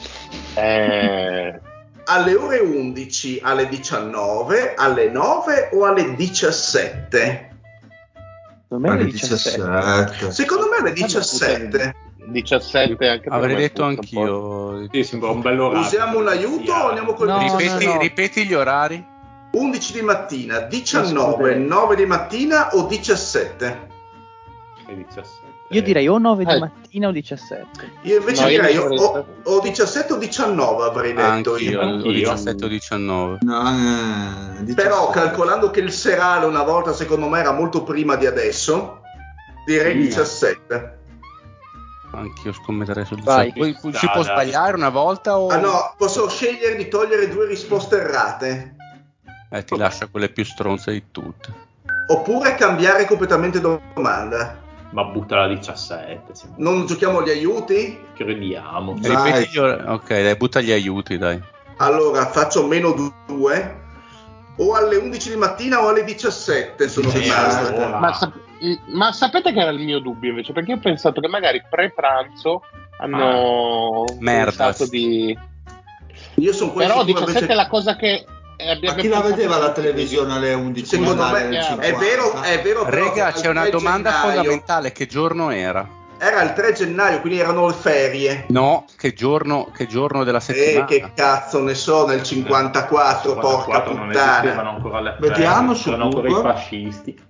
Eh, Alle ore undici, alle diciannove, alle nove o alle diciassette? Secondo me Alle è diciassette. diciassette. Secondo me alle diciassette. diciassette anche per Avrei me detto puzza un po'. anch'io. Sì, sembra un bello orario. Usiamo un aiuto o andiamo col No, ripeti, no, no. ripeti gli orari. undici di mattina, diciannove, Escludere. nove di mattina o diciassette? È diciassette. Io direi o nove di Eh. mattina o diciassette. Io invece No, io direi mi o, sono o, o diciassette o diciannove avrei detto Anch'io, io. o Anch'io. diciassette o diciannove. No, eh, diciassette. Però calcolando che il serale una volta secondo me era molto prima di adesso, direi Sì. diciassette. Anch'io scommetterei sul Vai. diciassette. Poi Dai, si può dai. sbagliare una volta o Ah no, posso scegliere di togliere due risposte errate. eh, ti lascia quelle più stronze di tutte. Oppure cambiare completamente domanda. Ma butta la diciassette. Sì. Non giochiamo agli aiuti? Crediamo. Dai. Ripeti gli orari. Ok, dai, butta gli aiuti, dai. Allora faccio meno due. O alle undici di mattina o alle diciassette sono diciassette. rimaste. Ora. Ma, sap- ma sapete che era il mio dubbio invece? Perché io ho pensato che magari pre-pranzo hanno Merda. pensato di... Io sono quasi Però sicuro diciassette invece- è la cosa che... eh, abbiamo Ma chi la pensato vedeva la tutti. televisione alle undici? Secondo Alle me chiaro. è cinquanta? vero, è vero però Rega, che c'è una al tre domanda gennaio- fondamentale. Che giorno era? Era il tre gennaio, quindi erano le ferie. No, che giorno, che giorno della E settimana? che cazzo ne so, nel cinquantaquattro, porca cinquantaquattro non puttana. esistevano ancora le Vediamo su erano ancora i Google. fascisti.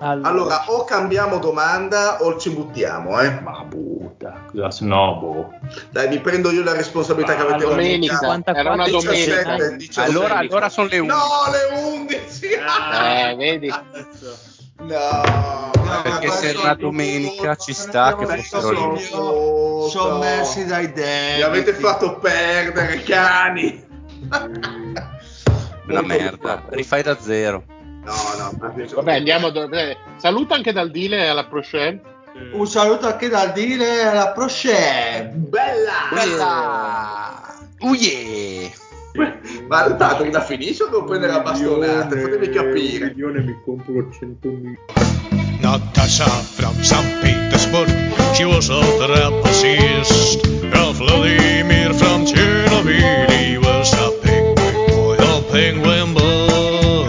Allora, Allora, o cambiamo domanda o ci buttiamo, eh. Ma butta, cosa se no, boh. Dai, mi prendo io la responsabilità che Ah, avete domenica, comunicato. era una domenica. diciassette, diciassette. Allora, allora sono le undici. No, le undici! Eh, vedi? No, Perché se era una domenica ci sta che fossero le undici. Sono messi dai denti. Mi avete fatto perdere, cani. Una merda, rifai da zero. No, no, Vabbè, andiamo. Dove... Saluto anche dal Dile alla prochaine. Un saluto anche dal Dile alla prochaine. Bella! Bella! Uh yeah! Ma il Patrick la finisce o devo prendere la bastonata? Fatemi capire. Un milione mi compro centomila. Natasha from Saint Petersburg, she was a trapezist. Ralph Vladimir from Chernobyl, he was a penguin boy, a penguin boy.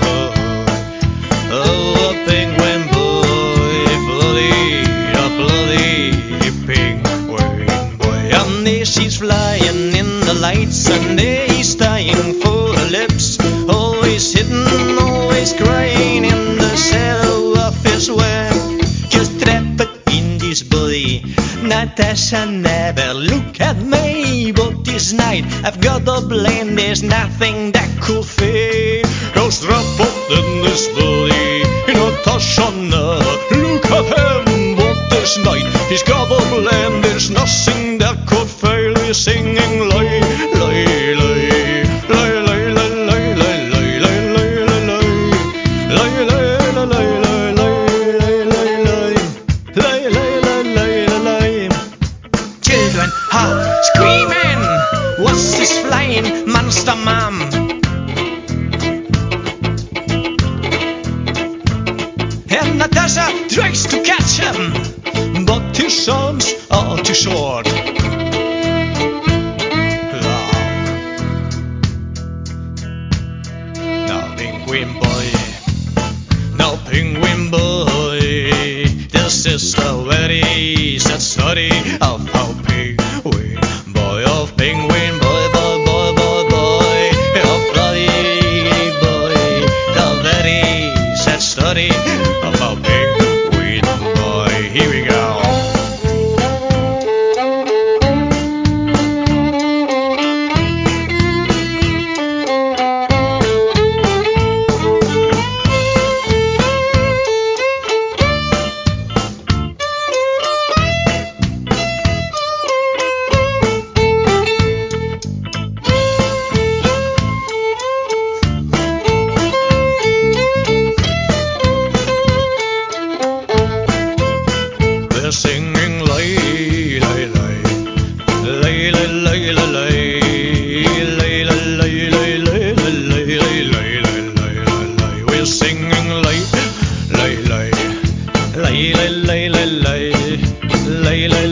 Oh, a penguin boy, bloody, a bloody penguin boy. And there she's flying in the lights, and there he's dying for her lips. Always hidden, always crying in the shadow of his web. Just trapped in this body. Natasha, never look at me. But this night I've got a blame. There's nothing that could fade. Cause trapped in this body. Natasha, never look at him. But this night he's got a blame. There's nothing that could fail. He's singing lay, lay, lay, lay, lay, lay, lay, lay, lay, lay, lay, lay, lay, lay, lay, lay, lay, lay, lay, lay. Children are screaming. What's this flying monster, mom? And Natasha tries to catch him, but his arms are too short. Now, penguin boy, now penguin boy, this is the very sad story of how penguin boy, of penguin boy, boy, boy, boy, boy, of bloody boy, the very sad story of how penguin boy. Here we go. They're singing lay, lay, lay, lay, lay, lay, lay, lay, lay, lay, lay, lay, lay, lay, lay, lay, lay, lay. We're singing lay, lay, lay, lay, lay, lay, lay, lay, lay, lay.